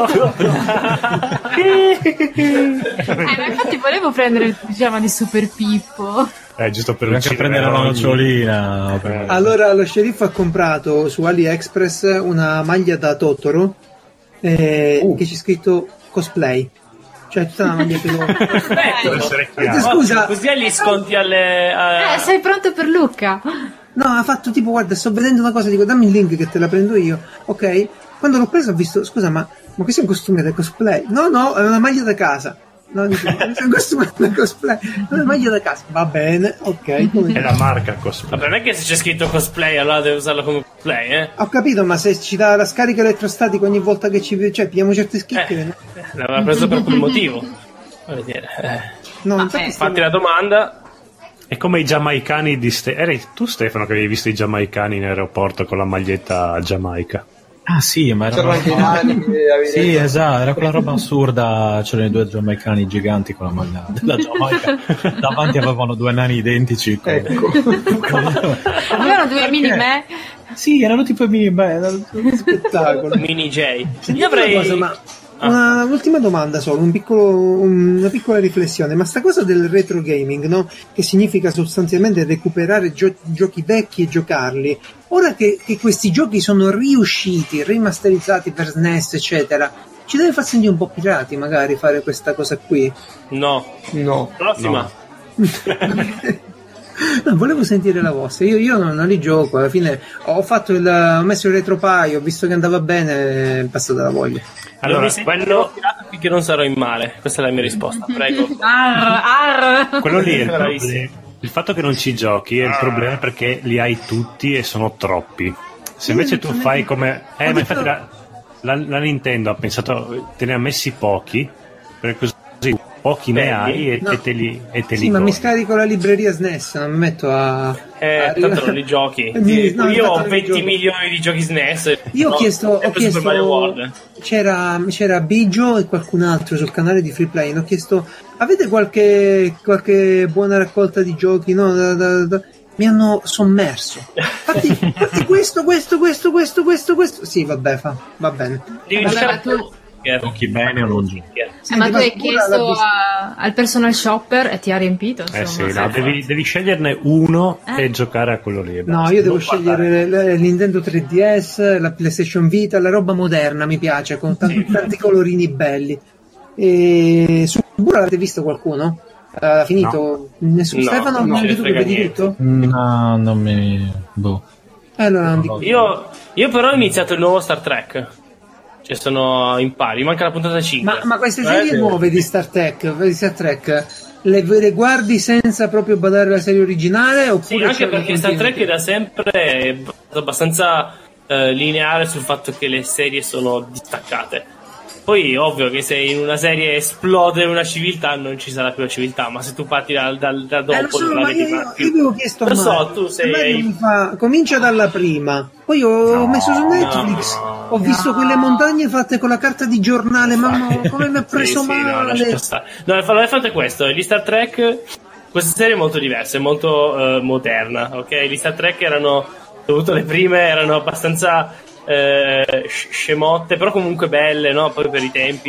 eh, ma infatti volevo prendere il pigiama di Super Pippo.
Eh, giusto per
anche prendere una nocciolina.
Eh. Allora lo sceriffo ha comprato su AliExpress una maglia da Totoro eh, uh. che c'è scritto cosplay. Cioè tutta una maglia pelosa.
Perfetto. Scusa, così hai gli sconti alle a...
Eh, sei pronto per Luca?
No, ha fatto tipo guarda, sto vedendo una cosa, dico dammi il link che te la prendo io. Ok? Quando l'ho preso ho visto, scusa, ma, ma questo è un costume da cosplay? No, no, è una maglia da casa. No, dico, è un costume da cosplay, è una maglia da casa. Va bene, ok. Come...
È la marca cosplay.
Ma non è che se c'è scritto cosplay allora devi usarlo come cosplay, eh?
Ho capito, ma se ci dà la scarica elettrostatica ogni volta che ci cioè pigliamo certe schicche,
eh,
no?
L'aveva preso per quel motivo. Voglio dire, eh.
No,
ah, eh, fatti la domanda.
È come i giamaicani di Ste- eri tu Stefano che avevi visto i giamaicani in aeroporto con la maglietta Giamaica?
Ah sì, ma era una... sì, esatto, era quella roba assurda, c'erano i due giamaicani giganti con la maglia della Giamaica, davanti avevano due nani identici con...
ecco.
Avevano due mini me?
Sì, erano tipo i mini me, era
uno spettacolo.
Mini J.
Io avrei... cosa, ma... Una, un'ultima domanda solo, un piccolo, un, una piccola riflessione, ma sta cosa del retro gaming, no? Che significa sostanzialmente recuperare gio- giochi vecchi e giocarli, ora che, che questi giochi sono riusciti, rimasterizzati per S N E S eccetera, ci deve far sentire un po' pirati magari fare questa cosa qui?
No.
No.
Prossima.
No. No, volevo sentire la vostra. Io, io non, non li gioco. Alla fine ho fatto il, ho messo il RetroPie, ho visto che andava bene, è passata la voglia.
Allora, quello finché non sarò in male. Questa è la mia risposta. Prego.
Arr, arr.
Quello lì è il problema. Il fatto che non ci giochi è il problema perché li hai tutti e sono troppi. Se invece tu fai come eh, ma infatti la, la, la Nintendo ha pensato, te ne ha messi pochi, perché così pochi ne hai e, no. e te li e te
sì,
li
ma
godi.
mi scarico la libreria S N E S, non mi metto a
eh, a... tanto non li giochi. No, io ho venti milioni di giochi S N E S.
Io
no,
ho chiesto, ho chiesto c'era, c'era Biggio e qualcun altro sul canale di Freeplay, ho chiesto avete qualche qualche buona raccolta di giochi, no? Da, da, da... mi hanno sommerso. Infatti, infatti questo, questo, questo, questo, questo, questo. Sì, vabbè, fa, va bene.
Devi
vabbè, tu...
giochi bene o non giochi?
Eh, ma tu hai chiesto a, al personal shopper e ti ha riempito, insomma.
Eh sì, no, devi, devi sceglierne uno eh? e giocare a quello lì.
No, io devo non scegliere il Nintendo tre D S, la PlayStation Vita, la roba moderna mi piace, con tanti, tanti colorini belli. E su Bura l'avete visto qualcuno? Ha finito? No. Nessuno?
No,
Stefano,
no,
anche tu che vedi tutto?
No, non mi... boh.
Allora, non dico.
Io, io però ho iniziato il nuovo Star Trek. Cioè sono in pari, manca la puntata cinque.
Ma, ma queste serie eh, nuove di Star Trek, di Star Trek le, le guardi senza proprio badare alla serie originale? Oppure
sì, anche perché Star Trek da sempre è abbastanza eh, lineare sul fatto che le serie sono distaccate. Poi ovvio che se in una serie esplode una civiltà non ci sarà più la civiltà, ma se tu parti da, da, da dopo
eh, so,
non la vedi
io,
più.
Io avevo chiesto
lo
a
so, tu sei
mi fa, comincia dalla prima, poi ho
no,
messo su Netflix,
no,
ho visto
no.
quelle montagne fatte con la carta di giornale, mamma come mi ha preso
sì,
male.
Sì, no, stare. No, il fatto è questo, gli Star Trek, questa serie è molto diversa, è molto uh, moderna, ok? Gli Star Trek erano, soprattutto le prime, erano abbastanza eh, scemotte, però comunque belle, no? Poi per i tempi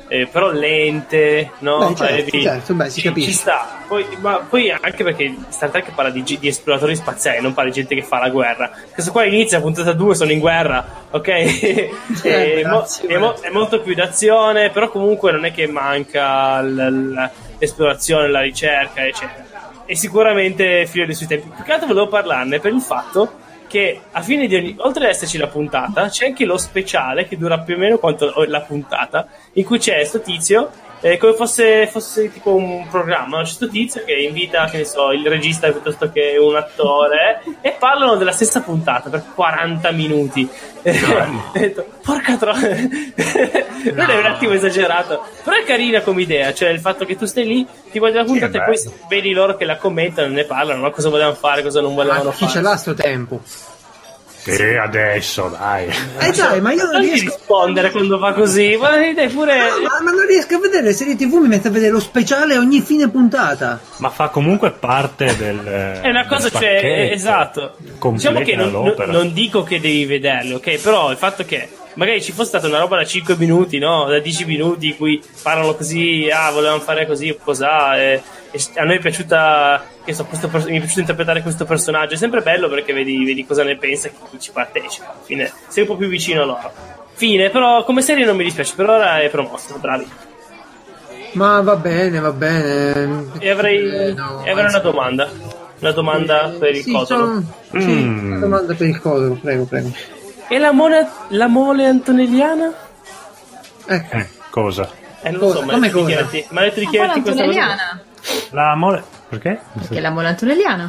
eh, però lente, no?
Beh, certo,
eh,
certo, beh, si
ci,
capisce.
ci sta. Poi, ma poi anche perché Star Trek parla di, di esploratori spaziali, non parla di gente che fa la guerra. Questo qua inizia, puntata due, sono in guerra, ok?
Eh,
è, mo-
grazie,
è, mo- è molto più d'azione, però comunque non è che manca l- l- l'esplorazione, la ricerca, eccetera. E sicuramente figlio dei suoi tempi. Più che altro volevo parlarne per il fatto che a fine di ogni, oltre ad esserci la puntata, c'è anche lo speciale che dura più o meno quanto la puntata, in cui c'è sto tizio eh, come fosse, fosse tipo un programma, c'è sto tizio che invita, che ne so, il regista piuttosto che un attore e parlano della stessa puntata per quaranta minuti. No. Ho detto, porca tro... non è un attimo esagerato, però è carina come idea, cioè il fatto che tu stai lì, ti guardi la puntata e poi vedi loro che la commentano, ne parlano, no? Cosa volevano fare, cosa non volevano
ma
fare.
chi ce l'ha sto tempo?
Sì, adesso dai.
Eh dai, ma io non,
non
riesco
a rispondere quando fa così, ma, pure...
no, ma, ma non riesco a vedere le serie tv, mi metto a vedere lo speciale ogni fine puntata.
Ma fa comunque parte del
è una cosa, cioè, esatto. Diciamo che non, non, non dico che devi vederlo, ok? Però il fatto che magari ci fosse stata una roba da cinque minuti, no? Da dieci minuti in cui parlano così, ah, volevamo fare così, cos'ha, e, e a noi è piaciuta, che so, questo, mi è piaciuto interpretare questo personaggio. È sempre bello perché vedi, vedi cosa ne pensa chi ci partecipa. Alla fine sei un po' più vicino a loro. Fine, però come serie non mi dispiace, per ora è promosso, bravi.
Ma va bene, va bene.
E avrei, eh, no, e avrei una domanda. Una domanda
eh,
per il
sì,
Codolo.
Sono... Sì, mm. una domanda per il Codolo, prego, prego.
E la mole, la mole antonelliana?
Ecco.
Eh, cosa?
Eh, non
cosa?
so, ma
Come
detto di chiederti, ma detto di chiederti questa cosa.
La mole... Perché?
Perché la mole antonelliana.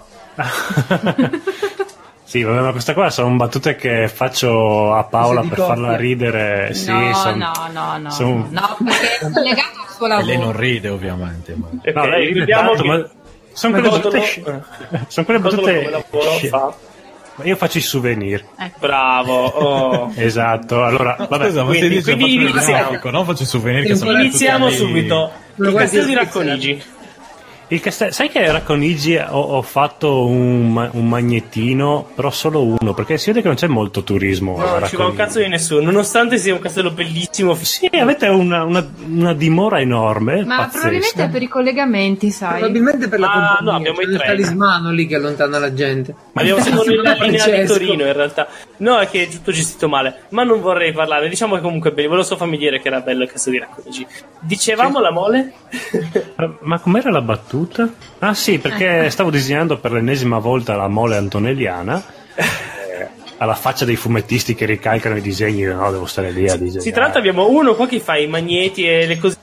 Sì, vabbè, ma questa qua sono battute che faccio a Paola per
coppia.
farla ridere. Sì,
no,
son,
no, no, no,
son...
no, perché è collegato al suo lavoro.
E lei non ride, ovviamente. Ma...
Okay,
no, lei ride tanto, che... ma sono quelle battute... Sono quelle battute...
Fa.
Io faccio i souvenir.
Ecco.
Bravo. Oh.
Esatto. Allora, vabbè,
scusa, ma
quindi,
se dice
quindi
faccio
iniziamo.
il non faccio i souvenir che sono
Iniziamo
tutti
subito. Il castello di Racconigi.
Il castello, sai che a Racconigi ho, ho fatto un, un magnettino, però solo uno, perché si vede che non c'è molto turismo.
No, non ci va un cazzo di nessuno, nonostante sia un castello bellissimo.
Sì, avete una, una, una dimora enorme.
Ma
pazzesca.
probabilmente è per i collegamenti, sai.
Probabilmente per la
ah,
compagnia.
No, abbiamo
il talismano lì che allontana la gente.
Ma abbiamo secondo la linea di
Francesco.
Torino in realtà. No, è che è tutto gestito male. Ma non vorrei parlare. Diciamo che comunque è bello. Volevo solo farmi dire che era bello il castello di Racconigi. Dicevamo sì. La mole?
Ma com'era la battuta? Ah sì, perché stavo disegnando per l'ennesima volta la mole antonelliana. eh, alla faccia dei fumettisti che ricalcano i disegni. No, devo stare lì a disegnare.
Si tratta, abbiamo uno qua che fa i magneti e le cose,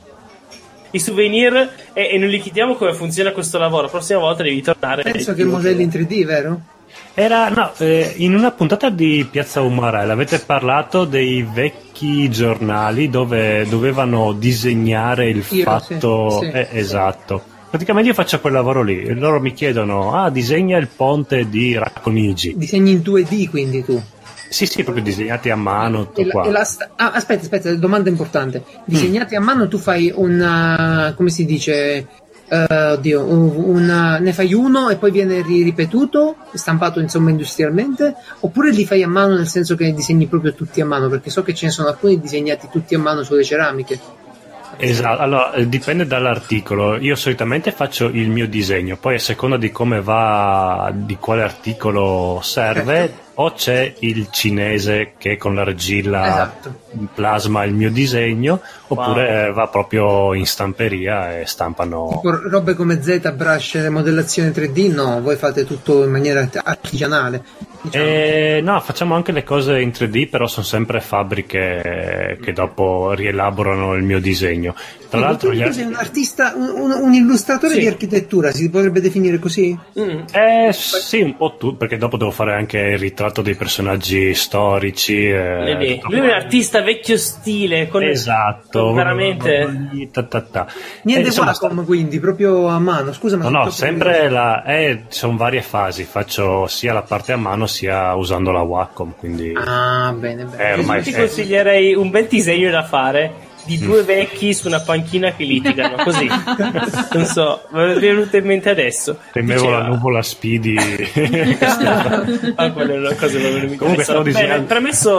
i souvenir, e, e non li chiediamo come funziona questo lavoro. La prossima volta devi tornare.
Penso che modelli in tre D, vero?
Era, no, eh, in una puntata di Piazza Umarell avete parlato dei vecchi giornali dove dovevano disegnare il
Io,
fatto
sì, sì,
eh,
sì.
Esatto. Praticamente io faccio quel lavoro lì e loro mi chiedono: ah, disegna il ponte di Racconigi.
Disegni in due D quindi tu.
Sì, sì, proprio disegnati a mano, tutto
E la,
qua.
e la sta- ah, aspetta, aspetta, domanda importante. Disegnati mm. a mano tu fai una, come si dice, uh, oddio, una, ne fai uno e poi viene ri- ripetuto, stampato insomma industrialmente, oppure li fai a mano nel senso che disegni proprio tutti a mano, perché so che ce ne sono alcuni disegnati tutti a mano sulle ceramiche.
Esatto, allora eh, dipende dall'articolo. Io solitamente faccio il mio disegno, poi a seconda di come va, di quale articolo serve,
certo.
O c'è il cinese che con l'argilla
Esatto.
plasma il mio disegno, oppure
Wow.
va proprio in stamperia e stampano.
Tipo robe come ZBrush, modellazione tre D, no, voi fate tutto in maniera artigianale. Diciamo.
Eh, no, facciamo anche le cose in tre D, però sono sempre fabbriche che dopo rielaborano il mio disegno. Tra
Sì,
l'altro,
tu
gli
sei un artista, un, un, un illustratore
Sì.
di architettura, si potrebbe definire così?
Mm.
Eh sì, un po' tu, perché dopo devo fare anche il ritratto dei personaggi storici. Eh,
Vedi,
tutto
lui è un
qua.
artista vecchio stile, con
Esatto,
con veramente.
Ta, ta, ta.
Niente
Eh, insomma,
Wacom quindi, proprio a mano, scusa ma...
No,
sono
no,
troppo
sempre
curioso.
la. Eh, sono varie fasi. Faccio sia la parte a mano sia usando la Wacom. Quindi.
Ah, bene, bene.
Eh, ormai
Ti
è-
consiglierei un bel disegno da fare di due vecchi su una panchina che litigano, così. Non so, mi è venuto in mente adesso.
Temevo
Diceva-
la nuvola Speedy.
Ah, quella è una cosa che non mi
Comunque stavo
interessa. Bene,
disegnando.
premesso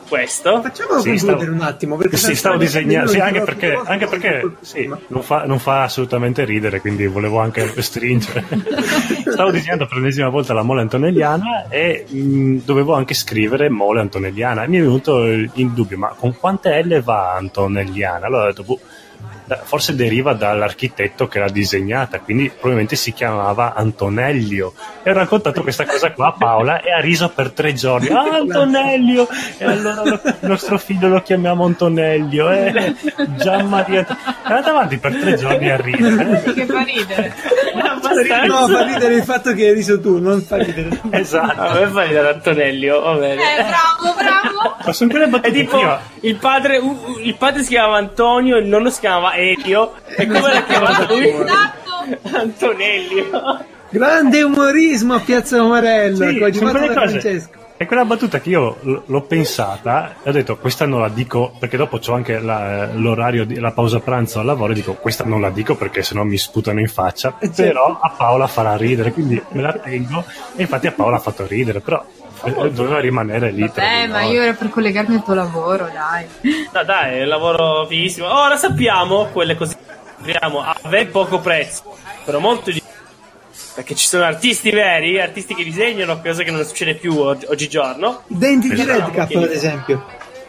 questo.
Facciamolo
Sì,
concludere
stavo-
un attimo. Perché
Sì, stavo disegnando, sì, anche perché,
però-
anche perché sì, non, fa, non fa assolutamente ridere, quindi volevo anche stringere. Stavo disegnando per l'ennesima volta la mole antonelliana e mh, dovevo anche scrivere mole antonelliana. E mi è venuto in dubbio, ma con quante L va antonelliana? Allora ho detto, boh, forse deriva dall'architetto che l'ha disegnata, quindi probabilmente si chiamava Antonellio. E ho raccontato questa cosa qua a Paola e ha riso per tre giorni. Ah, Antonellio! E allora lo- il nostro figlio lo chiamiamo Antonellio. Eh, Gian Maria. È andata avanti per tre giorni a ridere.
Sì, che fa ridere.
No, fa ridere il fatto che hai riso tu, non fa ridere.
Esatto.
A me fa ridere Antonellio, va bene.
Eh, bravo, bravo.
Ma sono quelle
È
battute
tipo
prima.
il padre, uh, uh, il padre si chiamava Antonio, il nonno si chiamava Elio, e come l'ha chiamato lui?
Esatto.
Antonellio.
Grande umorismo a Piazza Amarella,
Sì,
coadiuvato
sono
da
quelle cose.
Francesco.
È quella battuta che io l- l'ho pensata e ho detto questa non la dico perché dopo c'ho anche la- l'orario di, la pausa pranzo al lavoro e dico questa non la dico perché sennò mi sputano in faccia,
Eh, certo.
però a Paola farà ridere, quindi me la tengo e infatti a Paola ha fatto ridere, però eh, doveva rimanere lì. tra
Beh,
di
ma
noi.
io ero per collegarmi al tuo lavoro, dai.
No, dai, è un lavoro fighissimo. Ora sappiamo quelle cose che apriamo a ben poco prezzo, però molto di perché ci sono artisti veri, artisti che disegnano, cosa che non succede più oggi- oggigiorno.
I denti di
Esatto.
Redcap,
Che-
ad esempio.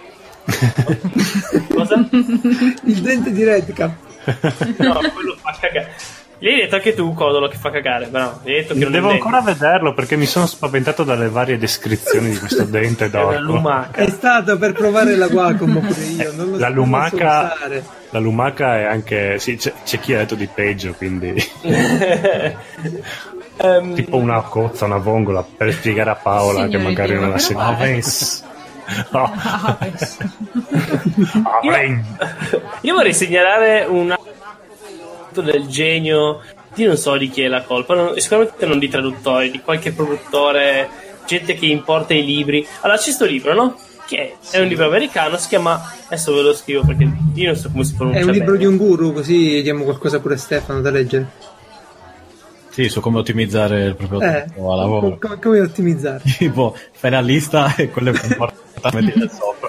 Cosa?
Il dente di Redcap.
No, quello fa cagare. Gli hai detto anche tu, Codolo, che fa cagare, però. Gli hai detto che non
Devo
è
ancora vederlo perché mi sono spaventato dalle varie descrizioni di questo dente
è una
d'orco.
lumaca.
È stato per provare la Wacom pure io. Non lo
La
so,
lumaca,
non lo so usare.
la lumaca è anche sì, c'è, c'è chi ha detto di peggio, quindi
Ehm,
tipo una cozza, una vongola per spiegare a Paola che
Signore
magari
Dio,
non la
ma
sente.
però-
Aves. No.
io,
Aven.
io vorrei segnalare un atto del genio di non so di chi è la colpa, non- sicuramente non di traduttori, di qualche produttore, gente che importa i libri. Allora c'è sto libro, no? Che è un libro americano, si chiama, adesso ve lo scrivo perché io non so come si pronuncia
È un libro
bene.
di un guru, così diamo qualcosa pure a Stefano da leggere.
Sì, su come ottimizzare il proprio
Eh,
tempo a lavoro.
come, come ottimizzare?
Tipo, fai la lista e quello è comportamenti del sopra.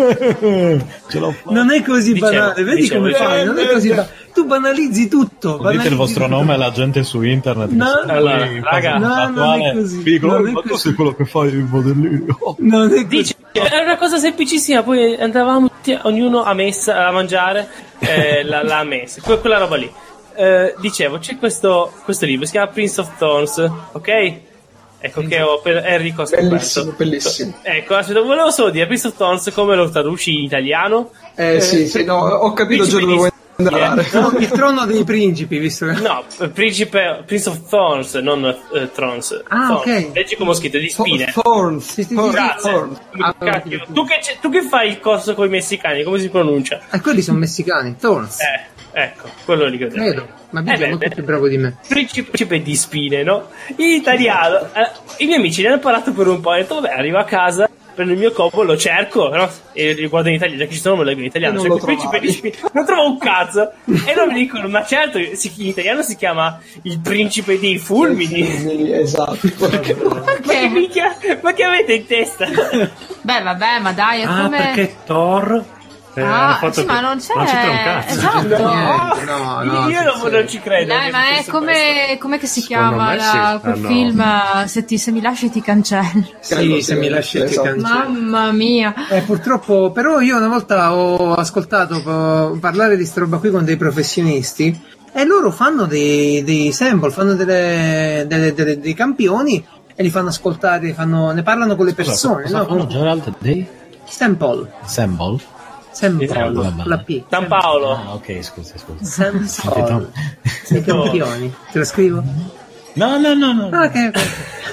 Ce l'ho fatta.
Non è così
Dicevo,
banale, vedi
dicevo,
come
dicevo.
fai? Non è così ba- Tu banalizzi tutto.
Dite
banalizzi
il vostro
tutto.
nome alla gente su internet.
No,
che sono
allora,
qui,
raga,
fanno
no, non è
l'attuale,
così,
dicono,
non è
ma tu
così."
sei quello che fai il modellino.
Non è così.
Dice, è una cosa semplicissima, poi andavamo tutti, ognuno a messa a mangiare eh, la, la messa, que- quella roba lì. Eh, dicevo, c'è questo, questo libro, si chiama Prince of Thorns, ok? Ecco che ho per Enrico ho scoperto.
Bellissimo, bellissimo.
Ecco, aspetta, volevo solo dire Prince of Thorns come lo traduci in italiano?
Eh, sì, sì, no, ho capito già dove vuoi andare.
No, il trono dei principi, visto che...
No, principe, Prince of Thorns, non eh, Thrones.
Ah,
Thorns.
ok.
Leggi come ho scritto, di spine.
Thorns.
Sì, sì, sì,
Thorns,
Grazie.
Thorns.
Ah,
Cacchio, tu, che, c'è- tu che fai il corso con i messicani, come si pronuncia?
Ah, quelli sono messicani, Thorns.
Eh, ecco, quello lì che ho detto.
Credo. Ma Biggio è
Eh,
molto
beh,
più bravo di me.
Principe, principe di spine, no? In italiano. Eh, I miei amici ne hanno parlato per un po'. Ho detto, vabbè, arrivo a casa, prendo il mio copo, lo cerco, no? E lo guardo in italiano, già che ci sono, me lo leggo in italiano.
E non
Cerco
lo
principe di spine, non trovo un cazzo. E non mi dicono, ma certo, si- in italiano si chiama il principe dei fulmini.
Esatto.
Ma che minchia, ma che avete in testa?
Beh, vabbè, ma dai, è
Ah,
come...
perché Thor eh,
Ah,
hanno fatto
sì,
che-
ma non c'è...
non c'entra un cazzo.
Esatto.
Niente, no, no,
Io
sì,
non,
sì.
non ci credo.
Dai,
che
ma è
successo questo.
come, come che si
Secondo
chiama
me
la-
sì,
quel
hanno-
film eh, se, ti, se mi lasci ti cancello.
Sì, se mi lasci ti
Esatto.
cancello.
Mamma mia.
Eh, purtroppo, però io una volta ho ascoltato eh, parlare di sta roba qui con dei professionisti e loro fanno dei, dei sample, fanno delle, delle- delle- dei campioni e li fanno ascoltare, fanno, ne parlano con le persone,
Cosa
no?
fanno
Con
Gerald dei
sample,
Sample?
sample,
Vabbè.
la P.
San Paolo.
Ah, ok, scusa, scusa.
Sample. I campioni. Te lo scrivo?
No, no, no, no.
Ah, ok, ok.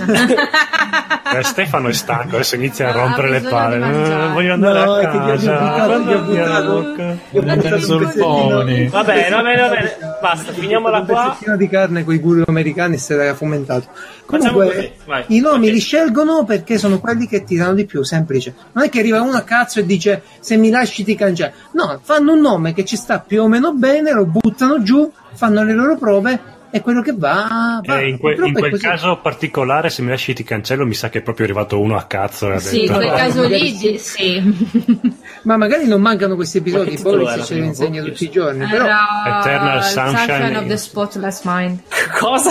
Eh, Stefano è stanco, adesso inizia a
Ah,
rompere
ha
le
bisogno
palle.
di mangiare.
Eh, voglio andare
No,
a
è che ti ho
casa.
buttato,
Guarda
ti ho
via la
buttato.
bocca.
Io ho
Non
buttato
preso
un
il
pezzettino-
pony.
Va bene, va bene, va bene. Basta, finiamola
un
qua.
pezzettino di carne con i guru americani se l'era fomentato.
Facciamo
Comunque,
così, vai.
i nomi
Ok.
li scelgono perché sono quelli che tirano di più, semplice. Non è che arriva uno a cazzo e dice se mi lasci ti cancello. No, fanno un nome che ci sta più o meno bene, lo buttano giù, fanno le loro prove è quello che va, va.
Eh, in, que- in quel caso particolare, se mi lasci ti cancello, mi sa che è proprio arrivato uno a cazzo e ha
sì,
detto,
in quel caso lì sì. sì.
Ma magari non mancano questi episodi, poi si ce li insegna tutti i giorni. Però...
Eternal Sunshine,
Sunshine of the Spotless Mind.
Cosa?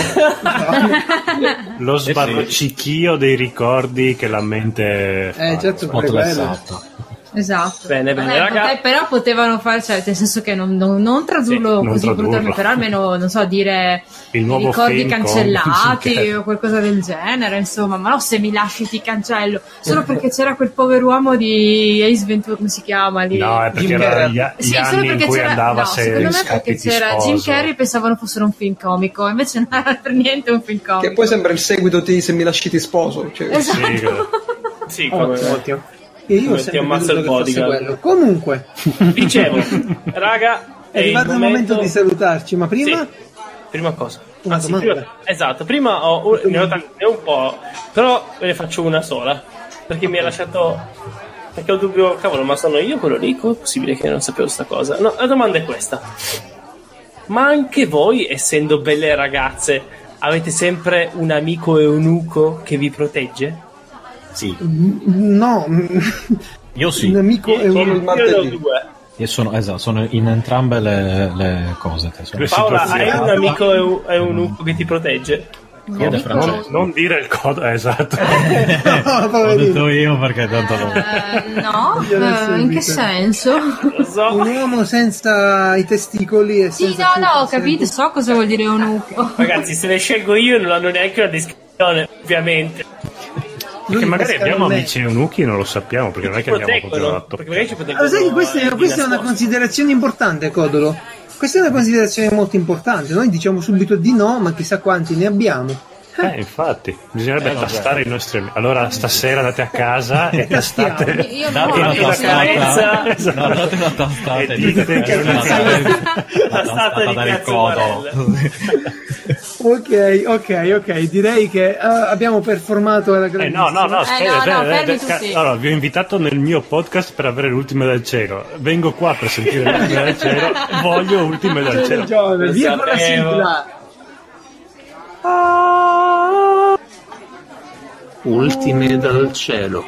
Lo sbarricchio dei ricordi che la mente
eh, certo,
esatto.
Bene, bene,
Vabbè,
raga.
pote- però potevano fare, cioè, nel senso che non, non, non tradurlo
sì,
così
non
brutalmente, però almeno, non so, dire
il nuovo
ricordi
film
cancellati
con...
o qualcosa del genere, insomma, ma no, se mi lasci ti cancello, solo perché c'era quel pover'uomo di Ace Ventura, come si chiama lì?
No, è perché era gli, gli
sì,
anni in cui
c'era,
andava
no,
se
secondo me perché c'era Jim Carrey, pensavano fossero un film comico, invece non era per niente un film comico.
Che poi sembra il seguito di Se mi lasci ti sposo, cioè.
Esatto.
Sì, come
ottimo.
ottimo.
E io ho sempre
ammazzo il
bodyguard. Comunque,
dicevo, raga,
è arrivato il momento... momento di salutarci, ma prima
sì. Prima cosa?
Una
Anzi,
domanda.
prima, esatto, prima ho, ne ho tante un po', però ve ne faccio una sola, perché mi ha lasciato, perché ho dubbio, cavolo, ma sono io quello lì? Come è possibile che non sapevo sta cosa? No, la domanda è questa: ma anche voi, essendo belle ragazze, avete sempre un amico eunuco che vi protegge?
Sì.
No.
Io sì.
Un amico
io,
e uno
il martedì.
Io sono, esatto, sono in entrambe le, le cose.
Le Paola, hai un amico eunuco che ti protegge?
No,
non, non dire il codice, esatto.
No, l'ho detto io perché tanto lo...
Uh, no, uh, in che senso?
Lo so.
Un uomo senza i testicoli e
sì,
senza
no, no, ho capito, so cosa vuol dire eunuco.
Ragazzi, se ne scelgo io non hanno neanche una descrizione, ovviamente.
Perché magari abbiamo amici eunuchi e non lo sappiamo, perché non è che abbiamo controllato.
Allora, sai che questa, è, questa è una considerazione importante, Codolo. Questa è una considerazione molto importante. Noi diciamo subito di no, ma chissà quanti ne abbiamo.
Eh, infatti, bisognerebbe eh, tastare i nostri amici. Allora, stasera andate a casa e tastate.
Io
date una tastata. Esatto. No, date una tastata e dite che è una tastata del Codolo.
Ok, ok, ok. Direi che uh, abbiamo performato alla grandissima.
Eh, no, no, no, aspetta,
eh, no, no,
eh, eh,
tutti.
allora, vi ho invitato nel mio podcast per avere l'ultime dal cielo. Vengo qua per sentire l'ultime dal cielo. Voglio ultime dal cielo.
Giove, via con la sigla.
Ultime dal cielo.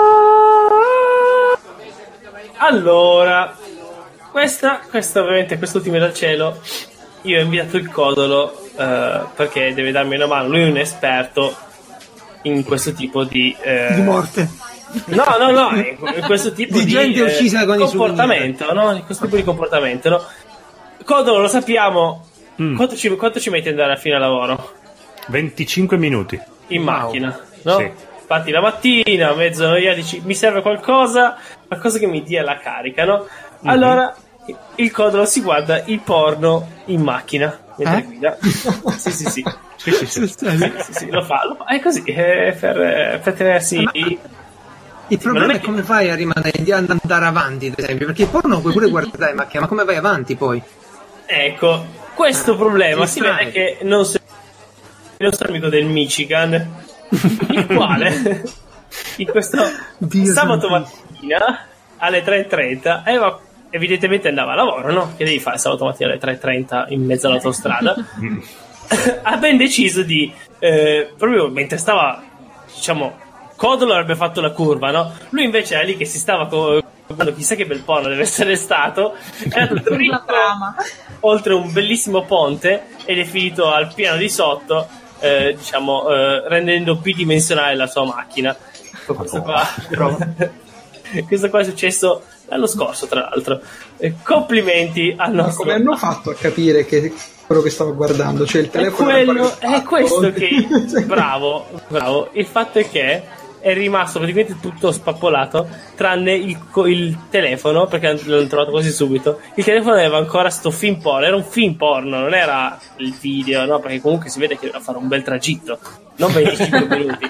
Allora, questa, questa ovviamente, quest'ultime dal cielo. Io ho inviato il Codolo uh, perché deve darmi una mano. Lui è un esperto in questo tipo di uh,
di morte.
No, no, no, in questo tipo
di,
di
gente uh, uccisa con
comportamento, no? In questo tipo di comportamento, no? Codolo, lo sappiamo. Mm. Quanto, ci, quanto ci metti ad andare a fine lavoro?
venticinque minuti
in
wow.
macchina, no?
Sì.
Parti la mattina, mezzanoia, dici mi serve qualcosa, qualcosa che mi dia la carica, no? Mm-hmm. Allora il Codolo si guarda il porno in macchina mentre
eh?
guida. Sì, sì, sì. Sì, sì, sì. sì, sì, sì, lo fa, lo fa. È così, è per, per tenersi.
Ma il problema è, è come fai a rimanere ad andare avanti, ad esempio, perché il porno puoi pure guardare in macchina, ma come vai avanti poi?
Ecco, questo ah, problema si vede che non sei il nostro amico del Michigan, il quale in questo Dio sabato mattina alle tre e trenta aveva, evidentemente andava a lavoro, no? Che devi fare sabato mattina alle tre e trenta in mezzo all'autostrada? Ha ben deciso di eh, proprio mentre stava, diciamo, Codolo avrebbe fatto la curva, no? Lui invece era lì che si stava con chissà che bel porno deve essere stato, è andato dritto oltre un bellissimo ponte ed è finito al piano di sotto, eh, diciamo, eh, rendendo bidimensionale la sua macchina. Questo qua, questo qua è successo l'anno scorso, tra l'altro. Eh, complimenti al nostro.
Ma come hanno fatto a capire che quello che stavo guardando, cioè il telefono?
È, quello, è questo che bravo, bravo. Il fatto è che è rimasto praticamente tutto spappolato tranne il, il telefono, perché l'hanno trovato quasi subito. Il telefono aveva ancora sto film porno, era un film porno, non era il video, no? Perché comunque si vede che doveva fare un bel tragitto, non venticinque minuti.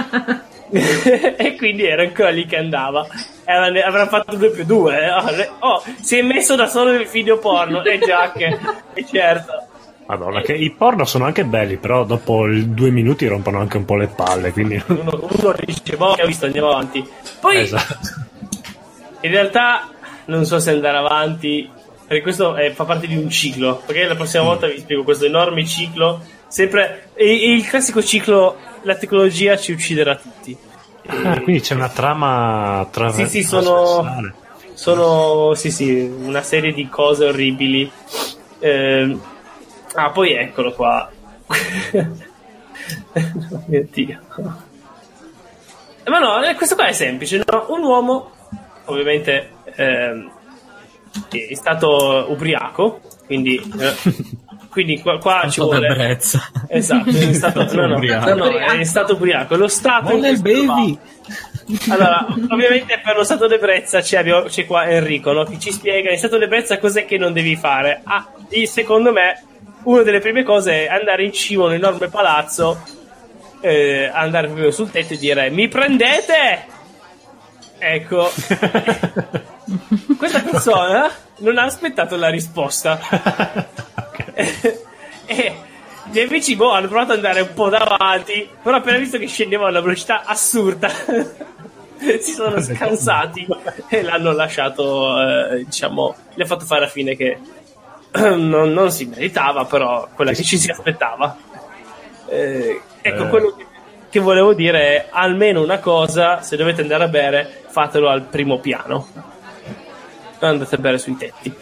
E quindi era ancora lì che andava. E avrà fatto due più due. Eh? Oh, si è messo da solo nel video porno, e già che è certo.
Madonna, che i porno sono anche belli, però dopo i due minuti rompono anche un po' le palle, quindi
uno, uno dice boh, che ho visto, andiamo avanti. Poi
esatto.
In realtà non so se andare avanti perché questo è, fa parte di un ciclo, perché la prossima volta vi spiego questo enorme ciclo, sempre e, e il classico ciclo, la tecnologia ci ucciderà tutti.
Ah, quindi c'è una trama tra
sì sì sono sono sì sì una serie di cose orribili. Eh, ah poi eccolo qua. Oh mio Dio. Ma no, questo qua è semplice, no? Un uomo ovviamente eh, è stato ubriaco, quindi eh, quindi qua, qua ci vuole
d'ebbrezza.
Esatto, è stato, no, no, no, no, è stato ubriaco. Lo stato
non bevi.
Allora, ovviamente per lo stato d'ebbrezza c'è, c'è qua Enrico, no? Che ci spiega in stato d'ebbrezza cos'è che non devi fare. Ah, secondo me una delle prime cose è andare in cima a un enorme palazzo, eh, andare proprio sul tetto e dire mi prendete? Ecco. Questa persona non ha aspettato la risposta. E gli amici boh, hanno provato ad andare un po' davanti, però appena visto che scendeva a una velocità assurda si sono scansati e l'hanno lasciato, eh, diciamo, gli ha fatto fare la fine che non, non si meritava, però quella che ci si aspettava. Eh, ecco, eh. quello che volevo dire è almeno una cosa: se dovete andare a bere, fatelo al primo piano, non andate a bere sui tetti.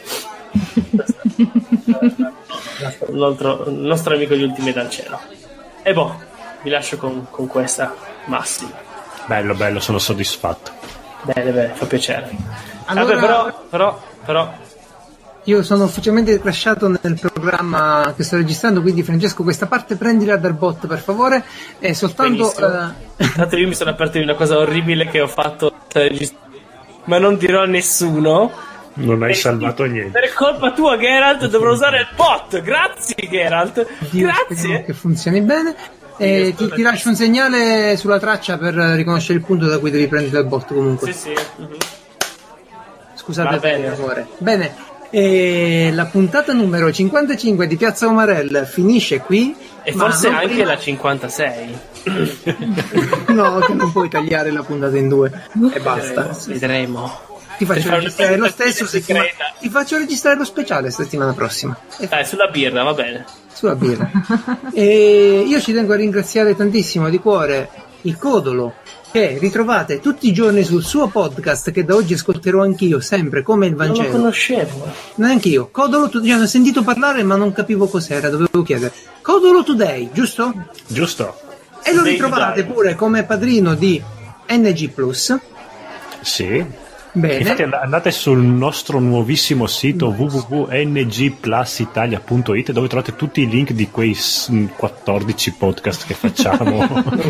Il nostro, il nostro amico gli ultimi dal cielo. E boh, vi lascio con, con questa massima.
Bello, bello, sono soddisfatto.
Bene, bene, fa piacere.
Allora,
Vabbè, però, però, però
io sono ufficialmente crashato nel programma che sto registrando, quindi Francesco questa parte prendila dal bot per favore. E soltanto uh...
tanto io mi sono aperto di una cosa orribile che ho fatto, ma non dirò a nessuno.
Non hai
e
salvato niente.
Per colpa tua, Geralt, dovrò usare il bot. Grazie, Geralt.
Dio,
grazie.
Che funzioni bene. E ti, ti lascio un segnale sulla traccia per riconoscere il punto da cui devi prendere il bot. Comunque,
sì, sì. Mm-hmm.
Scusate per l'amore. Bene. E la puntata numero cinquantacinque di Piazza Umarell finisce qui.
E forse anche
prima...
la cinquantasei.
No, che non puoi tagliare la puntata in due. E basta.
Vedremo.
Ti faccio registrare lo stesso settimana... Ti faccio registrare lo speciale settimana prossima.
Dai, sulla birra, va bene.
Sulla birra. E io ci tengo a ringraziare tantissimo di cuore il Codolo, che ritrovate tutti i giorni sul suo podcast, che da oggi ascolterò anch'io, sempre come il Vangelo.
Non lo conoscevo.
Neanch'io. Codolo Today, cioè, ho sentito parlare ma non capivo cos'era, dovevo chiedere. Codolo Today, giusto?
Giusto.
E lo ritrovate pure come padrino di N G Plus.
Sì.
Bene.
Infatti andate sul nostro nuovissimo sito w w w punto n g plus italia punto i t, dove trovate tutti i link di quei quattordici podcast che facciamo.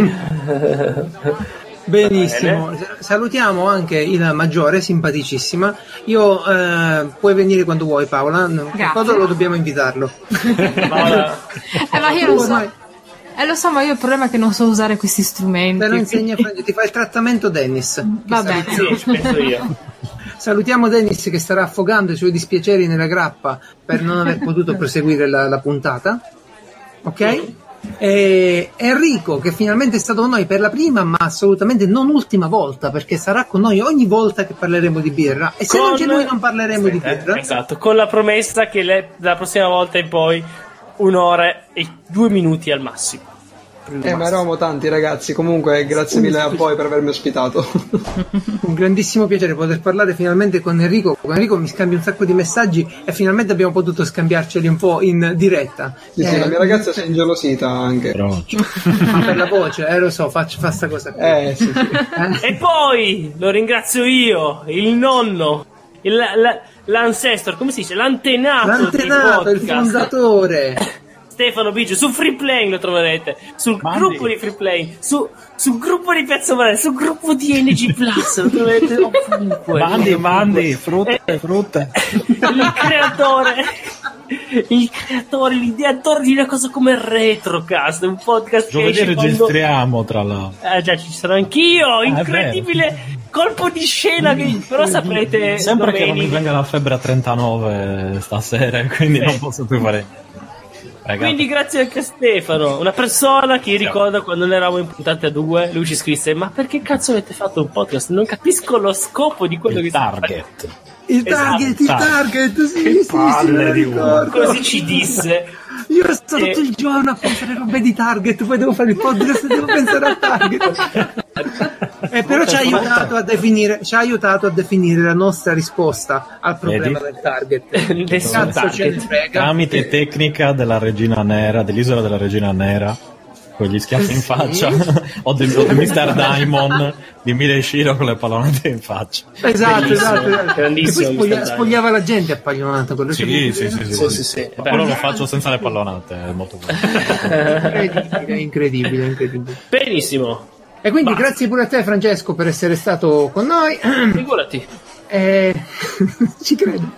Benissimo. Bene. Salutiamo anche il Maggiore, simpaticissima. Io eh, puoi venire quando vuoi, Paola. Quando lo dobbiamo invitarlo?
Paola. Eh, ma io lo so. Eh lo so, ma io il problema è che non so usare questi strumenti.
Però insegna Francesco, ti fa il trattamento Dennis.
Va bene.
Sì, penso io.
Salutiamo Dennis che starà affogando i suoi dispiaceri nella grappa per non aver potuto proseguire la, la puntata. Ok? E Enrico che finalmente è stato con noi per la prima ma assolutamente non ultima volta, perché sarà con noi ogni volta che parleremo di birra, e se con... non c'è lui non parleremo sì, di birra.
Eh, esatto, con la promessa che le, la prossima volta in poi un'ora e due minuti al massimo.
Eh, ma eravamo tanti ragazzi, comunque grazie mille a voi per avermi ospitato.
Un grandissimo piacere poter parlare finalmente con Enrico. Con Enrico mi scambia un sacco di messaggi e finalmente abbiamo potuto scambiarceli un po' in diretta.
Sì, sì, eh, la mia ragazza si è ingelosita anche.
Ma per la voce, eh lo so, faccio fa sta cosa qui.
Eh, sì, sì. Eh?
E poi lo ringrazio io, il nonno, il, la, l'ancestor, come si dice? L'antenato,
L'antenato, il fondatore.
Stefano Biggio, su Freeplay lo troverete, sul
Bandi.
gruppo di Freeplay, su, sul gruppo di Piazza Umarell, sul gruppo di N G Plus, lo troverete ovunque.
Bandi, bandi, frutte,
eh,
frutte.
Il creatore, il creatore, l'ideatore di una cosa come Retrocast, un podcast
Giovedì
che
registriamo
quando...
tra l'altro.
Eh già, ci sarò anch'io, incredibile colpo di scena che però saprete
sempre
domenica.
Che non mi venga la febbre a trentanove stasera, quindi sì. Non posso più fare niente. Ragazzi.
Quindi grazie anche a Stefano, una persona che ricorda quando noi eravamo in puntate a due, lui ci scrisse: ma perché cazzo avete fatto un podcast? Non capisco lo scopo di quello
il
che
target.
Il target, esatto. il target, sì, che sì,
palle
sì,
di così ci disse.
Io sto e... tutto il giorno a pensare a robe di target, poi devo fare il podcast e devo pensare al target. Eh, però ci ha aiutato a definire, ci ha aiutato a definire la nostra risposta al problema Vedi? del target.
Cazzo ce ne frega. Tramite tecnica della regina nera, dell'isola della regina nera, con gli schiaffi in faccia, o di, o di mister Diamond di Mile Shiro con le pallonate in faccia.
Esatto, esatto, esatto. Che poi spoglia, spogliava la gente a pallonata con le
sì, sì, sì, sì, sì, sì, sì. Quello lo faccio senza le pallonate, è molto bello.
Incredibile, incredibile, incredibile.
Benissimo.
E quindi
Basta.
grazie pure a te, Francesco, per essere stato con noi.
Figurati.
Eh, ci credo.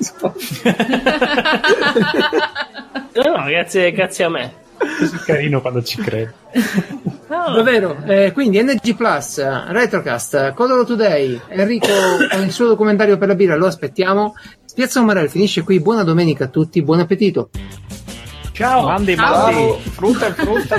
No, grazie, grazie a me.
Così carino quando ci credo.
No. Davvero, eh, quindi N G Plus, Retrocast, Codolo Today, Enrico con il suo documentario per la birra, lo aspettiamo. Piazza Umarell finisce qui, buona domenica a tutti, buon appetito.
Ciao,
mandi,
Ciao.
mandi, frutta e frutta.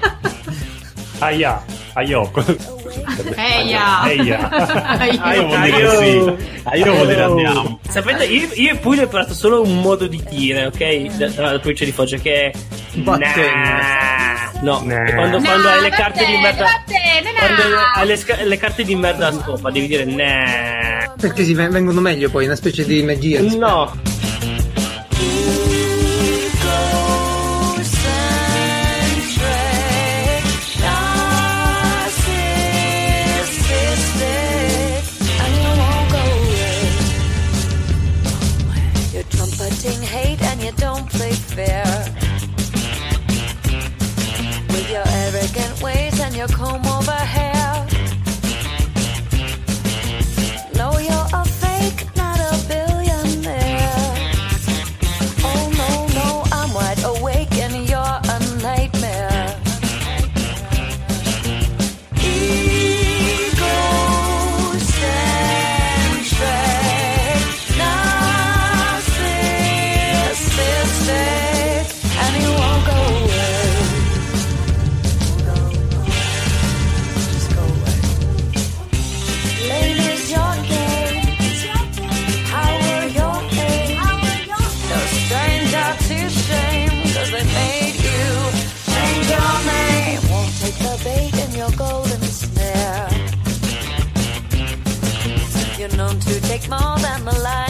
Aia, aio.
Eia.
Eia.
Aio vuol dire sì. Aio vuol dire andiamo.
Sapete, io, io e Puglia ho imparato solo un modo di dire, ok? Dalla provincia di Foggia, che è nah. No, nah. quando, quando nah, hai le carte te, di merda quando hai le, sca- le carte di merda a scopa devi dire nah.
Perché si vengono meglio poi, una specie di magia.
No.
Hate and you don't play fair with your arrogant ways and your comb over hair. No, you're a fake, not a billionaire. Oh no, no, I'm wide awake and you're a nightmare. You're known to take more than the light.